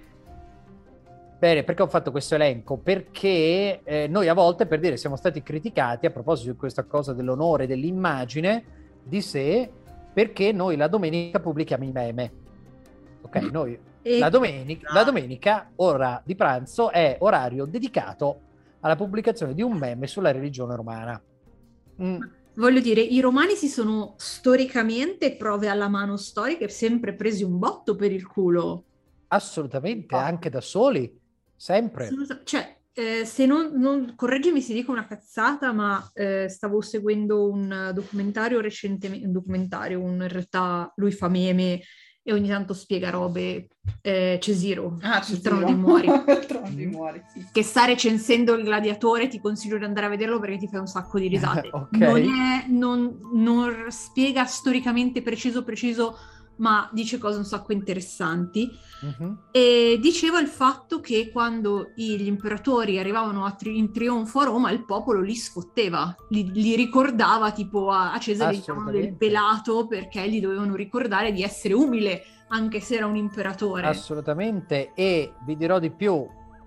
Bene, perché ho fatto questo elenco? Perché noi a volte, per dire, siamo stati criticati a proposito di questa cosa dell'onore, dell'immagine di sé, perché noi la domenica pubblichiamo i meme. Ok, noi la domenica, ora di pranzo, è orario dedicato alla pubblicazione di un meme sulla religione romana. Voglio dire, i romani si sono storicamente, prove alla mano storiche, sempre presi un botto per il culo. Assolutamente, anche da soli, sempre. Cioè, se non correggimi se dico una cazzata, ma stavo seguendo un documentario recentemente, in realtà lui fa meme e ogni tanto spiega robe. Cesiro, il Trono dei Mori. Il Trono dei Mori, sì. Che sta recensendo Il Gladiatore, ti consiglio di andare a vederlo perché ti fai un sacco di risate. Okay. Non spiega storicamente preciso, ma dice cose un sacco interessanti. E diceva il fatto che quando gli imperatori arrivavano in trionfo a Roma, il popolo li sfotteva, li ricordava, tipo a Cesare gli chiamavano del pelato, perché gli dovevano ricordare di essere umile anche se era un imperatore. Assolutamente. E vi dirò di più,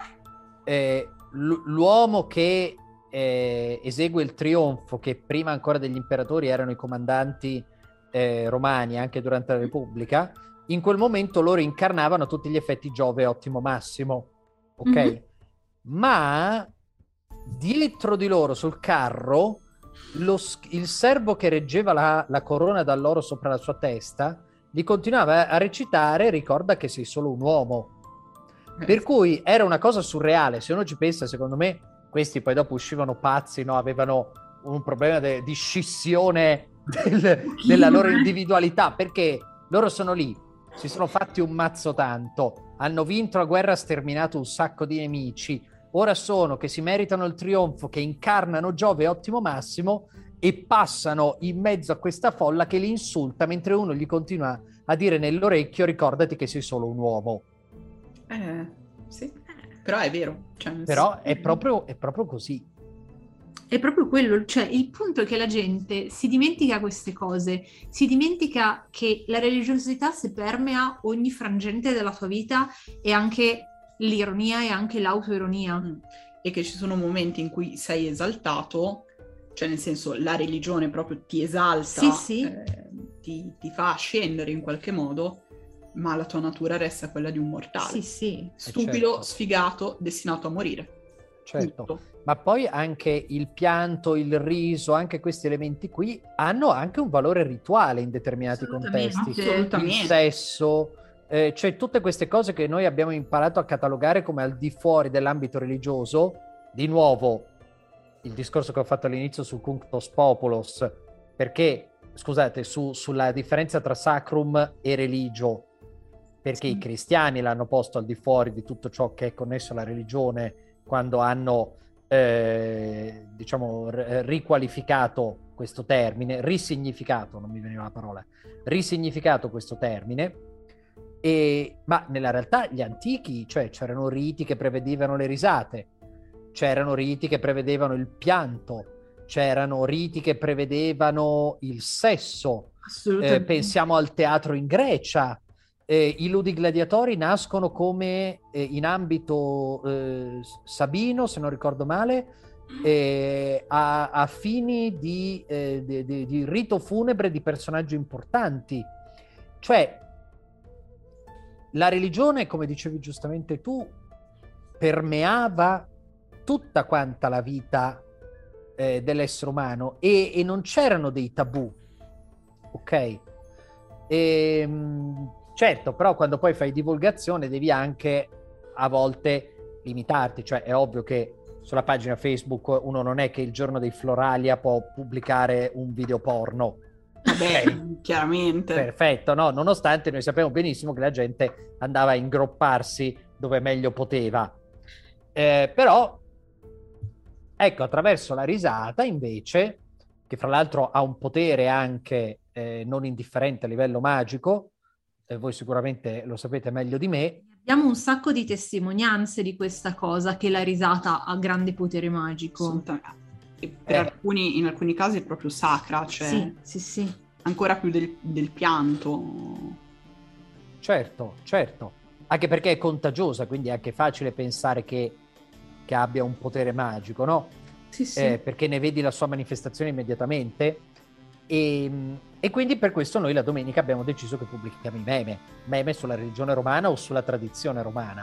l'uomo che esegue il trionfo, che prima ancora degli imperatori erano i comandanti romani anche durante la Repubblica, in quel momento loro incarnavano tutti gli effetti Giove ottimo massimo, ok? Ma dietro di loro sul carro il servo che reggeva la corona d'alloro sopra la sua testa gli continuava a recitare "ricorda che sei solo un uomo", per cui era una cosa surreale. Se uno ci pensa, secondo me questi poi dopo uscivano pazzi, no? Avevano un problema di scissione della loro individualità, perché loro sono lì, si sono fatti un mazzo tanto, hanno vinto la guerra, sterminato un sacco di nemici, ora sono che si meritano il trionfo, che incarnano Giove ottimo massimo, e passano in mezzo a questa folla che li insulta mentre uno gli continua a dire nell'orecchio "ricordati che sei solo un uomo". Sì, però è vero, cioè, però è proprio così. È proprio quello, cioè il punto è che la gente si dimentica queste cose, si dimentica che la religiosità si permea ogni frangente della tua vita, e anche l'ironia e anche l'autoironia. E che ci sono momenti in cui sei esaltato, cioè nel senso la religione proprio ti esalta, sì. Ti fa scendere in qualche modo, ma la tua natura resta quella di un mortale. Sì. Stupido, certo. Sfigato, destinato a morire. Certo. Tutto. Ma poi anche il pianto, il riso, anche questi elementi qui hanno anche un valore rituale in determinati contesti. Assolutamente. Il sesso, cioè tutte queste cose che noi abbiamo imparato a catalogare come al di fuori dell'ambito religioso. Di nuovo, il discorso che ho fatto all'inizio sul cunctus populos, perché, scusate, sulla differenza tra sacrum e religio, perché i cristiani l'hanno posto al di fuori di tutto ciò che è connesso alla religione, quando hanno riqualificato questo termine, risignificato, non mi veniva la parola, risignificato questo termine. Ma nella realtà gli antichi, cioè c'erano riti che prevedevano le risate, c'erano riti che prevedevano il pianto, c'erano riti che prevedevano il sesso, Assolutamente. Pensiamo al teatro in Grecia. I ludi gladiatori nascono come in ambito sabino, se non ricordo male, a fini di rito funebre di personaggi importanti. Cioè, la religione, come dicevi giustamente tu, permeava tutta quanta la vita dell'essere umano e non c'erano dei tabù, ok? Certo, però quando poi fai divulgazione devi anche a volte limitarti, cioè è ovvio che sulla pagina Facebook uno non è che il giorno dei Floralia può pubblicare un video porno. Vabbè, Okay. chiaramente. Perfetto, no? Nonostante noi sappiamo benissimo che la gente andava a ingropparsi dove meglio poteva. Però, ecco, attraverso la risata, invece, che fra l'altro ha un potere anche non indifferente a livello magico, voi sicuramente lo sapete meglio di me. Abbiamo un sacco di testimonianze di questa cosa, che la risata ha grande potere magico. Assolutamente. E per in alcuni casi è proprio sacra, cioè Sì. ancora più del pianto. Certo. Anche perché è contagiosa, quindi è anche facile pensare che abbia un potere magico, no? Sì. Perché ne vedi la sua manifestazione immediatamente. E quindi per questo noi la domenica abbiamo deciso che pubblichiamo i meme sulla religione romana o sulla tradizione romana.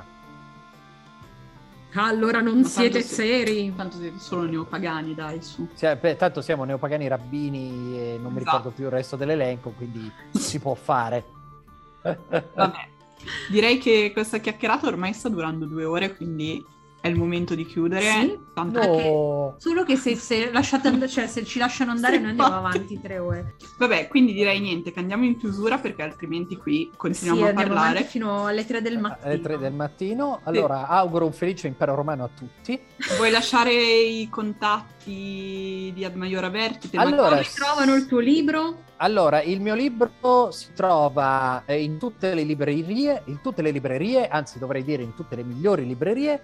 Allora non siete seri. Tanto siete solo neopagani, dai, su. Tanto siamo neopagani rabbini e non mi ricordo più il resto dell'elenco, quindi si può fare. Vabbè, direi che questa chiacchierata ormai sta durando 2 ore, quindi è il momento di chiudere. Sì, no. Solo che se lasciate cioè se ci lasciano andare noi andiamo avanti 3 ore. Vabbè, quindi direi niente, che andiamo in chiusura perché altrimenti qui continuiamo a parlare fino alle 3 del mattino. Alle 3 del mattino. Allora, auguro un felice impero romano a tutti. Vuoi lasciare i contatti di Ad Maiora Vertite? Allora, dove trovano il tuo libro? Allora, il mio libro si trova in tutte le librerie, anzi dovrei dire in tutte le migliori librerie.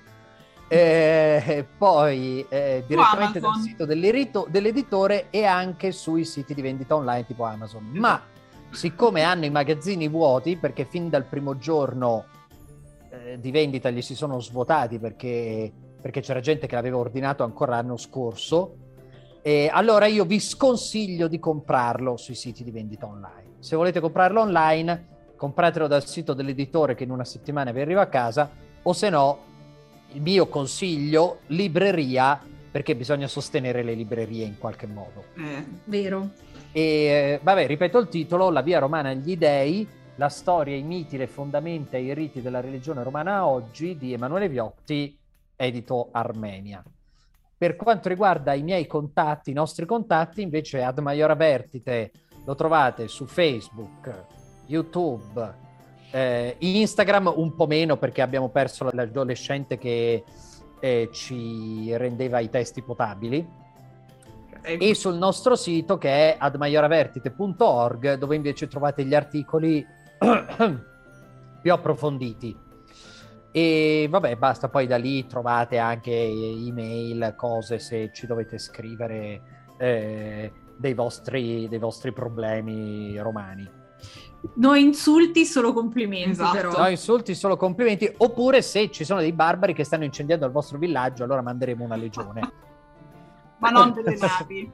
Poi direttamente dal sito dell'editore e anche sui siti di vendita online tipo Amazon. Ma siccome hanno i magazzini vuoti, perché fin dal primo giorno di vendita gli si sono svuotati perché c'era gente che l'aveva ordinato ancora l'anno scorso, allora io vi sconsiglio di comprarlo sui siti di vendita online. Se volete comprarlo online, compratelo dal sito dell'editore che in una settimana vi arriva a casa, o se no il mio consiglio, libreria, perché bisogna sostenere le librerie in qualche modo. Vero. E vabbè, ripeto il titolo: La via romana agli dei, la storia, i miti, le fondamenta e i riti della religione romana oggi, di Emanuele Viotti, edito Armenia. Per quanto riguarda i miei contatti, i nostri contatti, invece Ad Maiora Vertite lo trovate su Facebook, YouTube, Instagram un po' meno perché abbiamo perso l'adolescente che ci rendeva i testi potabili, e sul nostro sito che è admaioravertite.org, dove invece trovate gli articoli più approfonditi. E vabbè, basta, poi da lì trovate anche email, cose se ci dovete scrivere dei vostri problemi romani. No insulti, solo complimenti. Esatto. Però. No insulti, solo complimenti. Oppure se ci sono dei barbari che stanno incendiando il vostro villaggio, allora manderemo una legione. Ma non delle navi.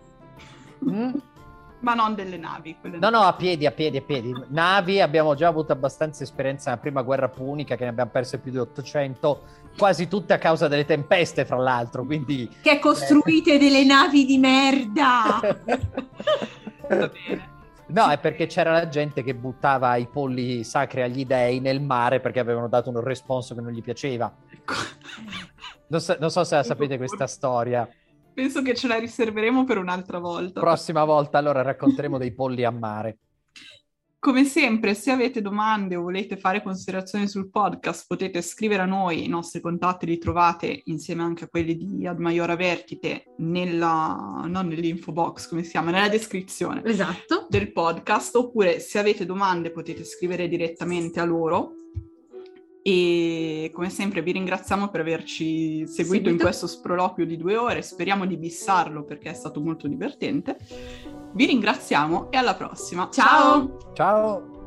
Ma non delle navi. No, a piedi. Navi abbiamo già avuto abbastanza esperienza nella prima guerra punica, che ne abbiamo perse più di 800, quasi tutte a causa delle tempeste, fra l'altro, quindi... Che costruite delle navi di merda! Va bene. No, è perché c'era la gente che buttava i polli sacri agli dei nel mare perché avevano dato un responso che non gli piaceva. Non so se la sapete questa storia. Penso che ce la riserveremo per un'altra volta. Prossima volta allora racconteremo dei polli a mare. Come sempre, se avete domande o volete fare considerazioni sul podcast, potete scrivere a noi. I nostri contatti li trovate insieme anche a quelli di Ad Maiora Vertite non nell'info box, come si chiama, nella descrizione del podcast. Oppure se avete domande potete scrivere direttamente a loro. E come sempre vi ringraziamo per averci seguito in questo sproloquio di 2 ore. Speriamo di bissarlo perché è stato molto divertente. Vi ringraziamo e alla prossima. Ciao! Ciao!